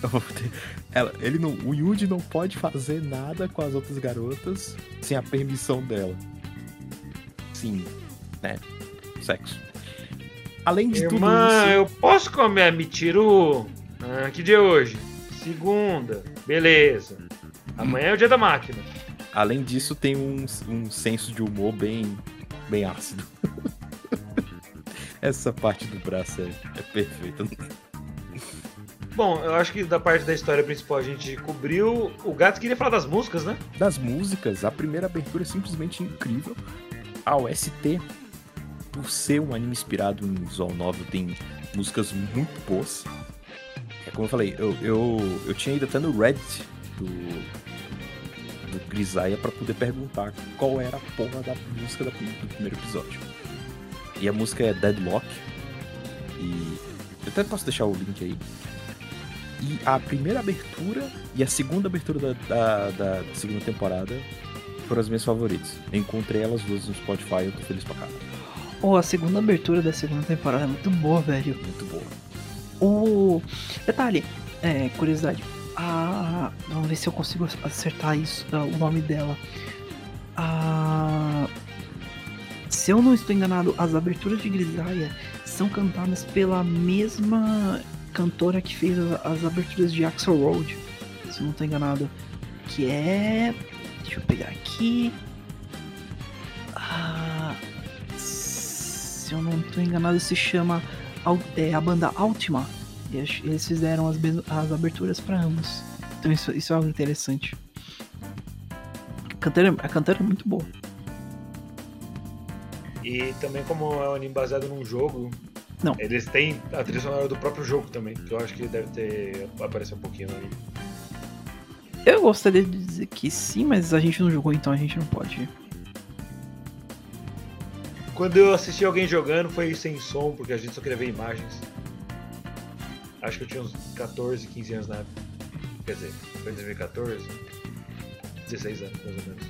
O Yuji não pode fazer nada com as outras garotas sem a permissão dela. Sim, né? Sexo. Além de tudo Irmã, isso... eu posso comer a Michiru? Que dia é hoje? Segunda. Beleza. Amanhã é o dia da máquina. Além disso, tem um senso de humor bem ácido. Essa parte do braço é perfeita. Bom, eu acho que da parte da história principal a gente cobriu. O Gato queria falar das músicas, né? Das músicas, a primeira abertura é simplesmente incrível. A OST, por ser um anime inspirado em visual novel, tem músicas muito boas. É como eu falei, eu tinha ido até no Reddit do Grisaya pra poder perguntar qual era a porra da música do primeiro episódio. E a música é Deadlock. E eu até posso deixar o link aí. E a primeira abertura e a segunda abertura da segunda temporada foram as minhas favoritas. Eu encontrei elas duas no Spotify e eu tô feliz pra caralho. Oh, a segunda abertura da segunda temporada é muito boa, velho. Muito boa. O detalhe, curiosidade. Vamos ver se eu consigo acertar isso, o nome dela. Se eu não estou enganado, as aberturas de Grisaya são cantadas pela mesma cantora que fez as aberturas de Axel Road. Se eu não estou enganado, que é... Deixa eu pegar aqui. Se eu não estou enganado, se chama a banda Ultima. Eles fizeram as aberturas para ambos. Então isso é algo interessante. A cantora é muito boa. E também como é um anime baseado num jogo, Não. eles têm a trilha sonora do próprio jogo também, que eu acho que deve ter aparecido um pouquinho no anime. Eu gostaria de dizer que sim, mas a gente não jogou, então a gente não pode. Quando eu assisti alguém jogando foi sem som, porque a gente só queria ver imagens. Acho que eu tinha uns 14, 15 anos na época. Quer dizer, foi em 2014, 16 anos mais ou menos.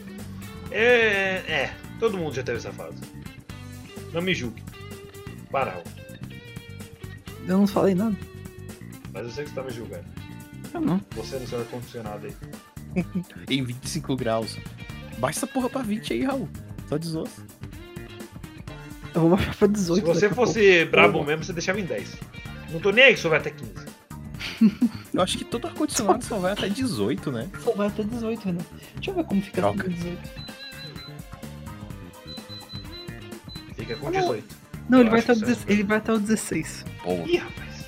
Todo mundo já teve essa fase. Não me julgue. Paral. Eu não falei nada. Mas eu sei que você tá me julgando. Eu não. Você no seu ar-condicionado aí. Em 25 graus. Baixa essa porra pra 20 aí, Raul. Só desosso. Eu vou baixar pra 18. Se você daqui a fosse brabo Porra. mesmo, você deixava em 10. Não tô nem aí que isso vai até 15. Eu acho que todo ar-condicionado só vai até 18, né? pouco. Só vai até 18, Renan. Deixa eu ver como fica Troca. até 18. Fica com Ah, não. 18. Não, Eu ele vai, acho até o que isso é 16, ele vai até o 16. Porra, Ih, rapaz.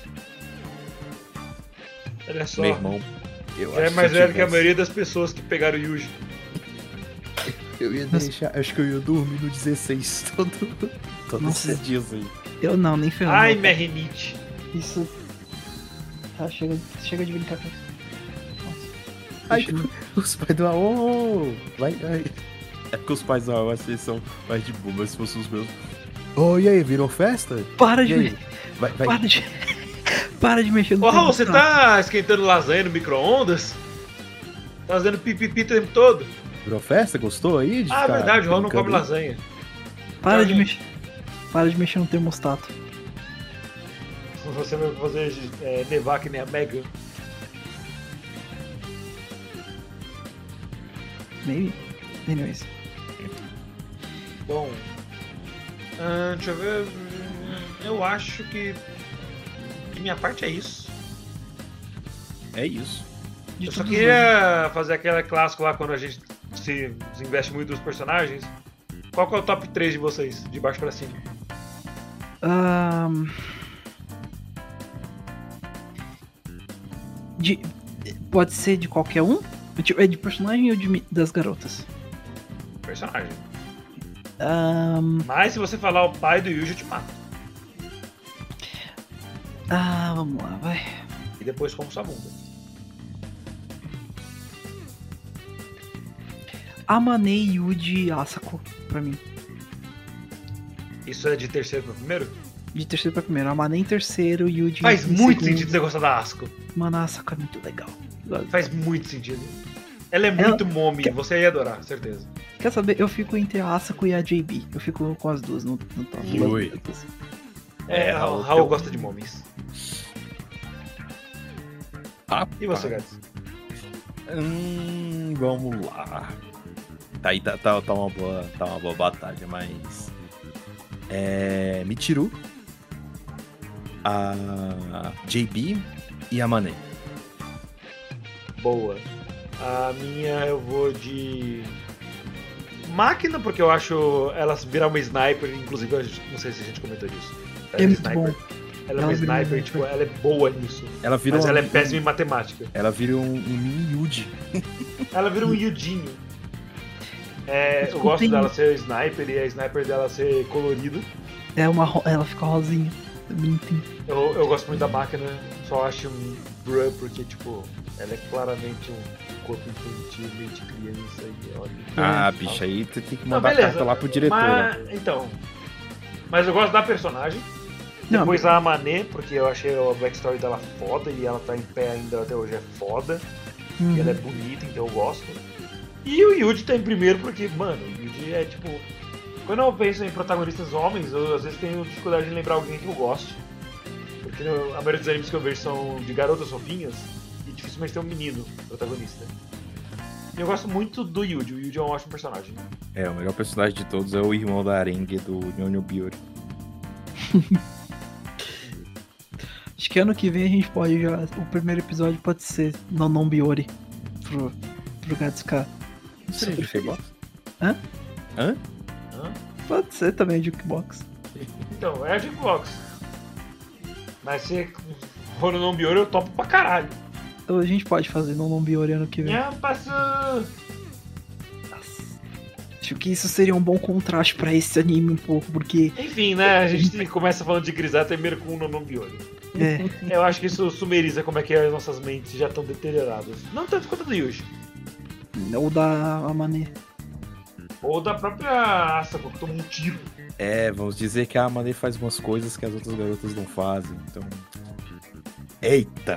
Olha só. meu irmão. Eu Já é acho mais se eu velho que a tivesse- maioria das pessoas que pegaram o Yuji. Eu ia deixar. Acho que eu ia dormir no 16 todos Nossa. esses dias aí. Eu não, nem ferrando. Ai, minha rinite. Isso. Tá, chega de brincar com isso. Nossa. Ai, os pais do Aô! Vai. É porque os pais do Aô, acho que eles são mais de boa, mas se fossem os meus. E aí, virou festa? Para de. E aí? Vai. Para de mexer no Ô, Raul, você termostato. tá esquentando lasanha no micro-ondas? Tá fazendo pipipi o tempo todo? Virou festa? Gostou aí? De Ah, ficar verdade, o Raul não brincando come aí? lasanha. Para de mexer. Para de mexer no termostato. Você vai fazer nevar que nem a Megan. Maybe. Anyways. Bom, deixa eu ver. Eu acho que de minha parte é isso. É isso. De Eu só todos queria fazer aquele clássico lá quando a gente se desinveste muito dos personagens. Qual que é o top 3 de vocês, de baixo pra cima? Pode ser de qualquer um? Tipo, é de personagem ou das garotas? Personagem. Mas se você falar o pai do Yuji, eu te mato. Vamos lá, vai. E depois como sua bunda. Amane, Yuji e Asako, pra mim. Isso é de terceiro pra primeiro? De terceiro pra primeiro. Amane em terceiro, Yuji Faz em muito segundo. sentido você gostar da Asuka. Mano, a Asako é muito legal. Faz muito sentido. Ela é muito mommy, você ia adorar, certeza. Quer saber? Eu fico entre a Asako e a JB. Eu fico com as duas no top. Ui. Raul gosta de mommies. E você, Gats? Vamos lá. Tá uma boa batalha, mas. Michiru, a JB e a Mané. Boa. A minha eu vou de máquina, porque eu acho ela virar uma sniper, inclusive eu não sei se a gente comentou disso. Ela É muito sniper. bom. Ela é uma Ela vira sniper, tipo, ela é boa nisso. Ela vira Mas um- ela é péssima em matemática. Ela vira um mini Yuji. Ela vira um Yudinho. Eu gosto Tem- dela ser sniper e a sniper dela ser colorida. Ela fica rosinha. É bonitinho. Eu gosto muito da máquina, só acho um bruh, porque, tipo, ela é claramente um corpo infantil, meio de criança e olha. Bicho, aí você tem que Não, mandar beleza, carta lá pro diretor. né? Mas eu gosto da personagem. Não, Depois a Mané, porque eu achei a backstory dela foda e ela tá em pé ainda até hoje, é foda. E ela é bonita, então eu gosto. E o Yuji tá em primeiro porque, mano, o Yuji é tipo. Quando eu penso em protagonistas homens, eu às vezes tenho dificuldade de lembrar alguém que eu goste. Porque a maioria dos animes que eu vejo são de garotas fofinhas e dificilmente tem um menino protagonista. E eu gosto muito do Yuji, o Yuji é um ótimo personagem. O melhor personagem de todos é o irmão da Arengue do Nyonya Biori. Acho que ano que vem a gente pode já. O primeiro episódio pode ser Nonon Biori pro Gatsuka. Não sei, Jukebox? Hã? Hã? Pode ser também Jukebox. Então, é a Jukebox. Mas se for no Nonon Biori, eu topo pra caralho. Então a gente pode fazer Nonon Biori ano que vem. Nossa. Acho que isso seria um bom contraste pra esse anime um pouco, porque. Enfim, né? A gente começa falando de Grisaia primeiro com o Nonon Biori. Eu acho que isso sumeriza como é que as nossas mentes já estão deterioradas. Não tanto quanto do Yuji. Ou da Amane. Ou da própria Asako, que toma um tiro. Vamos dizer que a Mané faz umas coisas que as outras garotas não fazem, então. Eita!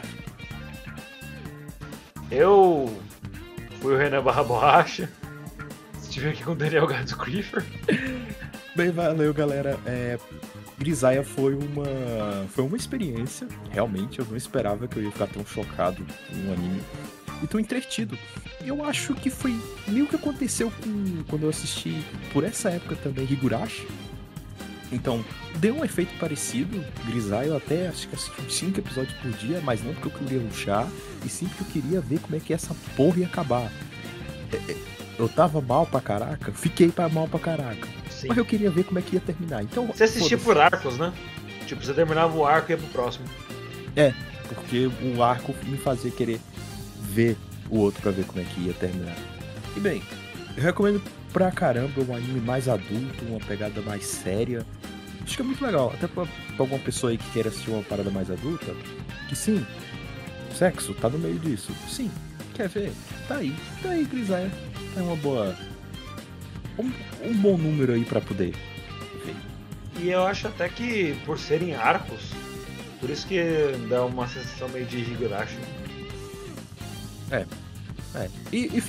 Eu fui o Renan Barra Borracha. Estive aqui com o Daniel Gadzo Creeper. Bem, valeu, galera. Grisaia foi uma experiência. Realmente, eu não esperava que eu ia ficar tão chocado com um anime e tão entretido. Eu acho que foi meio que aconteceu quando eu assisti, por essa época também, Higurashi. Então, deu um efeito parecido. Grisaia, eu até acho que assisti uns 5 episódios por dia, mas não porque eu queria rushar, e sim porque eu queria ver como é que essa porra ia acabar. Eu tava mal pra caraca, fiquei mal pra caraca. Sim. Mas eu queria ver como é que ia terminar. Então, Você assistia foda-se. por arcos, né? Tipo, você terminava o arco e ia pro próximo. Porque o arco me fazia querer ver o outro pra ver como é que ia terminar. E bem, eu recomendo pra caramba um anime mais adulto, uma pegada mais séria. Acho que é muito legal. Até pra alguma pessoa aí que queira assistir uma parada mais adulta, que sim, sexo tá no meio disso. Sim, quer ver? Tá aí, Grisaia. Tá uma boa... Um bom número aí pra poder ver. E eu acho até que, por serem arcos, por isso que dá uma sensação meio de Higurashi. E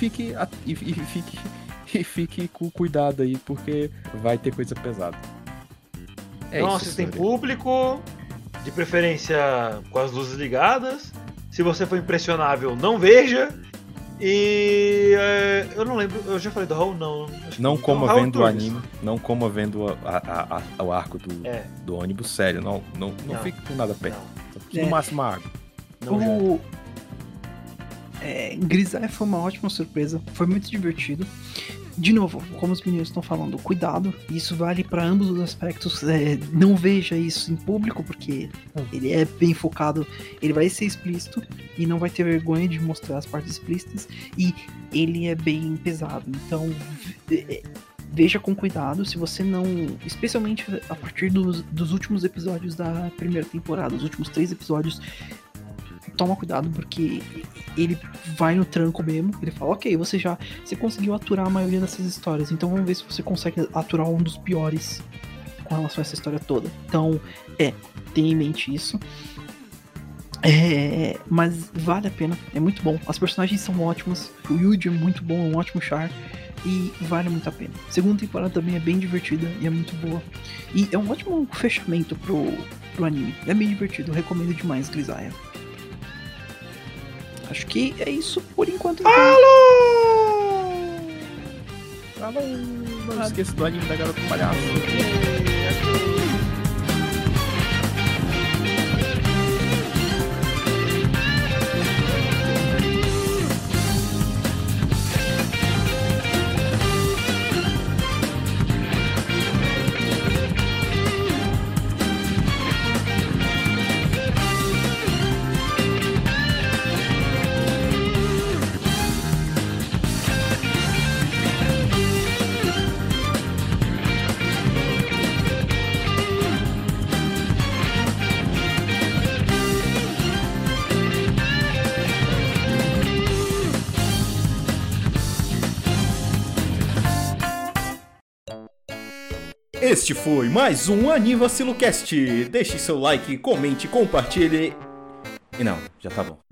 fique com cuidado aí, porque vai ter coisa pesada. Não assistem público, de preferência com as luzes ligadas. Se você for impressionável, não veja. E eu não lembro, eu já falei do Raul? Não. Não coma vendo o anime, não coma vendo o arco do ônibus, sério, não fique com nada perto. No máximo a água. Grisaia foi uma ótima surpresa, foi muito divertido. De novo, como os meninos estão falando, cuidado, isso vale para ambos os aspectos. Não veja isso em público, porque ele é bem focado, ele vai ser explícito e não vai ter vergonha de mostrar as partes explícitas, e ele é bem pesado, então veja com cuidado. Se você não, especialmente a partir dos últimos episódios da primeira temporada, os últimos 3 episódios, toma cuidado, porque ele vai no tranco mesmo. Ele fala, ok, você conseguiu aturar a maioria dessas histórias, então vamos ver se você consegue aturar um dos piores com relação a essa história toda. Então, tenha em mente isso. Mas vale a pena, é muito bom. As personagens são ótimas, o Yuji é muito bom, é um ótimo char, e vale muito a pena. A segunda temporada também é bem divertida e é muito boa. E é um ótimo fechamento pro anime. É bem divertido, eu recomendo demais Grisaia. Acho que é isso por enquanto. Falou! Não esqueça do anime da Garota Palhaço. Este foi mais um AniVacilocast. Deixe seu like, comente, compartilhe. E não, já tá bom.